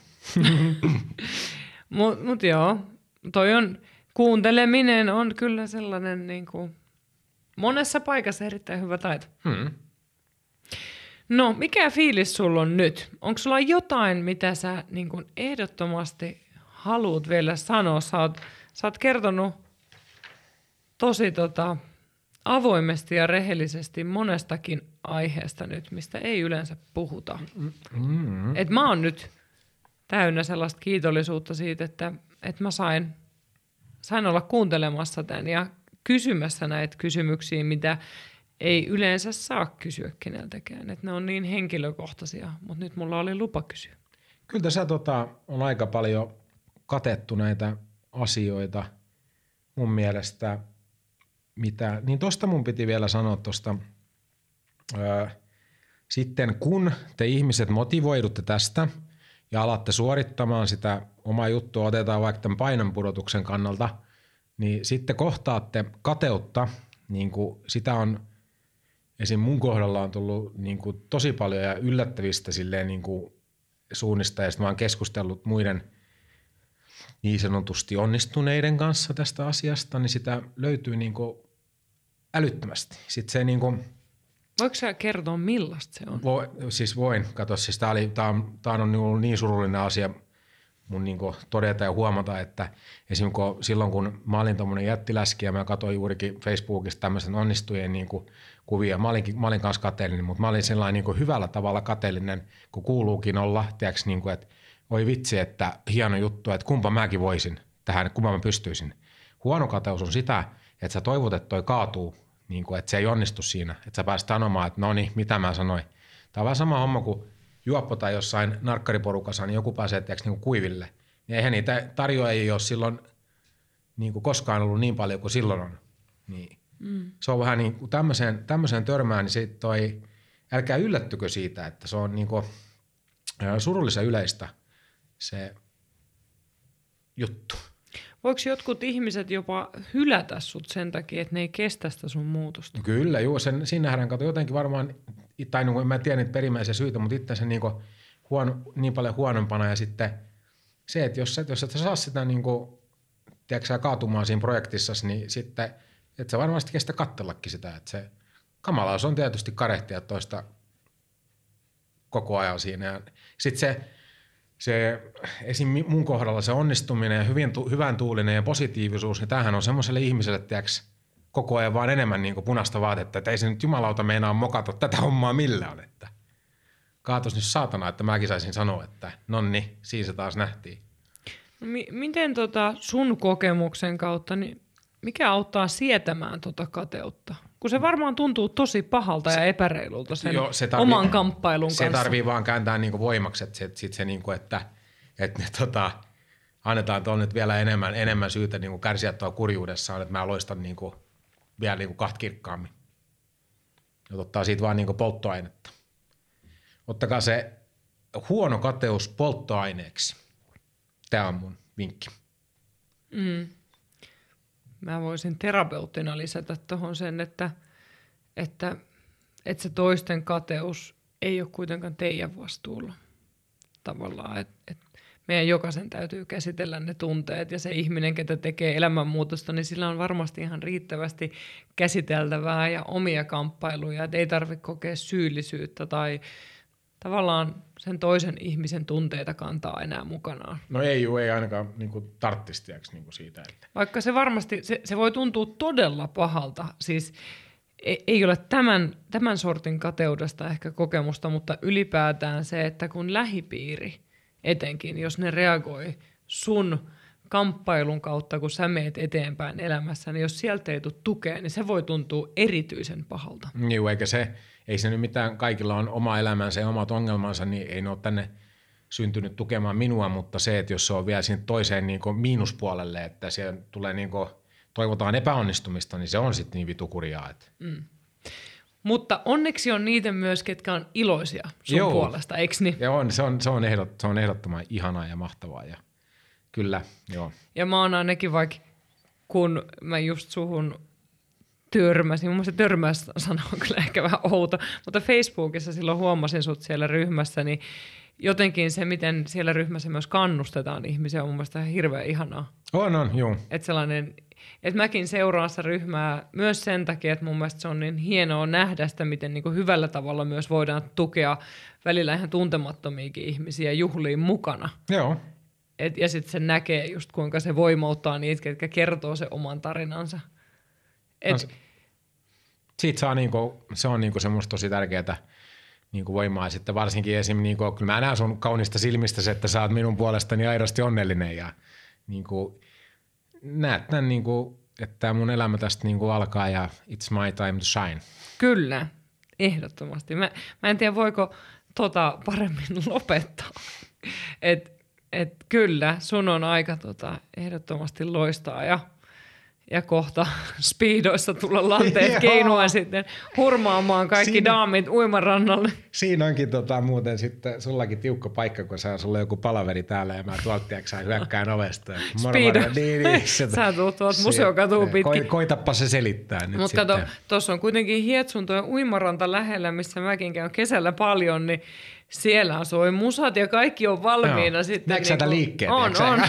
Mutta mut joo, toi on, kuunteleminen on kyllä sellainen niin kuin monessa paikassa erittäin hyvä taito. Hmm. No, mikä fiilis sulla on nyt? Onko sulla jotain, mitä sä niin kuin ehdottomasti haluat vielä sanoa? Sä oot, sä oot kertonut tosi tota, avoimesti ja rehellisesti monestakin aiheesta nyt, mistä ei yleensä puhuta. Mm-hmm. Et mä oon nyt täynnä sellaista kiitollisuutta siitä, että, että mä sain, sain olla kuuntelemassa tämän ja kysymässä näitä kysymyksiä, mitä ei yleensä saa kysyä keneltäkään. Että ne on niin henkilökohtaisia, mutta nyt mulla oli lupa kysyä. Kyllä tässä tota, on aika paljon katettu näitä asioita mun mielestä. Mitä, niin tosta mun piti vielä sanoa tosta, öö, sitten kun te ihmiset motivoidutte tästä ja alatte suorittamaan sitä omaa juttua, otetaan vaikka tämän painonpudotuksen kannalta, niin sitten kohtaatte kateutta, niin kuin sitä on esim. Mun kohdalla on tullut niin kuin tosi paljon ja yllättävistä silleen niin kuin suunnista, ja sitten mä oon keskustellut muiden niin sanotusti onnistuneiden kanssa tästä asiasta, niin sitä löytyy niin kuin älyttömästi. Sitten se niin kuin, voiko sä kertoa, millaista se on? Vo, siis voin. Kato, siis tää, oli, tää on, tää on ollut niin surullinen asia mun niin kuin todeta ja huomata, että esimerkiksi kun, silloin kun mä olin tommonen jättiläski ja mä katsoin juurikin Facebookista tämmöisen onnistujien niin kuin kuvia, mä, olinkin, mä olin kanssa kateellinen, mutta mä olin sellainen niin kuin hyvällä tavalla kateellinen, kun kuuluukin olla, tiedätkö, niin kuin, että oi vitsi, että hieno juttu, että kumpa mäkin voisin tähän, kumpa mä pystyisin. Huono kateus on sitä, että sä toivot, että toi kaatuu, niin kuin, että se ei onnistu siinä, että sä pääset sanomaan, että no niin, mitä mä sanoin. Tämä on vähän sama homma kuin juoppo tai jossain narkkariporukassa, niin joku pääsee tiiäks, niin kuin kuiville. Niin eihän niitä tarjoajia ole silloin niin kuin koskaan ollut niin paljon kuin silloin on. Niin. Mm. Se on vähän niin kuin tämmöiseen, tämmöiseen törmään, niin sit toi, älkää yllättykö siitä, että se on niin kuin surullisen yleistä se juttu. Voiko jotkut ihmiset jopa hylätä sut sen takia, että ne ei kestä sitä sun muutosta? Kyllä, juu. Sen, siinähän kato jotenkin varmaan, tai niin kuin, mä en tiedä niitä perimmäisiä syitä, mutta itse niin, huono, niin paljon huonompana. Ja sitten se, että jos, jos et sä saa sitä niin kuin, tiedätkö, kaatumaan siinä projektissa, niin sitten et sä varmasti kestä kattellakin sitä. Että se kamalaus on tietysti karehtia toista koko ajan siinä. Ja sitten se... Se, esim. Mun kohdalla se onnistuminen ja hyvin, hyvän tuulinen ja positiivisuus, niin tämähän on semmoiselle ihmiselle, tiiäks, koko ajan vaan enemmän niin kuin punaista vaatetta, että ei se nyt jumalauta meinaa mokata tätä hommaa millään, että kaatos nyt saatana, että mäkin saisin sanoa, että nonni, siinä se taas nähtiin. No, mi- miten tota sun kokemuksen kautta, niin mikä auttaa sietämään tota kateutta? Kun se varmaan tuntuu tosi pahalta ja epäreilulta sen jo, se tarvii, oman kamppailun se kanssa. Se tarvii vaan kääntää niinku voimaksi, että, se, sit se niinku, että, että ne, tota, annetaan tuolla nyt vielä enemmän, enemmän syytä niinku kärsiä tuolla kurjuudessaan, että mä loistan niinku, vielä niinku kahta kirkkaammin. Ja ottaa siitä vaan niinku polttoainetta. Ottakaa se huono kateus polttoaineeksi. Tämä on mun vinkki. Mm. Mä voisin terapeuttina lisätä tuohon sen, että, että, että se toisten kateus ei ole kuitenkaan teidän vastuulla. Tavallaan, että, että meidän jokaisen täytyy käsitellä ne tunteet ja se ihminen, ketä tekee elämänmuutosta, niin sillä on varmasti ihan riittävästi käsiteltävää ja omia kamppailuja, että ei tarvitse kokea syyllisyyttä tai tavallaan sen toisen ihmisen tunteita kantaa enää mukanaan. No ei juu, ei ainakaan niin tarttisi niin siitä. Että. Vaikka se varmasti, se, se voi tuntua todella pahalta, siis ei, ei ole tämän, tämän sortin kateudesta ehkä kokemusta, mutta ylipäätään se, että kun lähipiiri etenkin, jos ne reagoi sun kamppailun kautta, kun sä meet eteenpäin elämässä, niin jos sieltä ei tule tukea, niin se voi tuntua erityisen pahalta. Joo, eikä se, ei se nyt mitään, kaikilla on oma elämänsä ja omat ongelmansa, niin ei ne ole tänne syntynyt tukemaan minua, mutta se, että jos se on vielä siinä toiseen niin kuin miinuspuolelle, että siellä tulee niin kuin, toivotaan epäonnistumista, niin se on sitten niin vitukurjaa. Että. Mm. Mutta onneksi on niitä myös, ketkä on iloisia sun Joo. puolesta, eikö niin? Joo, on, se, on, se, on ehdot, se on ehdottoman ihanaa ja mahtavaa ja kyllä, joo. Ja mä oon ainakin vaikka, kun mä just suhun törmäsin, mun mielestä törmäys-sana on kyllä ehkä vähän outo, mutta Facebookissa silloin huomasin sut siellä ryhmässä, niin jotenkin se, miten siellä ryhmässä myös kannustetaan ihmisiä, on mun mielestä hirveän ihanaa. On, on, joo. Että sellainen, että mäkin seuraan sitä ryhmää myös sen takia, että mun mielestä se on niin hienoa nähdä sitä, miten niin kuin hyvällä tavalla myös voidaan tukea välillä ihan tuntemattomiakin ihmisiä juhliin mukana. Joo. Et, ja sitten se näkee just kuinka se voimauttaa niitä, ketkä kertoo sen oman tarinansa. Et, no, siitä saa niinku, se on niinku semmoista tosi tärkeää niinku voimaa. Ja sitten varsinkin esim. Niinku, kyllä mä näen sun kaunista silmistä se, että sä oot minun puolestani aidosti onnellinen ja niinku, näet tämän, niinku, että tämä mun elämä tästä niinku alkaa ja it's my time to shine. Kyllä, ehdottomasti. Mä, mä en tiedä, voiko tota paremmin lopettaa. Et, et kyllä, sun on aika tota, ehdottomasti loistaa ja, ja kohta speedoissa tulla lanteet keinua sitten hurmaamaan kaikki Siinä, daamit uimarannalle. Siinä onkin tota, muuten sitten sullakin tiukka paikka, kun saa sulla joku palaveri täällä ja mä tuolta tiedätkö hyökkään ovesta. Speedo. Niin, niin, Sä tulet tuolta museokatua pitkin. Ko, koitapa se selittää nyt Mutta kato, tuossa on kuitenkin Hietsun tuo uimaranta lähellä, missä mäkin käyn kesällä paljon, niin siellä soi musat ja kaikki on valmiina. No. Sitten. Näetkö niinku, liikkeet? On, on.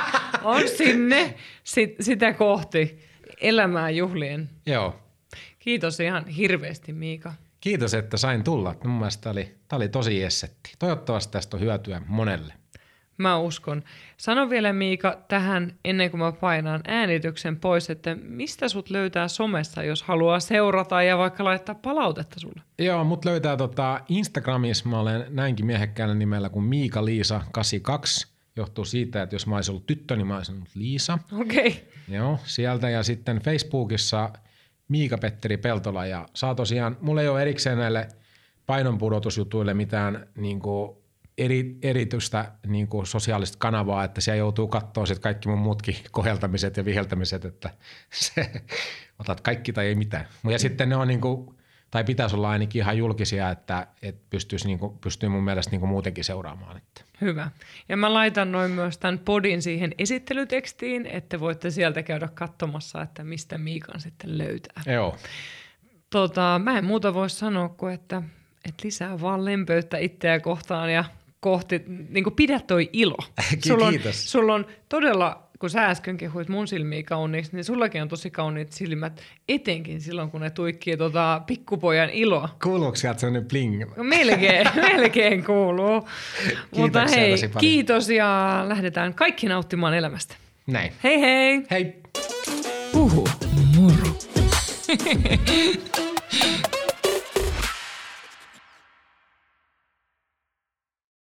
On sinne sit, sitä kohti elämää juhlien. Joo. Kiitos ihan hirveästi, Miika. Kiitos, että sain tulla. Mun mielestä tämä oli, tämä oli tosi jessetti. Toivottavasti tästä on hyötyä monelle. Mä uskon. Sano vielä, Miika, tähän ennen kuin mä painan äänityksen pois, että mistä sut löytää somessa, jos haluaa seurata ja vaikka laittaa palautetta sulle? Joo, mut löytää tota Instagramissa. Mä olen näinkin miehekkäällä nimellä kuin Miika Liisa kahdeksankymmentäkaksi. Johtuu siitä, että jos mä olisin ollut tyttö, niin mä olisin ollut Liisa. Okei. Okay. Joo, sieltä ja sitten Facebookissa Miika-Petteri Peltola. Ja saa tosiaan, mulla ei ole erikseen näille painonpudotusjutuille mitään niinku eri, erityistä niinku sosiaalista kanavaa, että siellä joutuu katsoa sit kaikki mun muutkin koheltamiset ja viheltämiset, että se, otat kaikki tai ei mitään. Ja sitten ne on niinku, tai pitäisi olla ainakin ihan julkisia, että et pystyisi niinku, pystyy mun mielestä niinku muutenkin seuraamaan. Että. Hyvä. Ja mä laitan noin myös tämän podin siihen esittelytekstiin, että voitte sieltä käydä katsomassa, että mistä Miikan sitten löytää. Joo. Tota, mä en muuta voi sanoa kuin, että, että lisää vaan lempöyttä itseä kohtaan ja kohti, niin kuin pidä toi ilo. Sulla on, Kiitos. Sulla on todella, kun sä äsken kehuit mun silmiä kauniiksi, niin sullakin on tosi kauniit silmät, etenkin silloin, kun ne tuikkii tota pikkupojan iloa. Kuuluuko sieltä sellainen bling? Melkein, melkein kuuluu. Mutta hei, kiitos ja lähdetään kaikki nauttimaan elämästä. Näin. Hei hei! Hei! Uhu, moro.